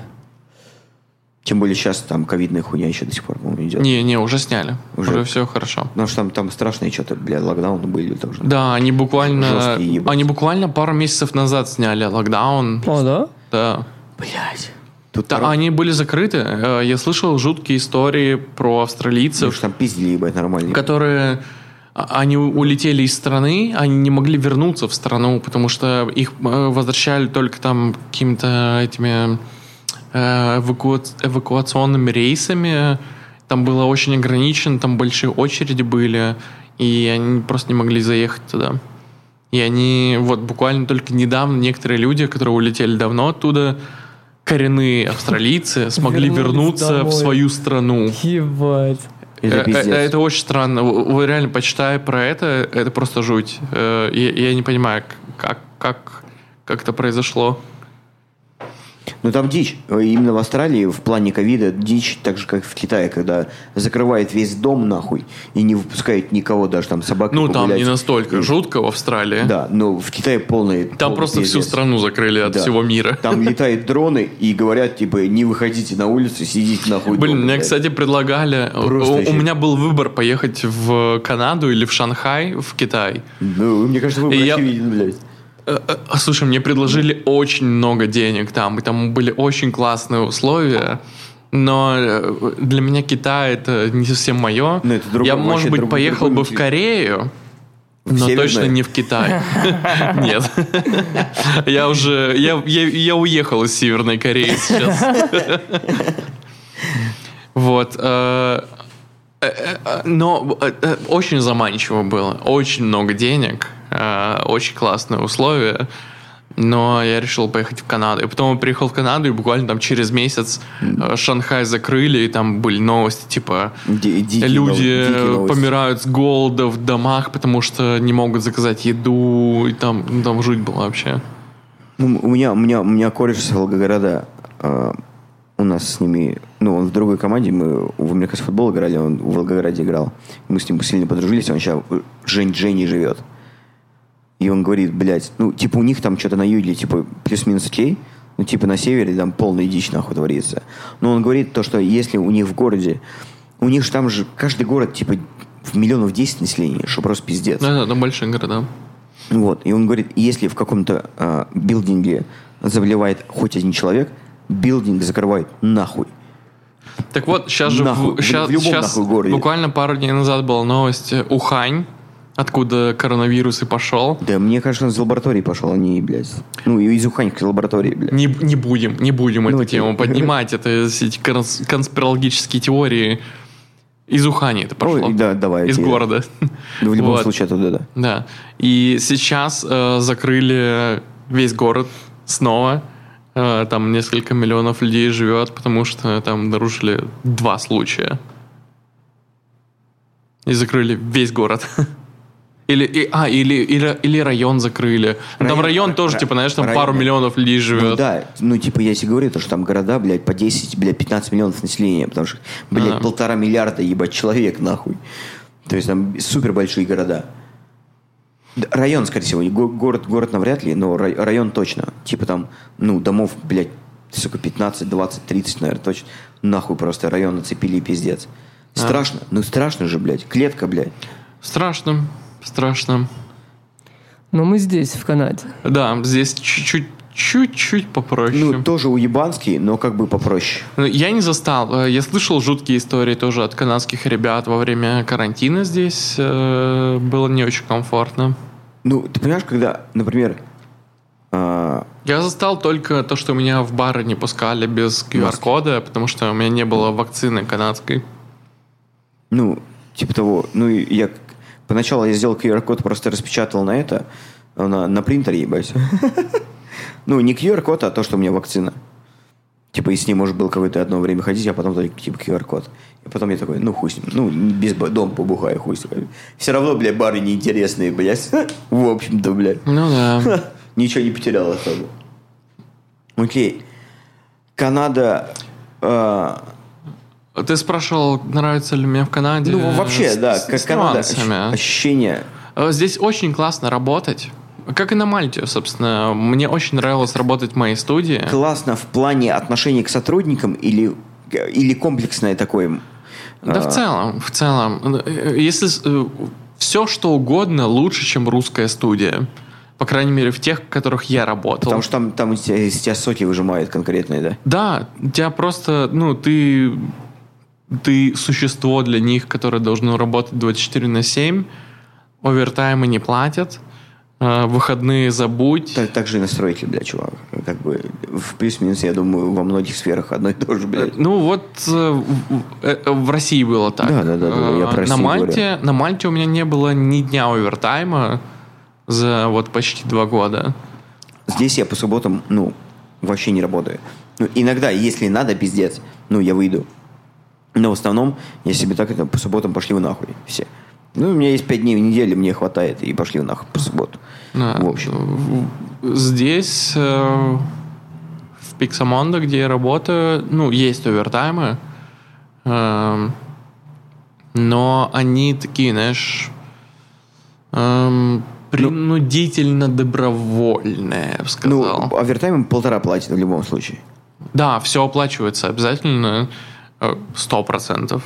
Тем более сейчас там ковидная хуйня еще до сих пор, по-моему, идет. Не, не, уже сняли. Уже? Уже, все хорошо. Потому что там, там страшные что-то, бля, локдауны были тоже. Да, они буквально, Жесткие, ебать. они буквально пару месяцев назад сняли локдаун. О, да? Да. Блядь. Тут Да, народ- они были закрыты. Э, Я слышал жуткие истории про Потому австралийцев, что там пиздили, ебать, нормально. которые а, они у- улетели из страны, они не могли вернуться в страну, потому что их э, возвращали только там какими-то этими э, эваку- эвакуационными рейсами. Там было очень ограничено, там большие очереди были, и они просто не могли заехать туда. И они вот буквально только недавно некоторые люди, которые улетели давно оттуда, коренные австралийцы, смогли Вернулись вернуться в домой. свою страну. Ебать. Это Э, пиздец. э, Это очень странно. Вы вы реально почитая про это, это просто жуть. Э, Я, я не понимаю, как, как, как это произошло. Ну там дичь. Именно в Австралии в плане ковида дичь, так же, как в Китае, когда закрывает весь дом нахуй и не выпускает никого, даже там собак. Ну, там погулять. не настолько И- жутко в Австралии. Да, но в Китае полный... Там полный просто всю пиздец. страну закрыли от Да. всего мира. Там летают дроны и говорят, типа, не выходите на улицу, сидите нахуй Блин, дома, мне, блядь. кстати, предлагали... Просто У, у вообще. меня был выбор поехать в Канаду или в Шанхай, в Китай. Ну, мне кажется, выбор И я- очевиден, блядь. Э, э, Слушай, мне предложили очень много денег там, и там были очень классные условия. Но э, для меня Китай это не совсем мое. Ну, это другой- Я, вообще может быть, друг- поехал другой бы в мотив. Корею, В Но Северную? точно не в Китай. Нет. Я уже... Я, я, я уехал из Северной Кореи сейчас. Вот. Но очень заманчиво было. Очень много денег. Очень классные условия. Но я решил поехать в Канаду. И потом я приехал в Канаду, и буквально там через месяц Шанхай закрыли, и там были новости, типа Ди- дикие люди новости, дикие новости. помирают с голода в домах, потому что не могут заказать еду, и там, ну, там жуть была вообще. Ну, у меня, у меня, у меня кореш с Волгограда, э, у нас с ними, ну, он в другой команде, мы в американский футбол играли, он в Волгограде играл. Мы с ним сильно подружились, он сейчас Жень Дженни живет. И он говорит, блядь, ну, типа, у них там что-то на юге, типа, плюс-минус окей, ну, типа, на севере там полная дичь, нахуй, творится. Но он говорит то, что если у них в городе, у них же там же каждый город, типа, в миллионов десять населения, что просто пиздец. Да, да, там большие города. Вот, и он говорит, если в каком-то э, билдинге заболевает хоть один человек, билдинг закрывают нахуй. Так вот, сейчас же Нахуй, в, в щас, любом щас нахуй городе. буквально пару дней назад была новость Ухань, откуда коронавирус и пошел. Да, мне кажется, он из лаборатории пошел, а не, блядь. Ну, и из уханьской лаборатории, блядь. Не, не будем, не будем Ну, эту окей. тему поднимать. Это эти конс- конспирологические теории. Из Ухани это пошло. Ой, да, давай. Из окей. города. Да, в любом Вот. случае, оттуда, да. Да. И сейчас э, закрыли весь город снова. Э, там несколько миллионов людей живет, потому что там обнаружили два случая. И закрыли весь город. Или, и, а, или, или, или район закрыли. Ну, там Район- район тоже, ра- типа, знаешь, там район, пару да. миллионов людей Ну живет. да, ну типа я тебе говорю, то, что там города, блядь, по десять, блядь, пятнадцать миллионов населения, потому что, блядь, Ага. полтора миллиарда, ебать, человек, нахуй. То есть там супер большие города. Да, район, скорее всего, го- город, город навряд ли, но рай- район точно. Типа там, ну, домов, блядь, сука, пятнадцать, двадцать, тридцать, наверное, точно. Нахуй просто район нацепили и пиздец. Страшно, ну страшно же, блядь, клетка, блядь. Страшно, страшно. Но мы здесь, в Канаде. Да, здесь чуть-чуть, чуть-чуть попроще. Ну, тоже уебанский, но как бы попроще. Ну, я не застал. Я слышал жуткие истории тоже от канадских ребят во время карантина здесь. э, Было не очень комфортно. Ну, ты понимаешь, когда, например, а, Я застал только то, что меня в бары не пускали без ку ар-кода, потому что у меня не было вакцины канадской. ну, типа того, ну, и я поначалу я сделал ку ар-код, просто распечатал на это, на, на принтере, ебать. Ну, не ку ар-код, а то, что у меня вакцина. Типа, и с ней, может, было какое-то одно время ходить, а потом только, типа, ку ар-код. И потом я такой, ну, хуй с ним. Ну, без ба- дом побухаю, хуй с ним. Все равно, блядь, бары неинтересные, блядь. В общем-то, блядь. Ну да. Ничего не потерял особо. Окей. Канада... э, Ты спрашивал, нравится ли мне в Канаде? ну, вообще, С- да, с- как с Канада, нюансами. ощ- ощущение... Э, Здесь очень классно работать. Как и на Мальте, собственно. Мне очень нравилось работать в моей студии. Классно в плане отношения к сотрудникам или, или комплексное такое? Да, в целом, в целом. Э, Если все, что угодно, лучше, чем русская студия. По крайней мере, в тех, в которых я работал. Потому что там, там из, тебя, из тебя соки выжимают конкретные, да? Да, у тебя просто, ну, ты, ты существо для них, которое должно работать двадцать четыре на семь, овертаймы не платят, э, выходные забудь. Так, так же и на стройке, бля, чувак. Как бы в плюс-минус, я думаю, во многих сферах одно и то же, блядь. Ну, вот э, в, э, в России было так. Да, да, да, да, я про Э, Россию на Мальте, на Мальте у меня не было ни дня овертайма за вот почти два года. Здесь я по субботам, ну, вообще не работаю. Ну, иногда, если надо, пиздец, ну, я выйду. Но в основном я себе так это по субботам пошли вы нахуй все. Ну, у меня есть пять дней в неделю, мне хватает, и пошли вы нахуй по субботу. Да. В общем. Здесь, э, в Пиксамондо, где я работаю, ну, есть овертаймы, э, но они такие, знаешь, э, принудительно добровольные, я бы сказал. Ну, овертайм полтора платит в любом случае. Да, все оплачивается обязательно, сто процентов,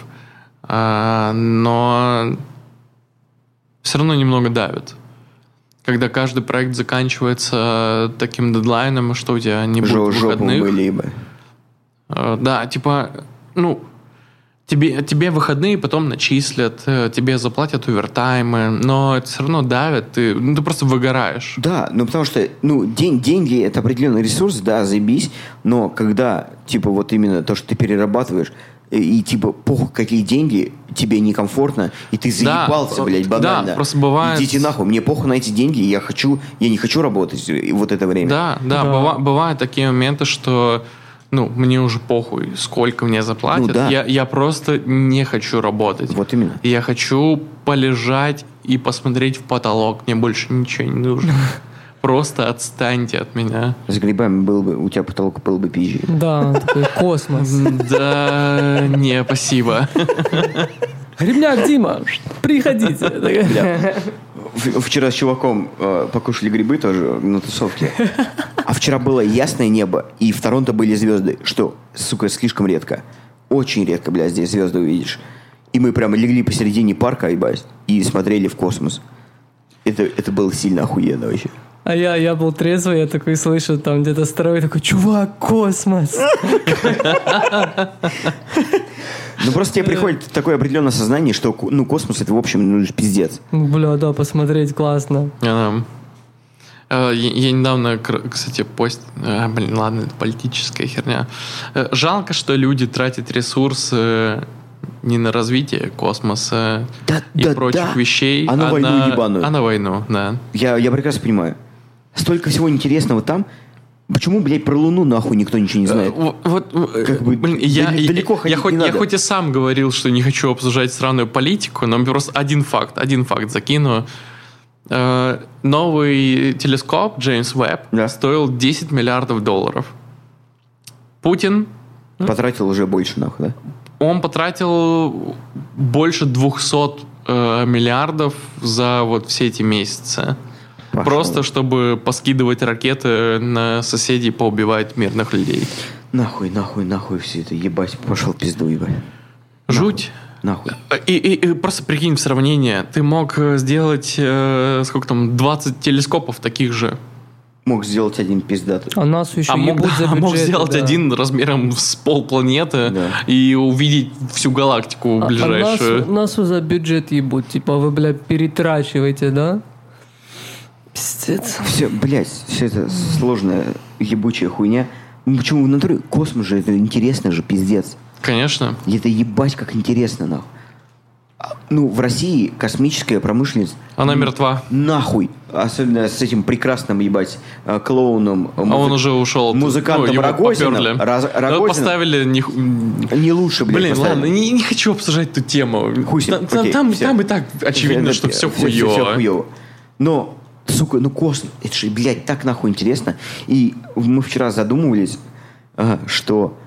но все равно немного давит. Когда каждый проект заканчивается таким дедлайном, что у тебя не будет Жо- жопу выходных. были бы. Э, Да, типа, ну, Тебе, тебе выходные потом начислят, э, тебе заплатят овертаймы, но это все равно давит, ты, ну, ты просто выгораешь. Да, ну потому что, ну, день, деньги — это определенный ресурс, да, заебись, но когда, типа, вот именно то, что ты перерабатываешь, и, и типа, похуй, какие деньги, тебе некомфортно, и ты заебался, да, блядь, банально. Да, просто бывает... Идите нахуй, мне похуй на эти деньги, я хочу, я не хочу работать вот это время. Да, да, Да. быва- бывают такие моменты, что, ну, мне уже похуй, сколько мне заплатят, Ну, да. я, я просто не хочу работать. Вот именно. Я хочу полежать и посмотреть в потолок, мне больше ничего не нужно. Просто отстаньте от меня. С грибами был бы, у тебя потолок был бы пизжи. Да, такой космос. Да, не, спасибо. Грибняк Дима, приходите. В- Вчера с чуваком э, покушали грибы тоже на тусовке. А вчера было ясное небо, и в Торонто были звезды, что, сука, слишком редко. Очень редко, блядь, здесь звезды увидишь. И мы прямо легли посередине парка, ебать, и смотрели в космос. Это, это было сильно охуенно вообще. А я, я был трезвый, я такой слышу, там где-то старой такой, чувак, космос. Ну, просто тебе приходит такое определенное сознание, что, ко- ну, космос — это, в общем, ну, пиздец. Ну, бля, да, посмотреть классно. Я, э, я- я недавно, кр- кстати, пост... а, блин, ладно, это политическая херня. Э, Жалко, что люди тратят ресурсы не на развитие космоса Да, и да, прочих да. вещей, А на войну ебаную. А на войну, да. Я, я прекрасно понимаю. Столько всего интересного там. Почему, блядь, про Луну нахуй никто ничего не знает? Э, Вот, э, Как бы блин, я, дали- я- далеко я, ходить хоть, не я надо. хоть и сам говорил, что не хочу обсуждать странную политику, но просто один факт, один факт закину. Э, Новый телескоп Джеймс Уэбб Да. стоил десять миллиардов долларов. Путин, Потратил уже больше, нахуй, да? он потратил больше двухсот э, миллиардов за вот все эти месяцы. Пошел. Просто чтобы поскидывать ракеты на соседей, поубивать мирных людей. Нахуй, нахуй, нахуй все это, ебать, пошел в пизду, ебать. Жуть. Нахуй. И, и- и просто прикинь в сравнение. Ты мог э, сделать, э, сколько там, двадцать телескопов таких же. Мог сделать один пиздатый. А нас еще А мог, ебут за а мог бюджеты, сделать да. один размером с полпланеты Да. и увидеть всю галактику А- а ближайшую. нас, нас за бюджет ебут. Типа вы, бля, перетрачиваете, да? Пиздец. Все, блядь, все это сложная ебучая хуйня. Ну, почему в натуре космос же, это интересно же, пиздец. Конечно. И это ебать как интересно, нахуй. А, Ну, в России космическая промышленность... Она м, мертва. Нахуй. Особенно с этим прекрасным, ебать, э, клоуном. А он уже ушел. Музыкантом Ну, его Рогозиным. поперли. Раз- Да, Рогозин- поставили... не ху- Не лучше, блядь, Блин, поставили. ладно, не, не хочу обсуждать эту тему. Хуй с ним, Там, там- окей, там- всё. там и так очевидно, Да, что да, все всё- всё- всё хуево. хуёво. Но, сука, ну космос, это же, блядь, так нахуй интересно. И мы вчера задумывались, ага, что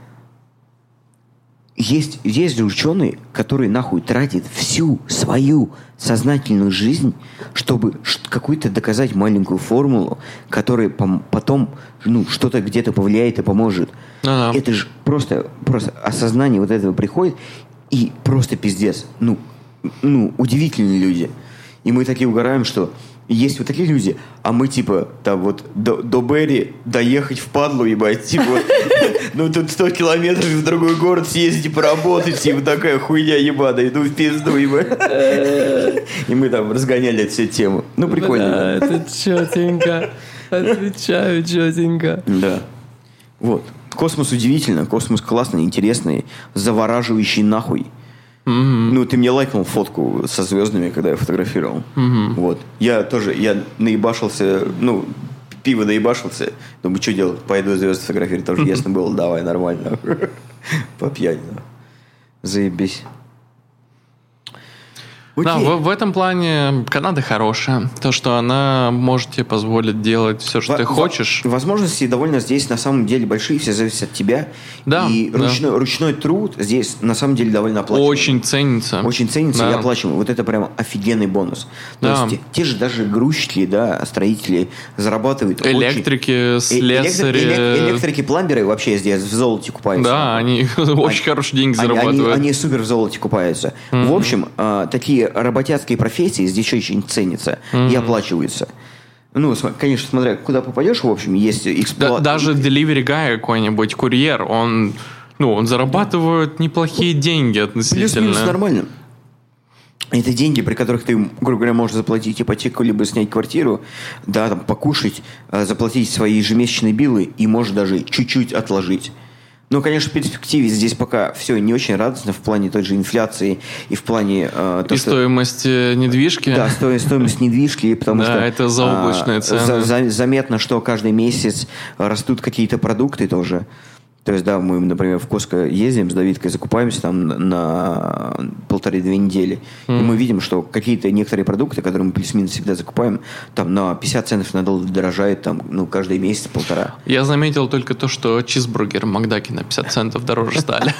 есть, есть же ученые, которые нахуй тратят всю свою сознательную жизнь, чтобы ш- какую-то доказать маленькую формулу, которая пом- потом ну, что-то где-то повлияет и поможет. Ага. Это же просто, просто осознание вот этого приходит, и просто пиздец. Ну, ну, удивительные люди. И мы такие угораем, что есть вот такие люди, а мы типа там вот до, до Берри доехать впадлу, ебать, типа вот, ну тут сто километров в другой город съездить и поработать, типа такая хуйня ебаная, иду в пизду, ебать. И мы там разгоняли эту всю тему. Ну, прикольно. Бля, это четенько. Отвечаю, четенько. Да. Вот. Космос удивительно, космос классный, интересный, завораживающий нахуй. Ну, ты мне лайкнул фотку со звездами, когда я фотографировал. Вот. Я тоже, я наебашился, ну, пиво наебашился. Думаю, что делать? Пойду звезды фотографировать. Тоже ясно было, давай, нормально. По пьяни. Заебись. Да, Окей. в, в этом плане Канада хорошая. То, что она может тебе позволить делать все, что Во- ты во- хочешь. Возможности довольно здесь на самом деле большие, все зависит от тебя. Да, И да. ручной, ручной труд здесь на самом деле довольно оплачиваемый. Очень ценится. Очень ценится Да. и оплачиваем. Вот это прям офигенный бонус. То Да. есть те, те же даже грузчики, да, строители зарабатывают Электрики, очень... Э, электри- слесари. элек- Электрики, пламберы вообще здесь в золоте купаются. Да, они очень хорошие деньги Они, зарабатывают. они- они супер в золоте купаются. В общем, а, такие работяцкие профессии здесь очень ценятся и оплачиваются. Ну, см- конечно, смотря куда попадешь, в общем, есть Да- эксплуат... даже delivery guy какой-нибудь, курьер, он ну, он зарабатывает неплохие деньги относительно. Плюс-минус нормально. Это деньги, при которых ты, грубо говоря, можешь заплатить ипотеку, либо снять квартиру, да, там, покушать, заплатить свои ежемесячные биллы и можешь даже чуть-чуть отложить. Ну, конечно, в перспективе здесь пока все не очень радостно в плане той же инфляции и в плане... Э, то, и что... стоимость недвижки. Да, сто... стоимость недвижки, потому да, что... это заоблачная а, цена. За, за, заметно, что каждый месяц растут какие-то продукты тоже. То есть, да, мы, например, в Коско ездим с Давидкой, закупаемся там на полторы-две недели. Mm. И мы видим, что какие-то некоторые продукты, которые мы плюс-минус всегда закупаем, там на пятьдесят центов на доллар дорожает там, ну, каждый месяц полтора. Я заметил только то, что чизбургеры в Макдаке на пятьдесят центов дороже стали.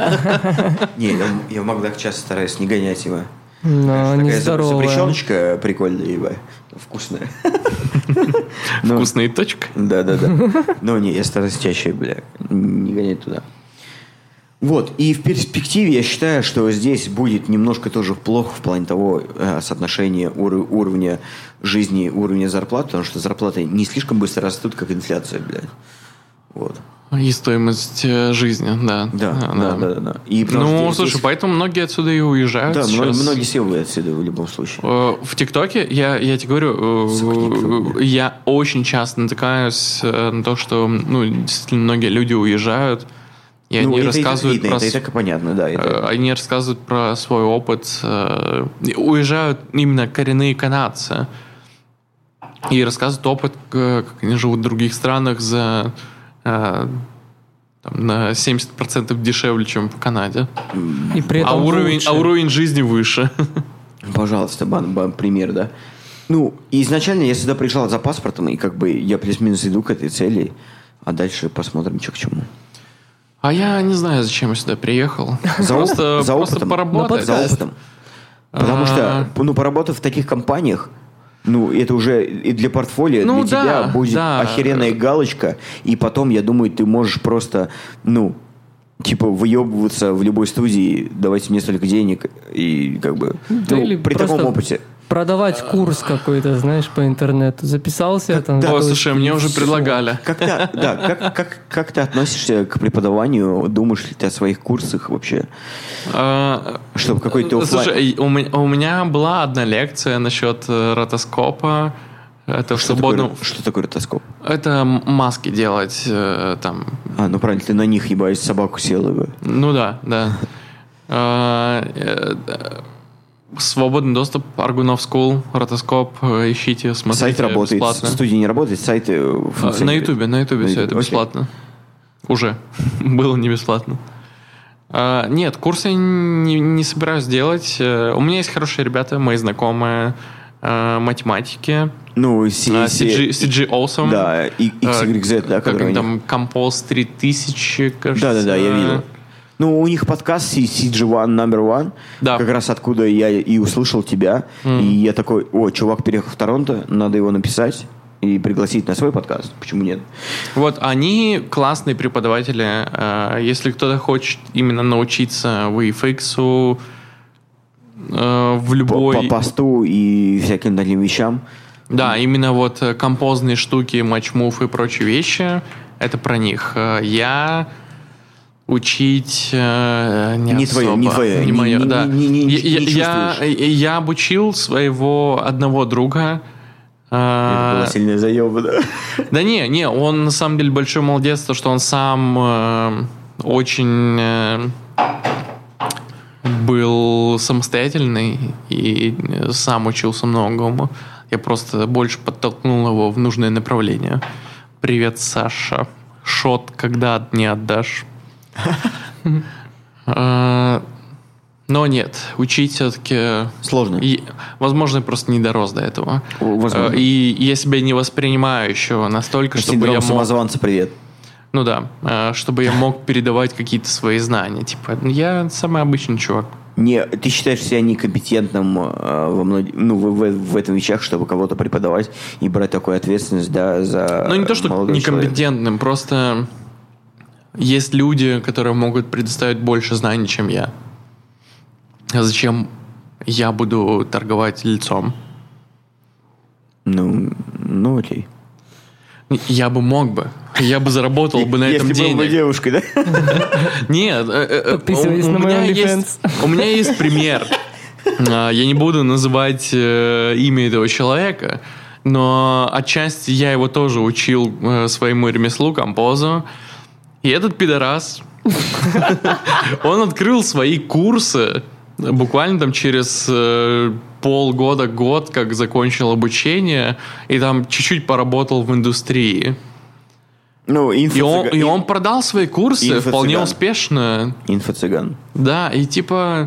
Не, я в Макдак часто стараюсь не гонять его. Но не здоровая. Запрещеночка прикольная, ебать. Вкусная. Вкусная точка? Да-да-да. Но не, я стараюсь чаще, бля, не гонять туда. Вот, и в перспективе я считаю, что здесь будет немножко тоже плохо в плане того э, соотношения ур- уровня жизни, уровня зарплат, потому что зарплаты не слишком быстро растут, как инфляция, блядь. Вот. И стоимость жизни, да. Да, да, да. да, да. И ну, здесь, слушай, здесь... поэтому многие отсюда и уезжают. Да, сейчас. многие съебывают отсюда в любом случае. В ТикТоке, я, я тебе говорю, я очень часто натыкаюсь на то, что ну, действительно многие люди уезжают, и ну, они это рассказывают видно, про... Это и так и понятно, да. Это... Они рассказывают про свой опыт. Уезжают именно коренные канадцы. И рассказывают опыт, как они живут в других странах за... Там, на семьдесят процентов дешевле, чем в Канаде. И при этом а, уровень, лучше. а уровень жизни выше. Пожалуйста, бан, бан, пример, да. Ну, изначально я сюда приезжал за паспортом, и как бы я плюс-минус иду к этой цели, а дальше посмотрим, что к чему. А я не знаю, зачем я сюда приехал. За, просто, за просто опытом. поработать. За опытом. Потому что, ну, поработав в таких компаниях, ну, это уже и для портфолио, ну, для да, тебя будет да. охеренная галочка, и потом, я думаю, ты можешь просто, ну, типа, выебываться в любой студии, давайте мне столько денег, и как бы, да, ну, или при таком опыте. Продавать курс какой-то, знаешь, по интернету. Записался как, там. Да, О, слушай, мне уже предлагали. Как ты, да, как, как, как ты относишься к преподаванию? Думаешь ли ты о своих курсах вообще? А, Чтобы какой-то оффлайн... Слушай, у меня, у меня была одна лекция насчет ротоскопа. Это что, свободном... такое, что такое ротоскоп? Это маски делать там. А, ну правильно, ты на них, ебать, собаку сел. Ебать. Ну да, да. Свободный доступ, Argunov School, ротоскоп, ищите, смотрите. Сайт работает, бесплатно. студия не работает, сайты На Ютубе, на Ютубе все это бесплатно. Уже. Было не бесплатно. А, нет, курс я не, не собираюсь делать. У меня есть хорошие ребята, мои знакомые, а, математики. Ну, си джи Awesome. Да, икс игрек зет, да, как который там, Compose три тысячи, кажется. Да-да-да, я видел. Ну, у них подкаст си джи один Number One, да. Как раз откуда я и услышал тебя. Mm. И я такой, о, чувак переехал в Торонто, надо его написать и пригласить на свой подкаст. Почему нет? Вот, они классные преподаватели. Если кто-то хочет именно научиться ви эф икс в любой... По, по посту и всяким таким вещам. Да, именно вот композные штуки, матчмув и прочие вещи, это про них. Я... Учить э, не, не особо. твое, не твое, не, не, мое, не, да. не, не, не, я, не я, я обучил своего одного друга. Это была сильная заеба, да? Да не, не, он на самом деле большой молодец, то что он сам э, очень э, был самостоятельный и сам учился многому. Я просто больше подтолкнул его в нужное направление. Привет, Саша. Шот, когда не отдашь? Но нет, учить все-таки... Сложно. И, возможно, я просто не дорос до этого. Возможно. И я себя не воспринимаю еще настолько, чтобы Синдром я мог... самозванца, привет. Ну да, чтобы я мог передавать какие-то свои знания. Типа, я самый обычный чувак. Не, ты считаешь себя некомпетентным э, во мног... ну, в, в, в этом вещах, чтобы кого-то преподавать и брать такую ответственность, да, за Ну, не то, что некомпетентным, человека. Просто есть люди, которые могут предоставить больше знаний, чем я. А зачем я буду торговать лицом? Ну, ну окей. Я бы мог бы, Я бы заработал бы на этом Если был бы денег. девушкой, да? Нет, э, э, э, Подписывайтесь у, у на мой меня OnlyFans. есть, у меня есть пример. А, Я не буду называть э, имя этого человека, но отчасти я его тоже учил э, своему ремеслу, композу. И этот пидорас, он открыл свои курсы буквально там через э, полгода, год, как закончил обучение, и там чуть-чуть поработал в индустрии. Ну, И он, инфо-цыган. и он продал свои курсы инфо-цыган. вполне успешно. Инфо-цыган. Да, и типа,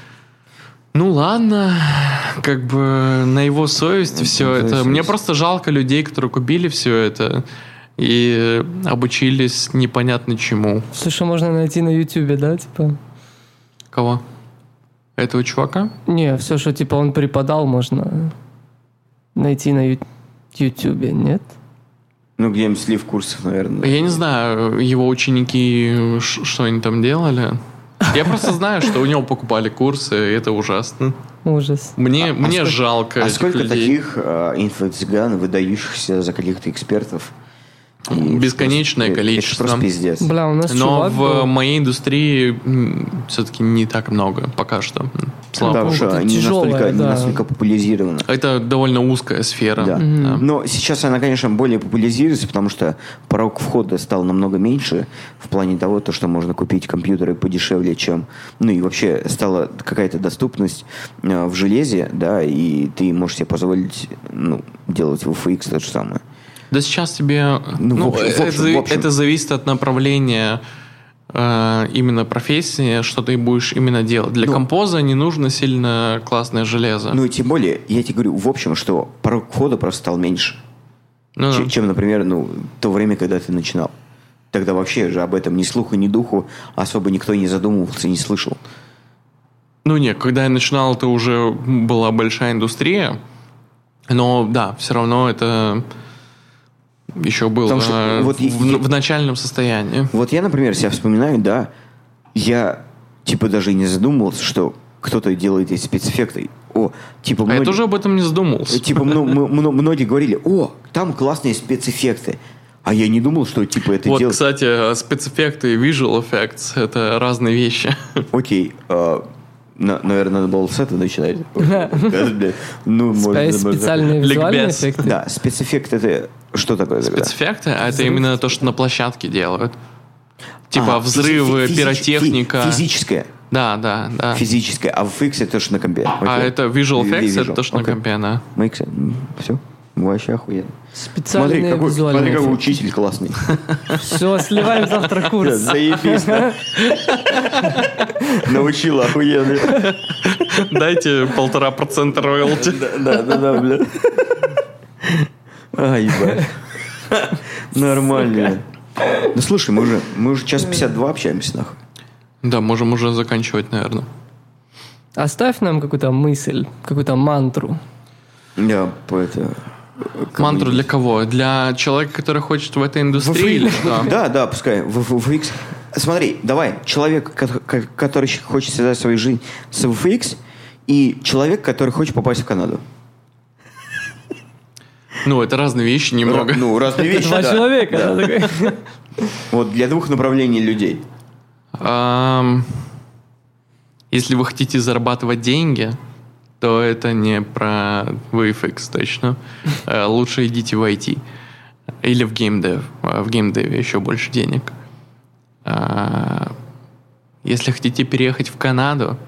ну ладно, как бы на его совести все это. совесть. Мне просто жалко людей, которые купили все это и обучились непонятно чему. Все, что можно найти на Ютубе, да, типа? Кого? Этого чувака? Не, все, что типа он преподал, можно найти на Ю- Ютубе, нет? Ну, где-нибудь слив курсов, наверное. Я не знаю, его ученики, ш- что они там делали. Я просто знаю, что у него покупали курсы, и это ужасно. Ужас. Мне, мне сколько- жалко А этих сколько людей. таких э, инфо-цыган, выдающихся за каких-то экспертов? И Бесконечное просто- количество. Это просто пиздец. Бля, у нас Но чувак в был. моей индустрии все-таки не так много пока что. М, Слава Потому богу. что это не тяжелое, настолько, не да. настолько популяризировано. Это довольно узкая сфера. Да. Да. Но сейчас она, конечно, более популяризируется, потому что порог входа стал намного меньше в плане того, то, что можно купить компьютеры подешевле, чем... Ну и вообще стала какая-то доступность э, в железе, да, и ты можешь себе позволить ну, делать в эф икс то же самое. Да сейчас тебе... Ну, Ну, в общем, в это, общем, в общем. это зависит от направления э, именно профессии, что ты будешь именно делать. Для Ну, композа не нужно сильно классное железо. Ну и тем более, я тебе говорю, в общем, что порог входа просто стал меньше, Ну, чем, чем, например, ну, то время, когда ты начинал. Тогда вообще же об этом ни слуху, ни духу особо никто не задумывался, не слышал. ну нет, когда я начинал, это уже была большая индустрия. Но да, все равно это еще было Потому что э, вот в, и- в- в начальном состоянии. Вот я, например, себя вспоминаю, да, я типа даже и не задумывался, что кто-то делает эти спецэффекты. О, типа А я многие, тоже об этом не задумывался. типа мно- м- мно- многие говорили, о, там классные спецэффекты. А я не думал, что типа это Вот, делать. кстати, спецэффекты и visual effects — это разные вещи. Окей, а, на- наверное, надо было с этого начинать. Бля, Ну, может, Спе- может, Специальные визуальные Ликбез. эффекты. Да, спецэффект это что такое тогда? Спецэффекты — а это именно то, что на площадке делают. Типа А, взрывы, физи- физич- пиротехника. фи- Физическое. Да, да, да. Физическое. А в эф икс это то, что на компе. А Окей. это visual Ви- effects, visual. это то, что на Окей. компе, да. Makes sense. Все. Вообще охуенно. Специальные Смотри, какой, визуальные смотри, какой эффекты. учитель классный. Все, сливаем завтра курс. Заебись, да? Научила охуенно. Дайте полтора процента роялти. Да, да, да, бля. Ай, ебать. Нормально. Ну слушай, мы уже, мы уже час пятьдесят два общаемся, нахуй. Да, можем уже заканчивать, наверное. Оставь нам какую-то мысль, какую-то мантру. Я по это... Мантру для кого? Для человека, который хочет в этой индустрии или что? Да, да, пускай. В эф икс. Смотри, давай, человек, ко- ко- который хочет связать свою жизнь с эф икс, и человек, который хочет попасть в Канаду. Ну, это разные вещи немного. Ра- Ну, разные вещи, Два да. человека. Да. да, такой. Вот для двух направлений людей. Ам, Если вы хотите зарабатывать деньги, то это не про ви эф икс точно. Э, Лучше идите в ай ти. Или в геймдев. Э, В геймдеве еще больше денег. А, Если хотите переехать в Канаду,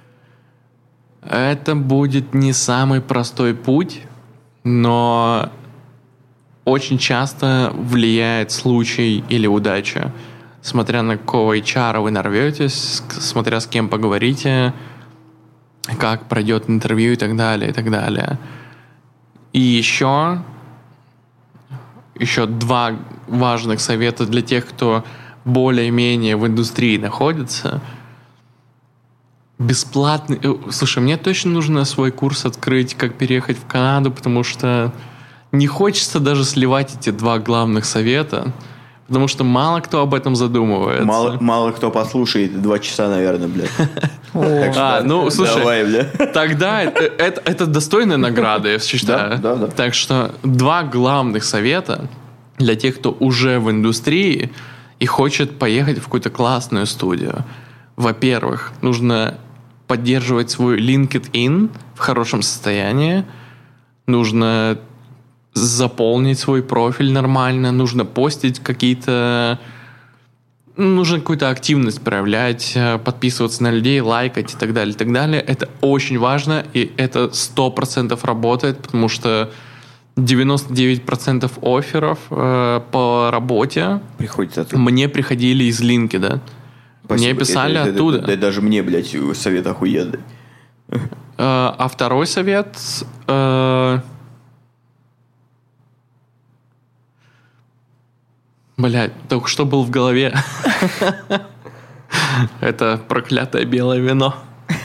это будет не самый простой путь, но очень часто влияет случай или удача. Смотря на какого эйч ар вы нарветесь, к- смотря с кем поговорите, как пройдет интервью и так далее, и так далее. И еще, еще два важных совета для тех, кто более-менее в индустрии находится. Бесплатный... э, Слушай, мне точно нужно свой курс открыть, как переехать в Канаду, потому что не хочется даже сливать эти два главных совета, потому что мало кто об этом задумывается. Мало, мало кто послушает два часа, наверное, блядь. Так что А, ну, слушай, давай, бля. тогда это, это, это достойная награда, я считаю. Да, да, да. Так что два главных совета для тех, кто уже в индустрии и хочет поехать в какую-то классную студию. Во-первых, нужно поддерживать свой LinkedIn в хорошем состоянии, нужно заполнить свой профиль нормально, нужно постить какие-то... Нужно какую-то активность проявлять, подписываться на людей, лайкать и так далее, и так далее. Это очень важно, и это сто процентов работает, потому что девяносто девять процентов офферов э, по работе Приходится оттуда. мне приходили из LinkedIn. Спасибо. Мне писали это, оттуда. Это, это, это даже мне, блядь, совет охуенный. Э, а второй совет... Э, Блядь, только что был в голове. Это проклятое белое вино.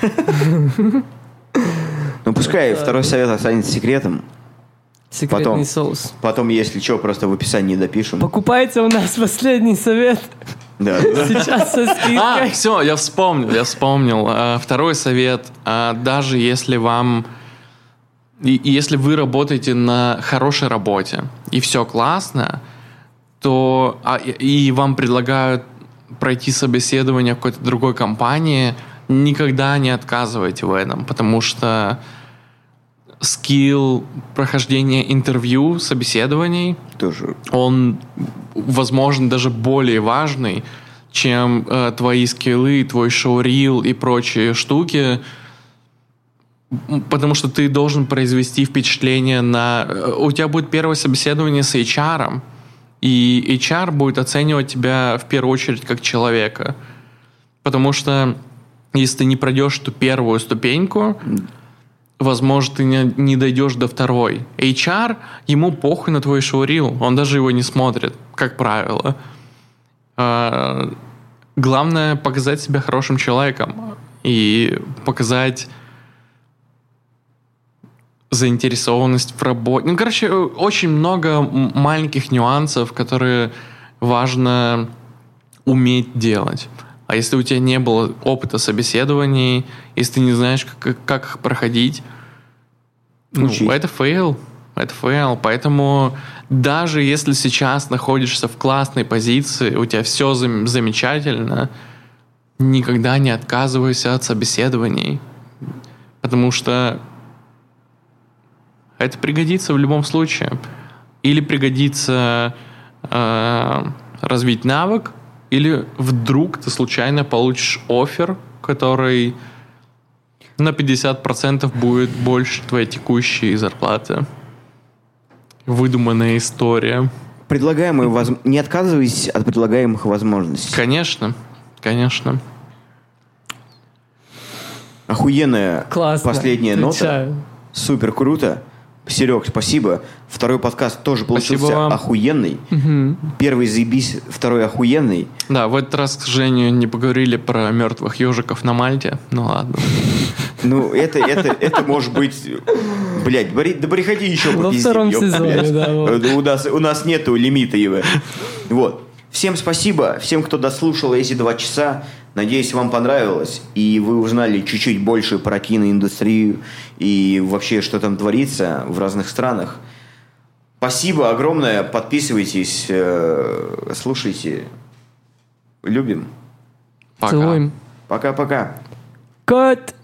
Ну, пускай второй совет останется секретом. Секретный Потом. соус. Потом, если что, просто в описании допишем. Покупайте у нас последний совет. Да, да. Сейчас со А, скидкой. все, я вспомнил, я вспомнил. А, Второй совет. А, Даже если вам... и- и Если вы работаете на хорошей работе, и все классно, то а, и и вам предлагают пройти собеседование в какой-то другой компании, никогда не отказывайте в этом, потому что скилл прохождения интервью, собеседований, Тоже. он, возможно, даже более важный, чем э, твои скиллы, твой шоурил и прочие штуки, М, потому что ты должен произвести впечатление на... э, У тебя будет первое собеседование с эйч ар, и эйч ар будет оценивать тебя в первую очередь как человека. Потому что если ты не пройдешь эту первую ступеньку, возможно, ты не, не дойдешь до второй. эйч ар, ему похуй на твой шоурил, он даже его не смотрит, как правило. А, главное показать себя хорошим человеком и показать заинтересованность в работе. Ну, короче, очень много м- маленьких нюансов, которые важно уметь делать. А если у тебя не было опыта собеседований, если ты не знаешь, как, как их проходить, ну, Учись. это фейл. Это фейл. Поэтому даже если сейчас находишься в классной позиции, у тебя все зам- замечательно, никогда не отказывайся от собеседований. Потому что это пригодится в любом случае. Или пригодится э, развить навык, или вдруг ты случайно получишь оффер, который на пятьдесят процентов будет больше твоей текущей зарплаты. Выдуманная история. Предлагаемые воз... Не отказывайтесь от предлагаемых возможностей. Конечно, конечно. Охуенная Классно. последняя нота. Отвечаю. Супер круто. Серег, спасибо. Второй подкаст тоже получился Спасибо вам. охуенный. Первый заебись, второй охуенный. Да, в этот раз, к сожалению, не поговорили про мертвых ежиков на Мальте. Ну ладно. Ну, это, это, это может быть... Блядь, бори- да приходи еще Во попиздим, втором ёпта, сезоне, блядь. да, вот. У нас, у нас нету лимита его. Вот. Всем спасибо. Всем, кто дослушал эти два часа. Надеюсь, вам понравилось. И вы узнали чуть-чуть больше про киноиндустрию и вообще, что там творится в разных странах. Спасибо огромное. Подписывайтесь, э, слушайте. Любим. Пока. Целуем. Пока-пока. Кот!